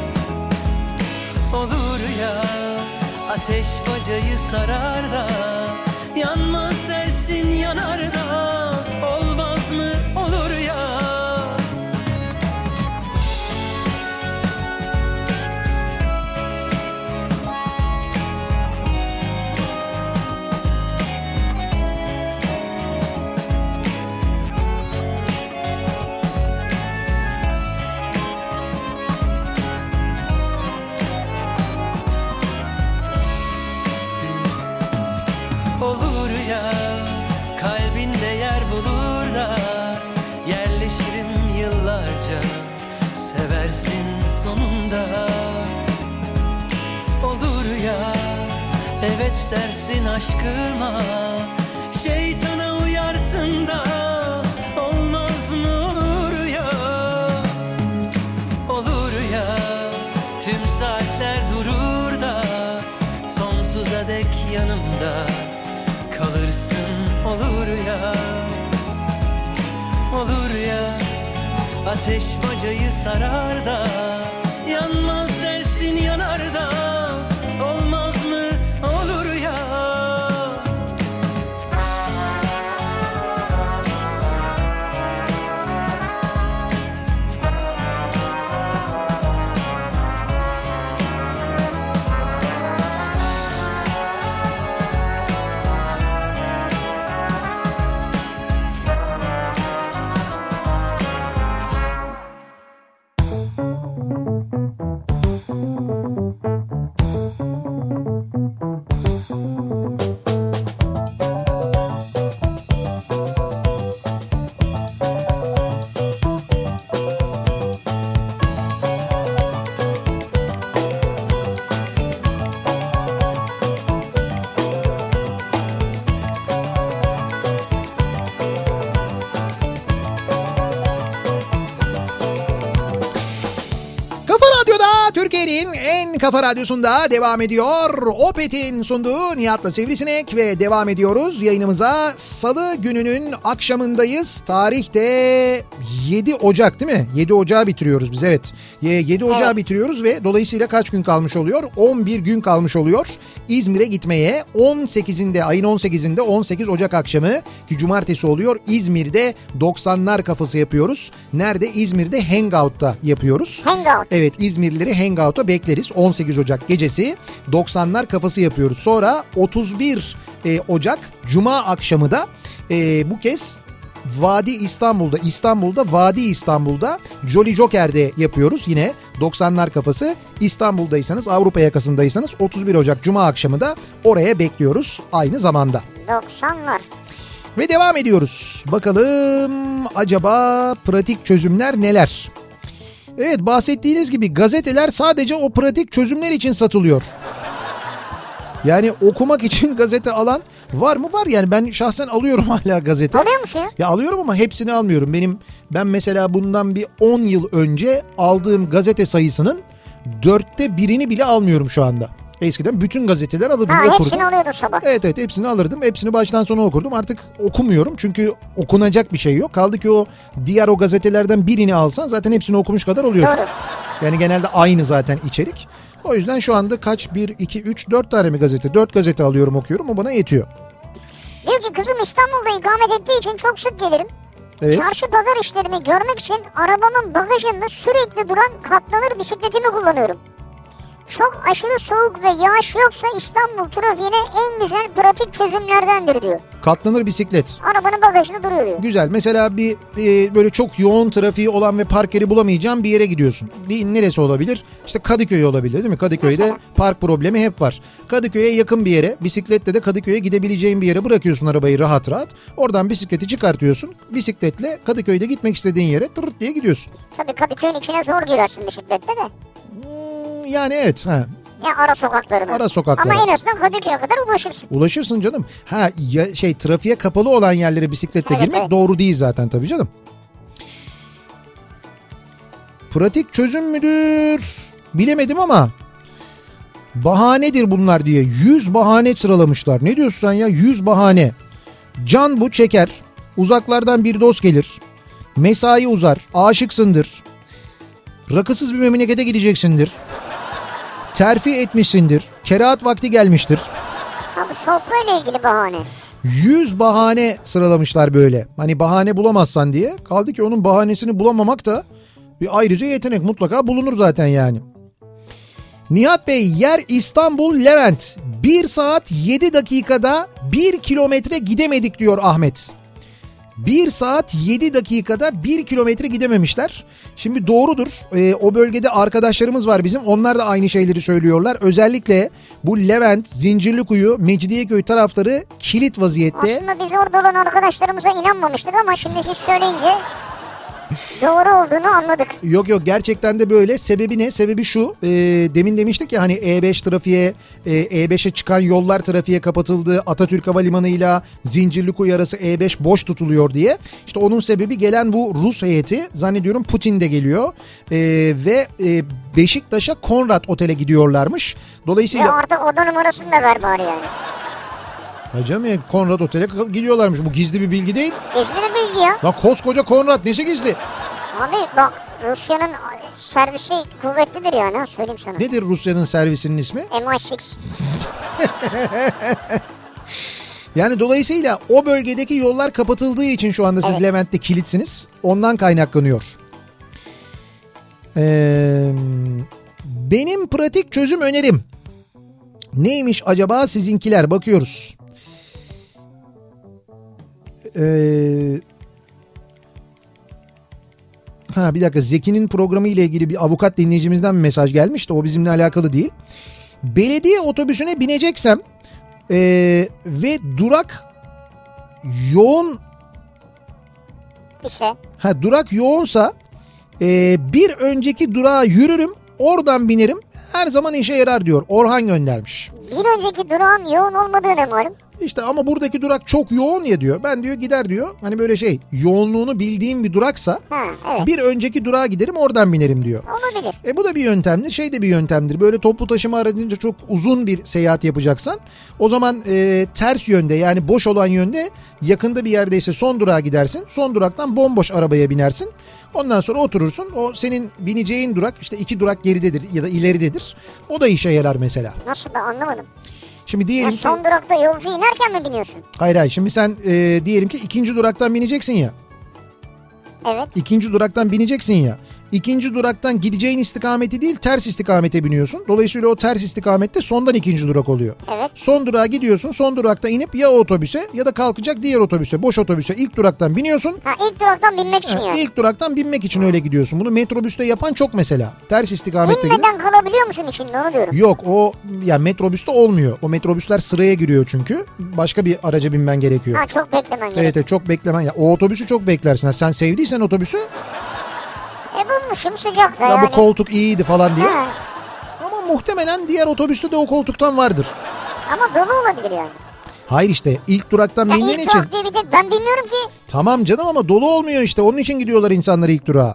olur ya, ateş bacayı sarar da yanmaz dersin yanar da olmaz mı olur ya. Olur ya, kalbinde yer bulur da yerleşirim yıllarca, seversin sonunda. Olur ya, evet dersin aşkıma, şeytana uyarsın da olmaz mı olur ya. Olur ya, tüm saatler durur da sonsuza dek yanımda kalırsın. Olur ya, olur ya, ateş bacayı sarar da yanmaz dersin yanar da olmaz mı olur ya. Türkiye'nin en kafa radyosunda devam ediyor. Opet'in sunduğu Nihat'la Sivrisinek ve devam ediyoruz yayınımıza. Salı gününün akşamındayız. Tarih de yedi Ocak değil mi? yedi Ocağı bitiriyoruz biz, evet. yedi Ocağı evet. bitiriyoruz ve dolayısıyla kaç gün kalmış oluyor? on bir gün kalmış oluyor İzmir'e gitmeye. on sekizinde, ayın on sekizinde, on sekiz Ocak akşamı ki cumartesi oluyor, İzmir'de doksanlar kafası yapıyoruz. Nerede? İzmir'de Hangout'ta yapıyoruz. Hangout. Evet, İzmirlileri Hangout'a bekleriz. on sekiz Ocak gecesi doksanlar kafası yapıyoruz. Sonra otuz bir Ocak Cuma akşamı da e, bu kez Vadi İstanbul'da, İstanbul'da Vadi İstanbul'da Jolly Joker'de yapıyoruz. Yine doksanlar kafası. İstanbul'daysanız, Avrupa yakasındaysanız otuz bir Ocak Cuma akşamı da oraya bekliyoruz aynı zamanda. doksanlar. Ve devam ediyoruz. Bakalım acaba pratik çözümler neler? Evet, bahsettiğiniz gibi gazeteler sadece o pratik çözümler için satılıyor. Yani okumak için gazete alan var mı? Var yani, ben şahsen alıyorum hala gazete. Alıyor musun ya? Ya alıyorum ama hepsini almıyorum. Benim ben mesela bundan bir on yıl önce aldığım gazete sayısının dörtte birini bile almıyorum şu anda. Eskiden bütün gazeteler alırdım, ha, okurdum. Hepsini alıyordun sabah. Evet evet hepsini alırdım. Hepsini baştan sona okurdum. Artık okumuyorum çünkü okunacak bir şey yok. Kaldı ki o diğer o gazetelerden birini alsan zaten hepsini okumuş kadar oluyorsun. Doğru. Yani genelde aynı zaten içerik. O yüzden şu anda kaç? bir, iki, üç, dört tane mi gazete? dört gazete alıyorum, okuyorum. O bana yetiyor. Diyor ki kızım İstanbul'da ikamet ettiği için çok sık gelirim. Evet. Çarşı pazar işlerini görmek için arabamın bagajında sürekli duran katlanır bisikletimi kullanıyorum. Çok aşırı soğuk ve yağış yoksa İstanbul trafiğine en güzel pratik çözümlerdendir diyor. Katlanır bisiklet. Arabanın bagajında duruyor diyor. Güzel. Mesela bir e, böyle çok yoğun trafiği olan ve park yeri bulamayacağın bir yere gidiyorsun. Bir neresi olabilir? İşte Kadıköy olabilir değil mi? Kadıköy'de Mesela. park problemi hep var. Kadıköy'e yakın bir yere, bisikletle de Kadıköy'e gidebileceğin bir yere bırakıyorsun arabayı rahat rahat. Oradan bisikleti çıkartıyorsun. Bisikletle Kadıköy'de gitmek istediğin yere tırırt diye gidiyorsun. Tabii Kadıköy'ün içine zor girersin bisikletle de. Hmm, yani evet. Ha. Ya ara sokaklarına. Ara sokaklara. Ama en azından Kadıköy'e kadar ulaşırsın. Ulaşırsın canım. Ha ya şey trafiğe kapalı olan yerlere bisikletle Evet, girmek evet. doğru değil zaten tabii canım. Pratik çözüm müdür? Bilemedim ama bahanedir bunlar diye yüz bahane sıralamışlar. Ne diyorsun sen ya? yüz bahane. Can bu çeker. Uzaklardan bir dost gelir. Mesai uzar. Aşıksındır. Rakısız bir memlekete gideceksindir. Terfi etmişsindir. Kerahat vakti gelmiştir. Abi sofrayla ilgili bahane. yüz bahane sıralamışlar böyle. Hani bahane bulamazsan diye. Kaldı ki onun bahanesini bulamamak da bir ayrıca yetenek, mutlaka bulunur zaten yani. Nihat Bey, yer İstanbul Levent. bir saat yedi dakikada bir kilometre gidemedik diyor Ahmet. bir saat yedi dakikada bir kilometre gidememişler. Şimdi doğrudur. Ee, o bölgede arkadaşlarımız var bizim. Onlar da aynı şeyleri söylüyorlar. Özellikle bu Levent, Zincirlikuyu, Mecidiyeköy tarafları kilit vaziyette. Aslında biz orada olan arkadaşlarımıza inanmamıştık ama şimdi siz söyleyince doğru olduğunu anladık. Yok yok, gerçekten de böyle. Sebebi ne? Sebebi şu. E, demin demiştik ya hani E beş trafiğe, e, E beşe çıkan yollar trafiğe kapatıldı. Atatürk Havalimanı ile Zincirlikuyu arası E beş boş tutuluyor diye. İşte onun sebebi gelen bu Rus heyeti. Zannediyorum Putin de geliyor. E, ve e, Beşiktaş'a Konrad Otel'e gidiyorlarmış. Dolayısıyla... Ya artık oda numarasını da ver bari yani. Hocam ya, Konrad Otel'e gidiyorlarmış. Bu gizli bir bilgi değil. Gizli bir bilgi ya. Lan koskoca Konrad, nesi gizli? Abi bak Rusya'nın servisi kuvvetlidir yani, ha söyleyeyim sana. Nedir Rusya'nın servisinin ismi? M I altı. Yani dolayısıyla o bölgedeki yollar kapatıldığı için şu anda siz evet. Levent'te kilitsiniz. Ondan kaynaklanıyor. Ee, benim pratik çözüm önerim. Neymiş acaba sizinkiler? Bakıyoruz. Ee, ha bir dakika, Zeki'nin programı ile ilgili bir avukat dinleyicimizden bir mesaj gelmiş de o bizimle alakalı değil. Belediye otobüsüne bineceksem ee, ve durak yoğun İşte. ha durak yoğunsa ee, bir önceki durağa yürürüm, oradan binerim, her zaman işe yarar diyor. Orhan göndermiş. Bir önceki durağın yoğun olmadığı ne malum? İşte ama buradaki durak çok yoğun ya diyor. Ben diyor gider diyor. Hani böyle şey, yoğunluğunu bildiğim bir duraksa Ha, evet. bir önceki durağa giderim, oradan binerim diyor. Olabilir. E bu da bir yöntemdir. Şey de bir yöntemdir. Böyle toplu taşıma aracınca çok uzun bir seyahat yapacaksan o zaman e, ters yönde, yani boş olan yönde, yakında bir yerdeyse son durağa gidersin. Son duraktan bomboş arabaya binersin. Ondan sonra oturursun. O senin bineceğin durak işte iki durak geridedir ya da ileridedir. O da işe yarar mesela. Nasıl, ben anlamadım. Şimdi diyelim ya son ki... durakta yolcu inerken mi biniyorsun? Hayır hayır, şimdi sen e, diyelim ki ikinci duraktan bineceksin ya. Evet. İkinci duraktan bineceksin ya. İkinci duraktan gideceğin istikameti değil, ters istikamete biniyorsun. Dolayısıyla o ters istikamette sondan ikinci durak oluyor. Evet. Son durağa gidiyorsun. Son durakta inip ya o otobüse ya da kalkacak diğer otobüse, boş otobüse ilk duraktan biniyorsun. Ha, ilk duraktan binmek için Ha, yani. İlk duraktan binmek için öyle gidiyorsun. Bunu metrobüste yapan çok mesela. Ters istikamette gidip... İnmeden kalabiliyor musun içinde, onu diyorum. Yok, o yani metrobüste olmuyor. O metrobüsler sıraya giriyor çünkü. Başka bir araca binmen gerekiyor. Ha, çok beklemen gerekiyor. Evet, evet, çok beklemen. Ya, o otobüsü çok beklersin. Sen sevdiysen otobüsü... E bulmuşum sıcakta Ya yani. bu koltuk iyiydi falan diye. Ha. Ama muhtemelen diğer otobüste de o koltuktan vardır. Ama dolu olabilir yani. Hayır işte ilk duraktan Ya bindiğin ilk için. durak diye bir de ben bilmiyorum ki. Tamam canım ama dolu olmuyor işte. Onun için gidiyorlar insanlar ilk durağa.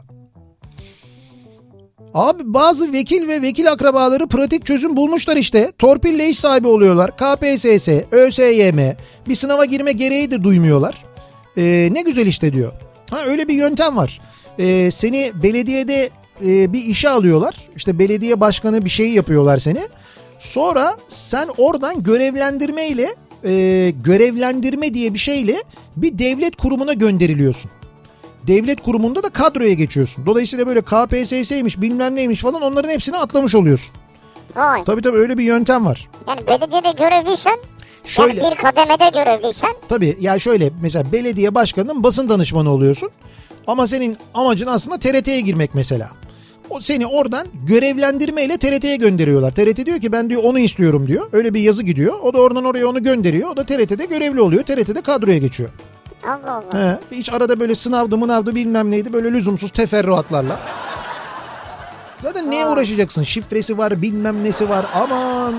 Abi bazı vekil ve vekil akrabaları pratik çözüm bulmuşlar işte. Torpille iş sahibi oluyorlar. K P S S, ÖSYM, bir sınava girme gereği de duymuyorlar. Ee, ne güzel işte diyor. Ha, öyle bir yöntem var. Ee, seni belediyede e, bir işe alıyorlar. İşte belediye başkanı bir şey yapıyorlar seni. Sonra sen oradan görevlendirmeyle e, görevlendirme diye bir şeyle bir devlet kurumuna gönderiliyorsun. Devlet kurumunda da kadroya geçiyorsun. Dolayısıyla böyle K P S S'ymiş bilmem neymiş falan onların hepsini atlamış oluyorsun. Vay. Tabii tabii öyle bir yöntem var. Yani belediyede görevliysen, Şöyle, yani bir kademede görevliysen. Tabii ya şöyle mesela belediye başkanının basın danışmanı oluyorsun. Ama senin amacın aslında T R T'ye girmek mesela. O seni oradan görevlendirmeyle T R T'ye gönderiyorlar. T R T diyor ki ben diyor onu istiyorum diyor. Öyle bir yazı gidiyor. O da oradan oraya onu gönderiyor. O da T R T'de görevli oluyor. T R T'de kadroya geçiyor. Allah Allah. He, hiç arada böyle sınavdı mınavdı bilmem neydi böyle lüzumsuz teferruatlarla. Zaten neye uğraşacaksın? Şifresi var bilmem nesi var aman.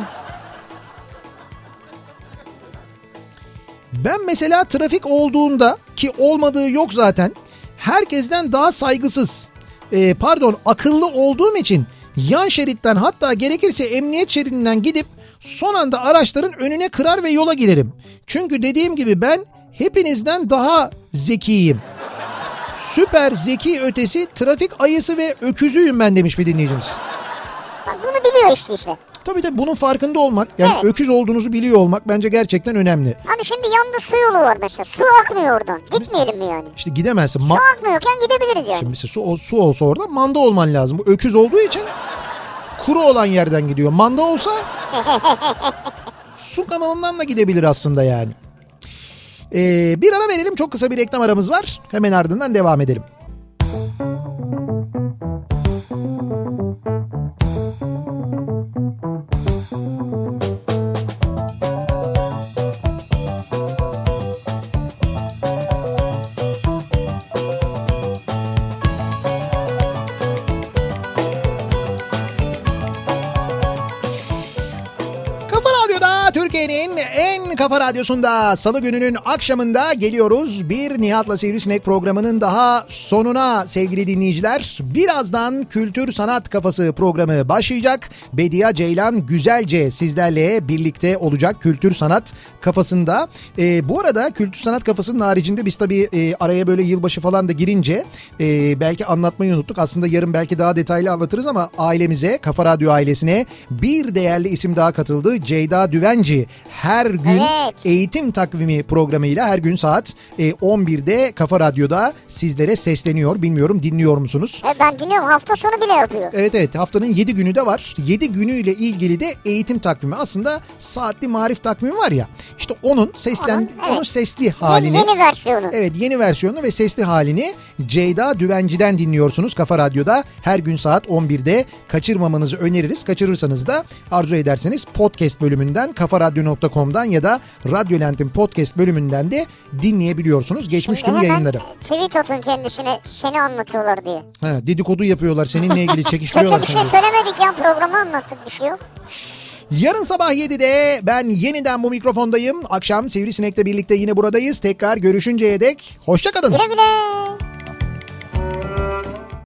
Ben mesela trafik olduğunda ki olmadığı yok zaten herkesten daha saygısız e, pardon akıllı olduğum için yan şeritten hatta gerekirse emniyet şeridinden gidip son anda araçların önüne kırar ve yola girerim. Çünkü dediğim gibi ben hepinizden daha zekiyim. Süper zeki ötesi trafik ayısı ve öküzüyüm ben demiş bir dinleyicimiz. Bak bunu biliyor işte işte. Tabii tabii bunun farkında olmak yani Evet. öküz olduğunuzu biliyor olmak bence gerçekten önemli. Abi şimdi yanında su yolu var mesela. Su akmıyor oradan. Gitmeyelim mi yani? İşte gidemezsin. Su Ma- akmıyorken gidebiliriz yani. Şimdi mesela su, su olsa orada manda olman lazım. Bu öküz olduğu için kuru olan yerden gidiyor. Manda olsa su kanalından da gidebilir aslında yani. Ee, bir ara verelim, çok kısa bir reklam aramız var. Hemen ardından devam edelim. Türkiye'nin en kafa radyosunda salı gününün akşamında geliyoruz. Bir Nihat'la Sivrisinek programının daha sonuna sevgili dinleyiciler. Birazdan Kültür Sanat Kafası programı başlayacak. Bediye Ceylan Güzelce sizlerle birlikte olacak Kültür Sanat Kafası'nda. E, bu arada Kültür Sanat Kafası'nın haricinde biz tabii e, araya böyle yılbaşı falan da girince e, belki anlatmayı unuttuk. Aslında yarın belki daha detaylı anlatırız ama ailemize, Kafa Radyo ailesine bir değerli isim daha katıldı. Ceyda Düvenci her gün evet. eğitim takvimi programıyla her gün saat on birde Kafa Radyo'da sizlere sesleniyor. Bilmiyorum dinliyor musunuz? E ben dinliyorum, hafta sonu bile yapıyor. Evet evet, haftanın yedi günü de var. yedi günüyle ilgili de eğitim takvimi. Aslında saatli marif takvimi var ya. İşte onun seslen Onun, evet. onun sesli halini. Yeni, yeni versiyonu. Evet, yeni versiyonu ve sesli halini Ceyda Düvenci'den dinliyorsunuz Kafa Radyo'da. Her gün saat on birde kaçırmamanızı öneririz. Kaçırırsanız da arzu ederseniz podcast bölümünden kafa radyo nokta com'dan ya da Radyolent'in podcast bölümünden de dinleyebiliyorsunuz. Geçmiş Şimdi tüm yayınları. Tweet atın kendisine, seni anlatıyorlar diye. Ha, dedikodu yapıyorlar seninle ilgili, çekiştiriyorlar. Kötü bir şey söylemedik ya, programı anlattık, bir şey yok. Yarın sabah yedide ben yeniden bu mikrofondayım. Akşam Sivrisinek'le birlikte yine buradayız. Tekrar görüşünceye dek hoşça kalın. Güle güle.